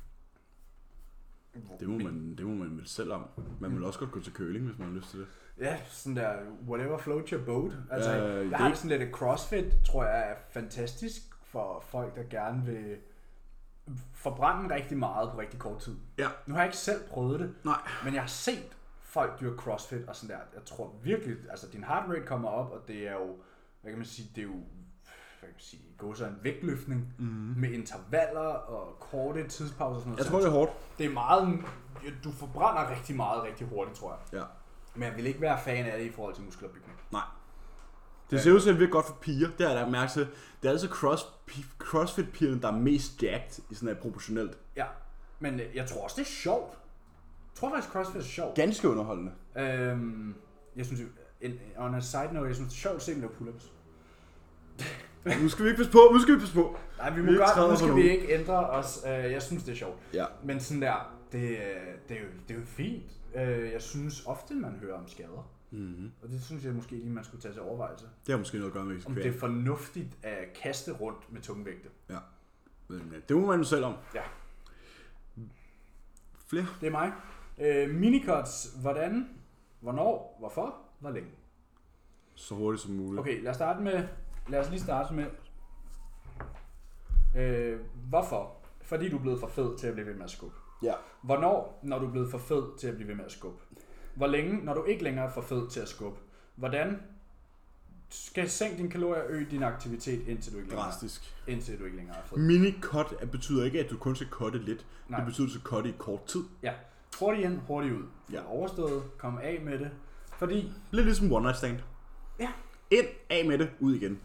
Det må man vel selv om. Man vil også godt gå til curling, hvis man har lyst til det. Ja, sådan der, whatever floats your boat. Altså, jeg har det sådan lidt, at CrossFit, tror jeg, er fantastisk for folk, der gerne vil forbrænde rigtig meget på rigtig kort tid. Ja. Nu har jeg ikke selv prøvet det, nej, men jeg har set folk dyrke CrossFit og sådan der. Jeg tror virkelig, altså din heart rate kommer op, og det er jo, hvad kan man sige, det er jo, hvad kan man sige, gå så en vægtløftning med intervaller og korte tidspauser og sådan noget. Jeg tror, det er hårdt. Det er meget, du forbrænder rigtig meget rigtig hurtigt, tror jeg. Ja. Men jeg vil ikke være fan af det i forhold til muskelopbygning. Nej. Det ser ud til at virke godt for piger. Det har jeg da mærket til. Det er altså CrossFit-pigerne, der er mest jacked i sådan her proportionelt. Ja, men jeg tror også, det er sjovt. Jeg tror faktisk, CrossFit er sjovt. Ganske underholdende. Jeg synes, on a side note, jeg synes, det er sjovt at se dem lave pull-ups. Nu skal vi ikke passe på. Nej, vi må godt, nu skal vi ikke ændre os. Jeg synes, det er sjovt. Ja. Men sådan der, det er jo fint. Jeg synes ofte, man hører om skader. Mm-hmm. Og det synes jeg måske lige, man skulle tage til overvejelse. Det har måske noget at gøre med, om det er fornuftigt at kaste rundt med tungvægte. Ja. Men det må man jo selv om. Ja. Flere? Det er mig. Minicuts, hvordan, hvornår, hvorfor, hvor længe? Så hurtigt som muligt. Okay, lad os lige starte med hvorfor? Fordi du er blevet for fed til at blive ved med at skubbe. Ja. Hvornår, når du er blevet for fed til at blive ved med at skubbe? Hvor længe, når du ikke længere er for fed til at skubbe? Hvordan skal sænke dine kalorier og øge din aktivitet, indtil du ikke længere er fed? Mini-cut betyder ikke, at du kun skal cutte lidt. Nej. Det betyder, at du skal cutte i kort tid. Ja. Hurtigt ind, hurtigt ud. Få overstået, komme af med det. Fordi... Lidt ligesom one night stand. Ja. Ind, af med det, ud igen.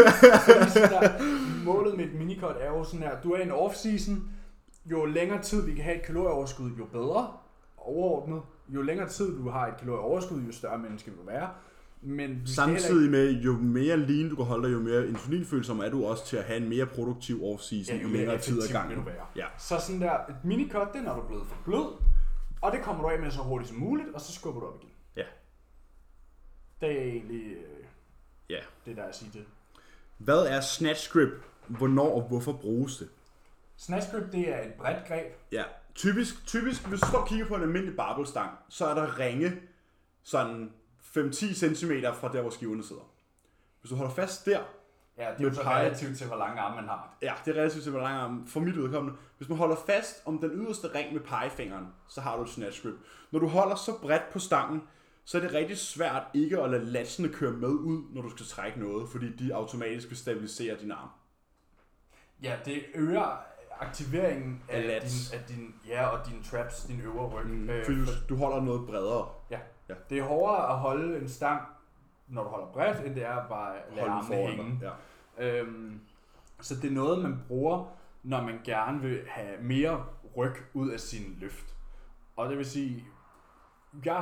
Målet med et minicut er jo sådan her, du er i en off-season, jo længere tid vi kan have et kalorieoverskud, jo bedre overordnet. Jo længere tid du har et kalorieoverskud, jo større menneske vil du være. Men samtidig med, jo mere lean du kan holde dig, jo mere insulinfølsom er du også til at have en mere produktiv off-season i længere tid ad gangen. Ja. Så sådan der, et minicut, det er når du er blevet for blød, og det kommer du af med så hurtigt som muligt, og så skubber du op igen. Ja. Det er egentlig det, der er at sige til. Hvad er snatch grip? Hvornår og hvorfor bruges det? Snatch grip, det er et bredt greb. Ja, typisk, hvis du står og kigger på en almindelig barbellstang, så er der ringe sådan 5-10 cm fra der, hvor skiverne sidder. Hvis du holder fast der... Ja, det er jo så relativt til, hvor lange arme man har. Ja, det er relativt til, hvor lange arme, for mit udkommende. Hvis man holder fast om den yderste ring med pegefingeren, så har du et snatch grip. Når du holder så bredt på stangen, så er det rigtig svært ikke at lade latsene køre med ud, når du skal trække noget, fordi de automatisk vil stabilisere din arm. Ja, det øger aktiveringen af dine traps, din øvre ryg. Fordi du holder noget bredere. Ja. Det er hårdere at holde en stang, når du holder bredt, end det er bare at lade armene hænge. Ja. Så det er noget, man bruger, når man gerne vil have mere ryg ud af sin løft. Og det vil sige, jeg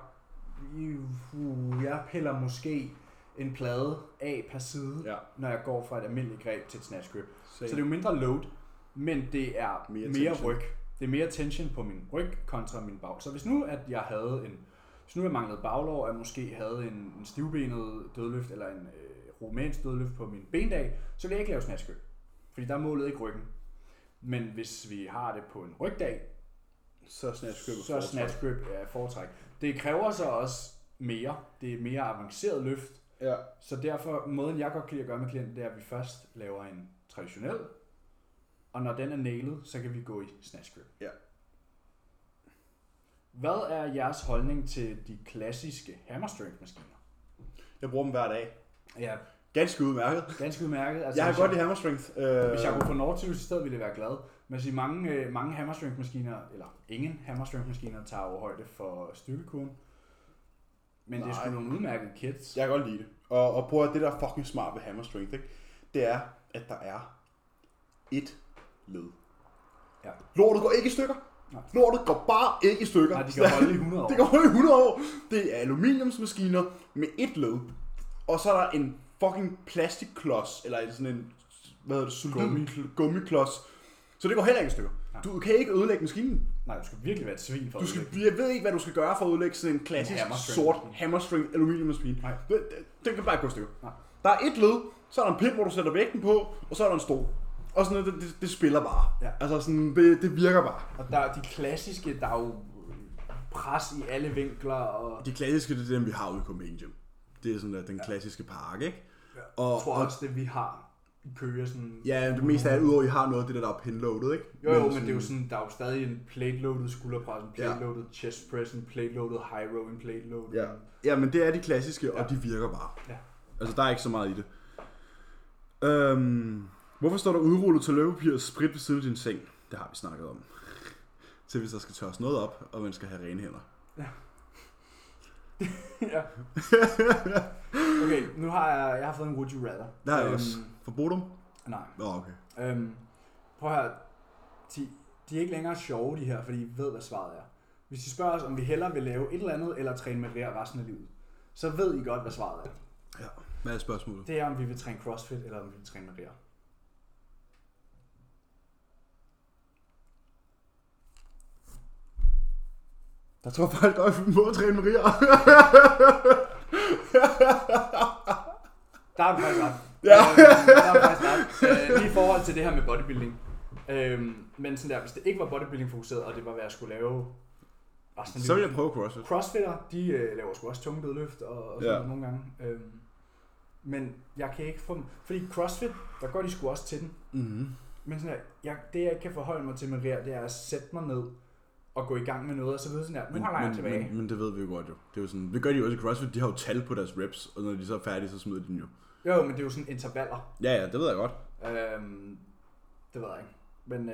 piller måske en plade af per side, når jeg går fra et almindeligt greb til et snatch grip. Så det er jo mindre load, men det er mere ryg. Det er mere tension på min ryg kontra min bag. Så hvis nu at jeg havde jeg manglede baglår, og jeg måske havde en stivbenet dødløft eller en romansk dødløft på min bendag, så vil jeg ikke lave snatch grip, fordi der er målet ikke ryggen. Men hvis vi har det på en rygdag, så er snatch grip foretræk. Det kræver så også mere. Det er mere avanceret løft. Ja. Så derfor, måden jeg godt kan lide at gøre med klienten, det er, at vi først laver en traditionel, og når den er nailet, så kan vi gå i snatch grip. Ja. Hvad er jeres holdning til de klassiske hammer strength maskiner? Jeg bruger dem hver dag. Ja. Ganske udmærket. Altså, jeg har godt i hammer strength. Hvis jeg kunne få Nautilus i stedet, ville jeg være glad. Men mange hammer strength maskiner, eller ingen hammer strength maskiner, tager jo højde for styrkekurven. Men det er sgu nogle udmærkede kits. Jeg kan godt lide det. Og prøv at det der er fucking smart ved hammer strength, ikke? Det er, at der er et led. Ja. Lortet går ikke i stykker. Nej. Lortet går bare ikke i stykker. Nej, de kan holde i 100 år. Det kan holde i 100 år. Det er aluminiumsmaskiner med et led. Og så er der en fucking plastikklods, eller sådan en, gummiklods. Så det går heller ikke i stykker. Ja. Du kan ikke ødelægge maskinen. Nej, du skal virkelig være et svin for at ødelægge. Jeg ved ikke, hvad du skal gøre for at ødelægge sådan en klassisk sort hammerstring aluminiummaskine. Nej. Den kan bare ikke gå i stykker. Nej. Der er et led, så er der en pind, hvor du sætter vægten på, og så er der en stol. Og sådan noget, det spiller bare. Ja. Altså sådan, det virker bare. Og der er de klassiske, der er jo pres i alle vinkler. Og de klassiske, det er dem, vi har ude i Copenhagen Gym. Det er sådan der, den klassiske park, ikke? Ja. Og jeg tror også, det vi har i Køge sådan... Ja, det meste af det, udover I har noget af det der er pinloadet, ikke? Jo, men det er jo sådan, der er jo stadig en plate-loaded skulderpres, en plate-loaded chest press, en plate-loaded high row, en plate-loaded... Ja, men det er de klassiske, og de virker bare. Ja. Altså, der er ikke så meget i det. Hvorfor står der udrullet til løbepapir og sprit ved siden af din seng? Det har vi snakket om. Til hvis der skal tørres noget op, og man skal have rene hænder. Ja. Ja. Okay, nu har jeg har fået en Would You Rather. Der er også. For Bodum? Nej. Okay. Prøv her. De er ikke længere sjove, de her, fordi I ved, hvad svaret er. Hvis I spørger os, om vi hellere vil lave et eller andet, eller træne med rear resten af livet, så ved I godt, hvad svaret er. Ja. Hvad er spørgsmålet? Det er, om vi vil træne CrossFit, eller om vi vil træne med rear. Der tror folk godt, at vi må træne med rear. Der er du faktisk ret. Der er faktisk ret. Lige i forhold til det her med bodybuilding. Men sådan der, hvis det ikke var bodybuilding fokuseret, og det var hvad jeg skulle lave resten af så vil jeg prøve CrossFit. Crossfitter, de laver sgu også tunge dødløft og sådan nogle gange. Men jeg kan ikke få dem. Fordi CrossFit, der går de sgu også til den. Mm-hmm. Men sådan der, det jeg ikke kan forholde mig til med rear, det er at sætte mig ned og gå i gang med noget, og så videre sådan der, nu holder jeg tilbage. Men det ved vi jo godt jo. Det er jo sådan, det gør de jo også i CrossFit, de har jo tal på deres reps, og når de så er færdige, så smider de den jo. Jo, men det er jo sådan intervaller. Ja, det ved jeg godt. Det ved jeg ikke. Men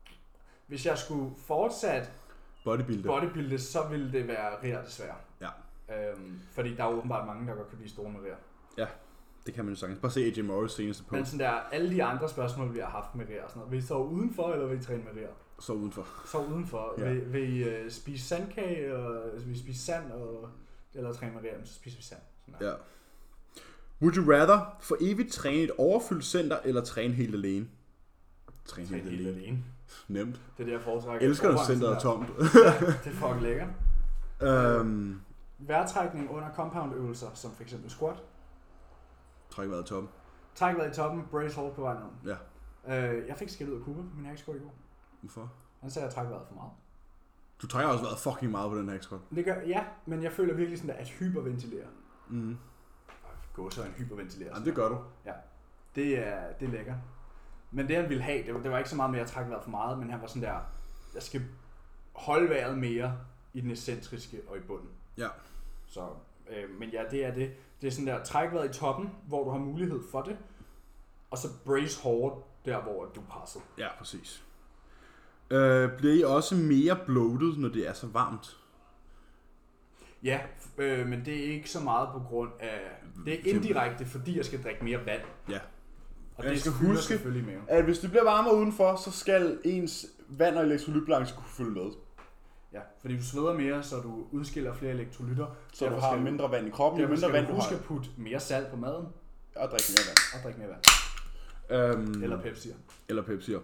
hvis jeg skulle fortsat bodybuilde, så ville det være rear desværre. Ja. Fordi der er åbenbart mange, der godt kan blive store med Rhea. Ja, det kan man jo sagtens. Bare se AJ Morris seneste på. Men sådan der, alle de andre spørgsmål, vi har haft med Rhea og sådan noget. Vil I sove udenfor, eller vil I træne med Rhea? Sov udenfor. Sov udenfor. Ja. Vil I spise sandkage, eller vil I spise sand, eller træne med Rhea, så spiser vi sand. Ja. Would you rather for evigt træne et overfyldt center, eller træne helt alene? Træne helt alene. Nemt. Det er det, jeg foretrækker. Jeg elsker, når centeret er tomt. Ja, det er fucking lækkert. Vejrtrækning under compound-øvelser, som f.eks. squat. Træk vejret i toppen. Træk vejret i toppen, brace hold på vej ned. Ja. Jeg fik skæld ud af Cooper, men jeg har ikke squat i går. Hvorfor? Han sagde, at jeg trækker vejret for meget. Du trækker også vejret fucking meget på den her squat. Det gør, ja, men jeg føler virkelig sådan, at hyperventilere. Mhm. Gå så en hyperventilere. Jamen, det gør du. Ja, det er lækkert. Men det han ville have, det var ikke så meget med at trække vejret for meget, men han var sådan der, jeg skal holde vejret mere i den excentriske og i bunden. Ja. Så, men ja, det er det. Det er sådan der, træk vejret i toppen, hvor du har mulighed for det, og så brace hårdt der, hvor du presser. Ja, præcis. Bliver I også mere bloated, når det er så varmt? Ja, men det er ikke så meget på grund af, det er indirekte, fordi jeg skal drikke mere vand. Ja. Og det skal huske, at hvis det bliver varmere udenfor, så skal ens vand og elektrolytbalance kunne følge med. Ja, fordi du sveder mere, så du udskiller flere elektrolytter. Så du har mindre vand i kroppen, jo mindre vand du har. Husk at putte mere salt på maden. Og drikke mere vand. Eller Pepsi'er.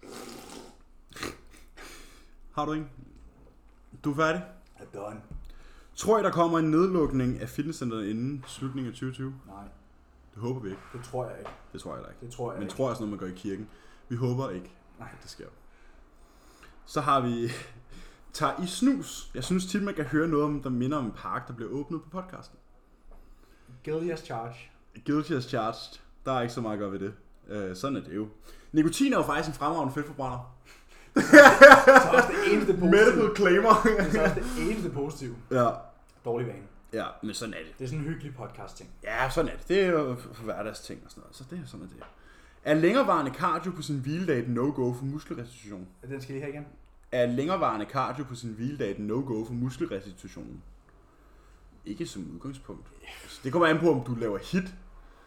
Har du en? Du er færdig? I'm done. Tror I, der kommer en nedlukning af fitnesscenteret inden slutningen af 2020? Nej. Det håber vi ikke. Det tror jeg ikke. Det tror jeg ikke. Det tror jeg Men ikke. tror jeg sådan noget, man gør i kirken. Vi håber ikke, Nej. at det sker. Så har vi... Tager I snus? Jeg synes tit, man kan høre noget, der minder om en park, der bliver åbnet på podcasten. Guilty as charged. Guilty as charged. Der er ikke så meget at gøre ved det. Sådan er det jo. Nikotin er jo faktisk en fremragende fedtforbrænder. Så også det eneste positive. Medical claimer. Det er også det eneste positive. Ja. Dårlig vane. Ja, men sådan er det. Det er sådan en hyggelig podcast ting. Ja, sådan er det. Det er jo for hverdagsting og sådan noget. Så det er sådan, det er. Er længerevarende cardio på sin hviledag et no-go for muskelrestitution? Den skal lige have igen. Er længerevarende cardio på sin hviledag et no-go for muskelrestitutionen? Ikke som udgangspunkt. Det kommer an på, om du laver hit.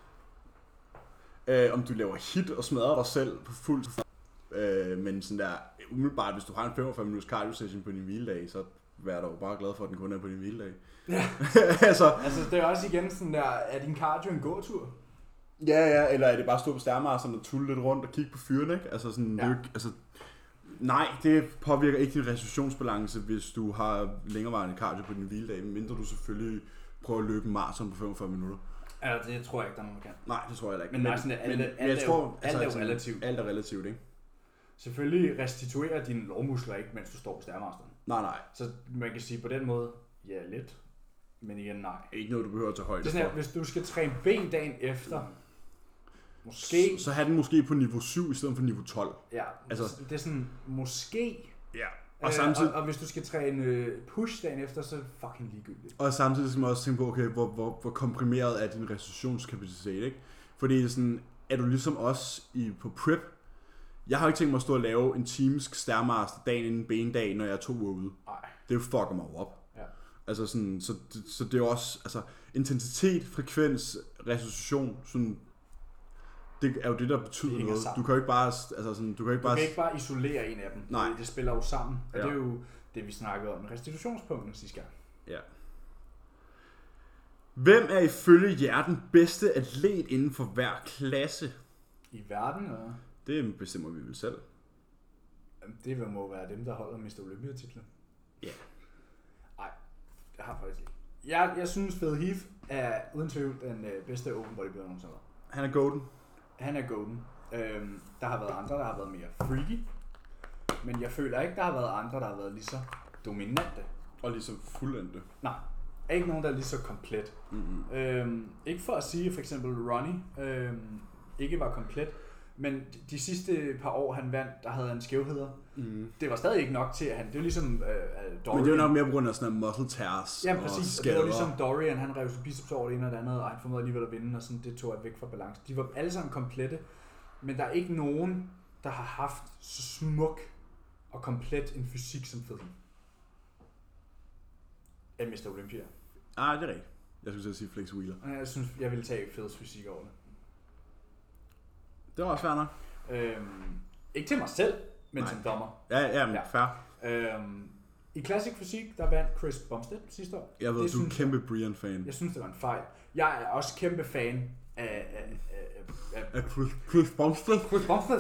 Om du laver hit og smadrer dig selv på fuld. Men sådan der, umiddelbart, hvis du har en 45 minutters cardio session på din hviledag, så vær dog bare glad for, at den kun er på din hviledag. Ja. altså, det er også igen sådan der, er din cardio en gåtur? Ja, eller er det bare at stå på stærmasteren og tulle lidt rundt og kigge på fyren, ikke? Altså sådan, ja. Det er jo, altså, nej, det påvirker ikke din restitutionsbalance, hvis du har længerevarende cardio på din hviledag, mindre du selvfølgelig prøver at løbe en maraton på 45 minutter. Altså, det tror jeg ikke, der er nogen, der kan. Nej, det tror jeg ikke. Men nej, sådan, alt er relativt. Alt er relativt, ikke? Selvfølgelig restituerer dine lårmuskler ikke, mens du står på stærmasteren. Nej. Så man kan sige på den måde, ja, lidt. Men igen, nej. Ikke noget, du behøver at tage højde for. Det er sådan, hvis du skal træne ben dagen efter, måske... Så have den måske på niveau 7 i stedet for niveau 12. Ja, altså, det er sådan, måske... Ja. Og samtidig... Og hvis du skal træne push dagen efter, så er det fucking ligegyldigt. Og samtidig skal man også tænke på, okay, hvor komprimeret er din restitutionskapacitet, ikke? Fordi sådan, er du ligesom os på prep, jeg har ikke tænkt mig at stå og lave en times stærmaster dagen inden bendag, når jeg er 2 uger ude. Nej. Det fucker mig op. Ja. Altså sådan, så det er jo også, altså intensitet, frekvens, restitution, sådan, det er jo det, der betyder noget. Sammen. Du kan jo ikke bare, altså sådan, du kan ikke bare isolere en af dem. Nej. Det spiller jo sammen. Og det er jo det, vi snakkede om med restitutionspunkten sidste gang. Ja. Hvem er ifølge jer den bedste atlet inden for hver klasse? I verden, eller? Det bestemmer vi vel selv. Det må være dem, der holder Mr. Olympia-titlen. Ja. Nej, jeg har faktisk ikke. Jeg synes, Phil Heath er uden tvivl den bedste open bodybuilder nogensinde. Han er golden. Han er golden. Der har været andre, der har været mere freaky. Men jeg føler ikke, der har været andre, der har været lige så dominante. Og lige så fuldendte. Nej, ikke nogen, der er lige så komplet. Mm-hmm. Ikke for at sige, for eksempel Ronnie ikke var komplet. Men de sidste par år, han vandt, der havde han skævheder. Mm. Det var stadig ikke nok til, at han... Det var ligesom Dorian. Men det var nok mere på grund af sådan en muscle tears. Ja, præcis. Og det var ligesom Dorian, han rev sig biceps over det ene og det andet, og han formåede alligevel at vinde, og sådan, det tog væk fra balance. De var alle sammen komplette, men der er ikke nogen, der har haft så smuk og komplet en fysik som Phil af Mr. Olympia. Ah, det er rigtigt. Jeg skulle sige Flex Wheeler. Jeg synes, jeg vil tage Phils fysik over det. Det var også fair nok. Ikke til mig selv, men Nej. som dommer. Ja. Fair. I Classic Fysik, der vandt Chris Bumstead sidste år. Jeg ved, du er en kæmpe Brian-fan. Jeg synes, det var en fejl. Jeg er også kæmpe fan af Chris Bumstead. Chris Bumstead.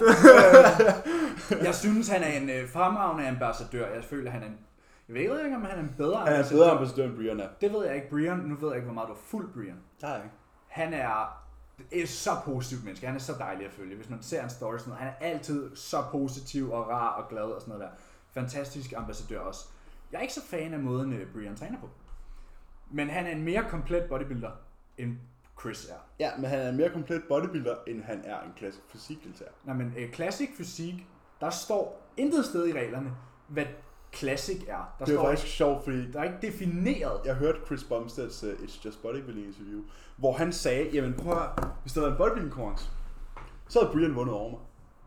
Jeg synes, han er en fremragende ambassadør. Jeg føler, han er en... Jeg ved ikke, om han er en bedre ambassadør. Han er en bedre ambassadør, end Brian er. Det ved jeg ikke. Brian, nu ved jeg ikke, hvor meget du er fuld Brian. Nej. Han er så positiv menneske. Han er så dejlig at følge. Hvis man ser en story sådan noget, han er altid så positiv og rar og glad og sådan noget der. Fantastisk ambassadør også. Jeg er ikke så fan af måden, Brian træner på. Men han er en mere komplet bodybuilder, end Chris er. Ja, men han er en mere komplet bodybuilder, end han er en klassisk fysikdeltager. Nej, men Classic Fysik, der står intet sted i reglerne, hvad Classic er. Der det er står faktisk sjovt, fordi... Der er ikke defineret. Jeg hørte Chris Bumsteads It's Just Bodybuilding interview, hvor han sagde, jamen prøv at, hvis der var en bodybuilding konkurrence, så havde Brian vundet over mig.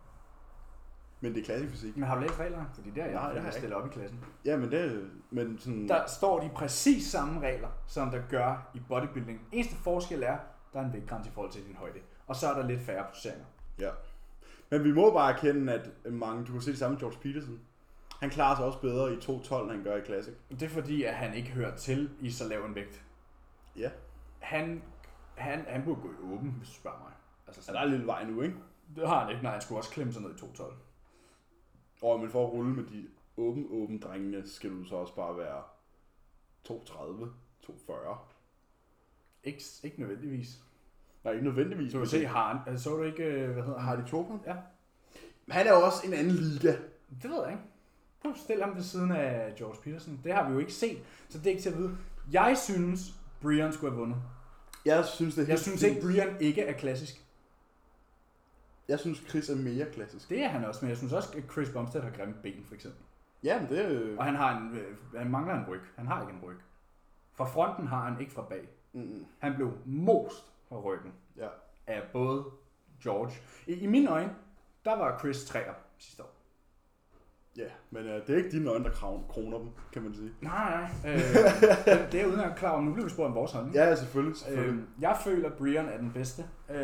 Men det er klassisk fysik. Men har du læst reglerne? Fordi det er jeg stillet op i klassen. Ja, men sådan... Der står de præcis samme regler, som der gør i bodybuilding. Eneste forskel er, der er en vægtgrænse i forhold til din højde. Og så er der lidt færre placeringer. Ja. Men vi må bare erkende, at du kan se det samme George Peterson. Han klarer sig også bedre i 2.12, end han gør i Classic. Det er fordi, at han ikke hører til i så lav en vægt. Ja. Han burde gå i åben, hvis du spørger mig. Altså, der er lidt vej nu, ikke? Det har han ikke, nej. Han skulle også klemme sig ned i 2.12. Men for at rulle med de åben drengene, skal du så også bare være 2.30, 2.40. Ikke nødvendigvis. Nej, ikke nødvendigvis. Du kan se, så du ikke, hvad hedder han? Har de Tobin? Ja. Men han er jo også en anden liga. Det ved jeg ikke. Prøv at stille ham ved siden af George Peterson. Det har vi jo ikke set, så det er ikke til at vide. Jeg synes, Brian skulle have vundet. Jeg synes ikke, Brian ikke er klassisk. Jeg synes, Chris er mere klassisk. Det er han også, men jeg synes også, at Chris Bumstead har grimme ben, for eksempel. Ja, men det... Og han mangler en ryg. Han har ikke en ryg. Fra fronten har han, ikke fra bag. Mm-mm. Han blev most fra ryggen af både George. I mine øjne, der var Chris 3'er sidste år. Ja, men det er ikke dine øjne, der kroner dem, kan man sige. Nej. Det er uden at klar om. Nu bliver vi spurgt om vores holdning. Ja, selvfølgelig. Jeg føler, at Brian er den bedste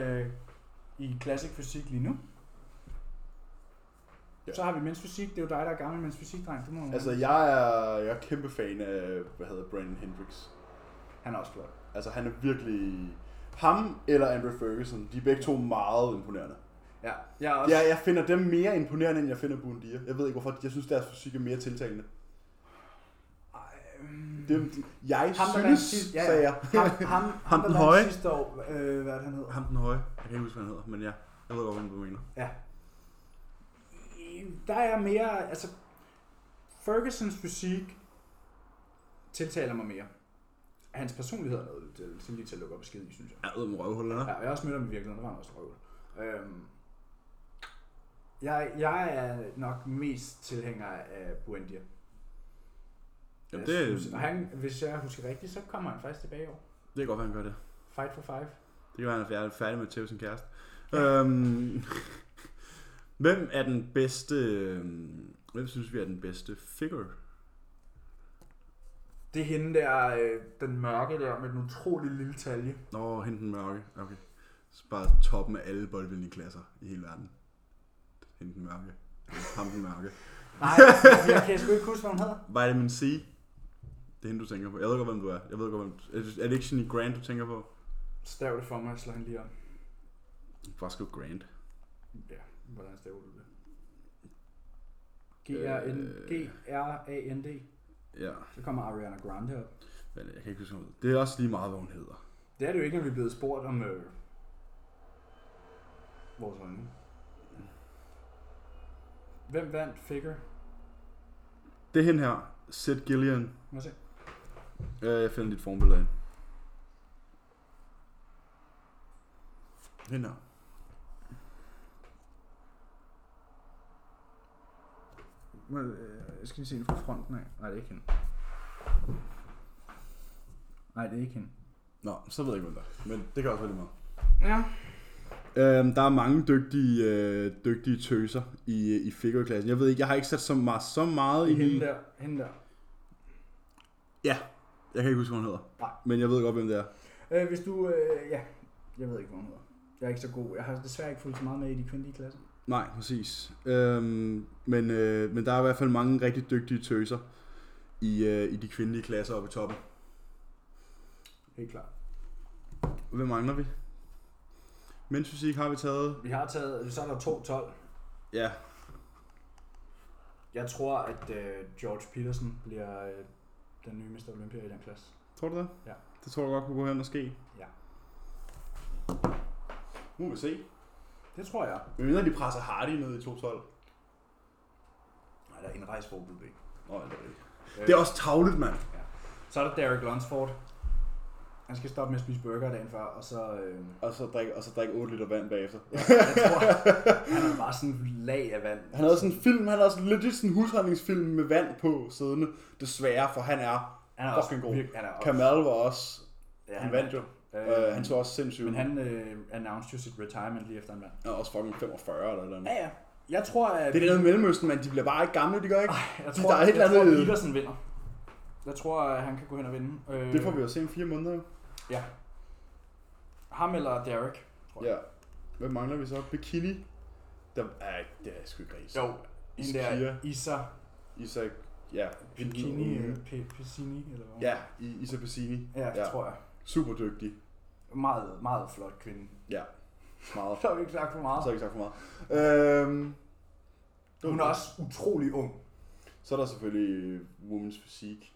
i Classic Fysik lige nu. Ja. Så har vi Men's Fysik. Det er jo dig, der er gammel Men's Fysik-dreng. Altså, jeg er kæmpe fan af, Brandon Hendricks. Han er også flot. Altså, han er virkelig... Ham eller Andre Ferguson, de er begge to meget imponerende. Ja, jeg finder dem mere imponerende, end jeg finder Bundia. Jeg ved ikke hvorfor, jeg synes deres fysik er mere tiltalende. Sagde jeg. Ham den høje sidste år, hvad er det, han hedder? Ham den høje. Jeg kan ikke huske, hvad han hedder, men ja, jeg ved godt, hvad du mener. Ja. Der er mere, altså Fergusons fysik tiltaler mig mere. Hans personlighed er noget til lige til at lukke op og skide i, synes jeg. Jeg ved med røvhul, eller? Ja, jeg har også mødt ham i virkeligheden, der var han også røvhul. Jeg er nok mest tilhænger af Buendia. Jamen hvis jeg husker rigtigt, så kommer han faktisk tilbage i år. Det er godt, at han gør det. Fight for 5. Det kan være, han er færdig med at tæve sin kæreste. Ja. Hvem er den bedste... Hvem synes vi er den bedste figure? Det er hende der, den mørke der, med den utrolig lille talje. Hende den mørke. Okay. Så bare toppen af alle bodybuilding-klasser i hele verden. Hende den mørke. Ham den mørke. Nej, jeg kan sgu ikke huske, hvad hun hedder. Vitamin C. Det er hende, du tænker på. Jeg ved godt, hvem du er. Er det ikke Jenny Grant, du tænker på? Stav det for mig, jeg slår hende lige om. Bare skriv Grant. Ja, hvordan staver du det? G-R-A-N-D. Ja. Så kommer Ariana Grande op. Men jeg kan ikke huske, hvad det er også lige meget, hvad hun hedder. Det er det jo ikke, når vi er blevet spurgt om vores holdning. Hvem vandt figure? Det er hende her. Seth Gillian. Må se. Jeg finder dit formbillede af hende her. Jeg skal lige se hende fra fronten af. Nej, det er ikke hende. Nej, det er ikke hende. Nå, så ved jeg ikke, hvem der er. Men det kan også være lidt meget. Ja. Der er mange dygtige tøser i figure-klassen. Jeg ved ikke, jeg har ikke sat så meget i hende der. Ja. Jeg kan ikke huske, hvad hun hedder. Nej. Men jeg ved godt, hvem det er. Hvis du... ja, jeg ved ikke, hvad hun hedder. Jeg er ikke så god. Jeg har desværre ikke fulgt så meget med i de kvindelige klasser. Nej, præcis. Men der er i hvert fald mange rigtig dygtige tøser i de kvindelige klasser oppe i toppen. Helt klart. Hvem mangler vi? Mensfysik har vi taget. Vi har taget... Så er der 2-12. Ja. Jeg tror, at George Peterson bliver den nye Mr. Olympia i den klasse. Tror du det? Ja. Det tror jeg godt kunne gå hen og ske. Ja. Nu må vi se. Det tror jeg. Men mindre de presser Hardy ned i 212. Nej, der er indrejseforbud, ikke? Nå, det er det. Det er også tavligt, mand. Ja. Så er der Derek Lunsford. Han skal stoppe med at spise burger dagen før, og så... Og så drikke 8 liter vand bagefter. Ja, jeg tror, han er bare sådan en lag af vand. Han havde sådan en film, han havde sådan legit sådan en husholdningsfilm med vand på siddende. Desværre, for han er fucking god. Kamal var også... Ja, han vandt jo. Han så også sindssygt. Men han announced jo sit retirement lige efter en vand. Ja, også fucking 45 eller noget. Ja. Jeg tror, at... Det er noget Mellemøsten, men de bliver bare ikke gamle, de gør ikke? Jeg tror, at Petersen vinder. Jeg tror, at han kan gå hen og vinde. Det får vi jo se om 4 måneder. Ja. Ham eller Derek, tror jeg. Ja. Hvad mangler vi så? Bikini? Det er sgu ikke rigtig. Jo, en der Isa, ja. Bikini, Piscini, eller hvad? Ja, Isa Piscini. Ja, det tror jeg. Super dygtig. Meget, meget flot kvinde. Ja, meget. Så har vi ikke sagt for meget. Hun er også utrolig ung. Så er der selvfølgelig Women's Physique.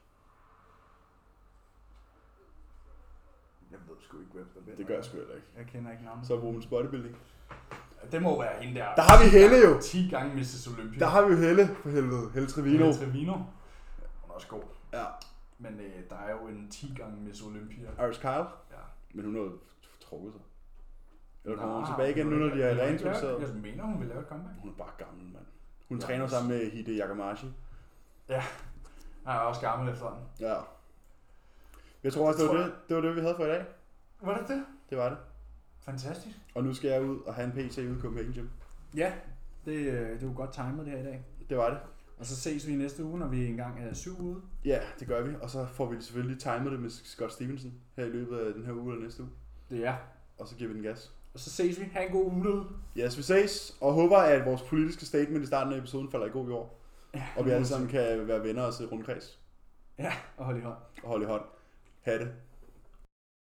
Jeg ved sgu ikke, hvem der vinder. Det gør jeg sgu heller ikke. Jeg kender ikke navnet. Så er Women's Bodybuilding. Det må være hende der. Der har vi Helle jo. 10 gange Mrs. Olympia. Der har vi jo Helle, for helvede. Helle Trevino. Hun er også god. Ja. Men der er jo en 10 gange Miss Olympia. Iris Kyle? Ja. Men hun har jo trukket sig. Eller kommer hun tilbage igen nu, når de er reintroduceret? Jeg mener, hun vil lave et comeback. Hun er bare gammel, mand. Hun træner sammen med Hide Yakamashi. Ja. Han er også gammel efterhånden. Ja. Jeg tror også, det var det, vi havde for i dag. Var det det? Det var det. Fantastisk. Og nu skal jeg ud og have en PT ude i Copenhagen Gym. Ja, det er jo godt timet det her i dag. Det var det. Og så ses vi næste uge, når vi engang er 7 ude. Ja, det gør vi. Og så får vi selvfølgelig timet det med Scott Stevenson her i løbet af den her uge eller næste uge. Det er. Og så giver vi den gas. Og så ses vi. Ha' en god uge derude. Yes, vi ses. Og håber, at vores politiske statement i starten af episoden falder i god jord. Ja, og vi alle sammen kan være venner og sidde rundt kreds. Ja, og holde i hånd. Ha' det.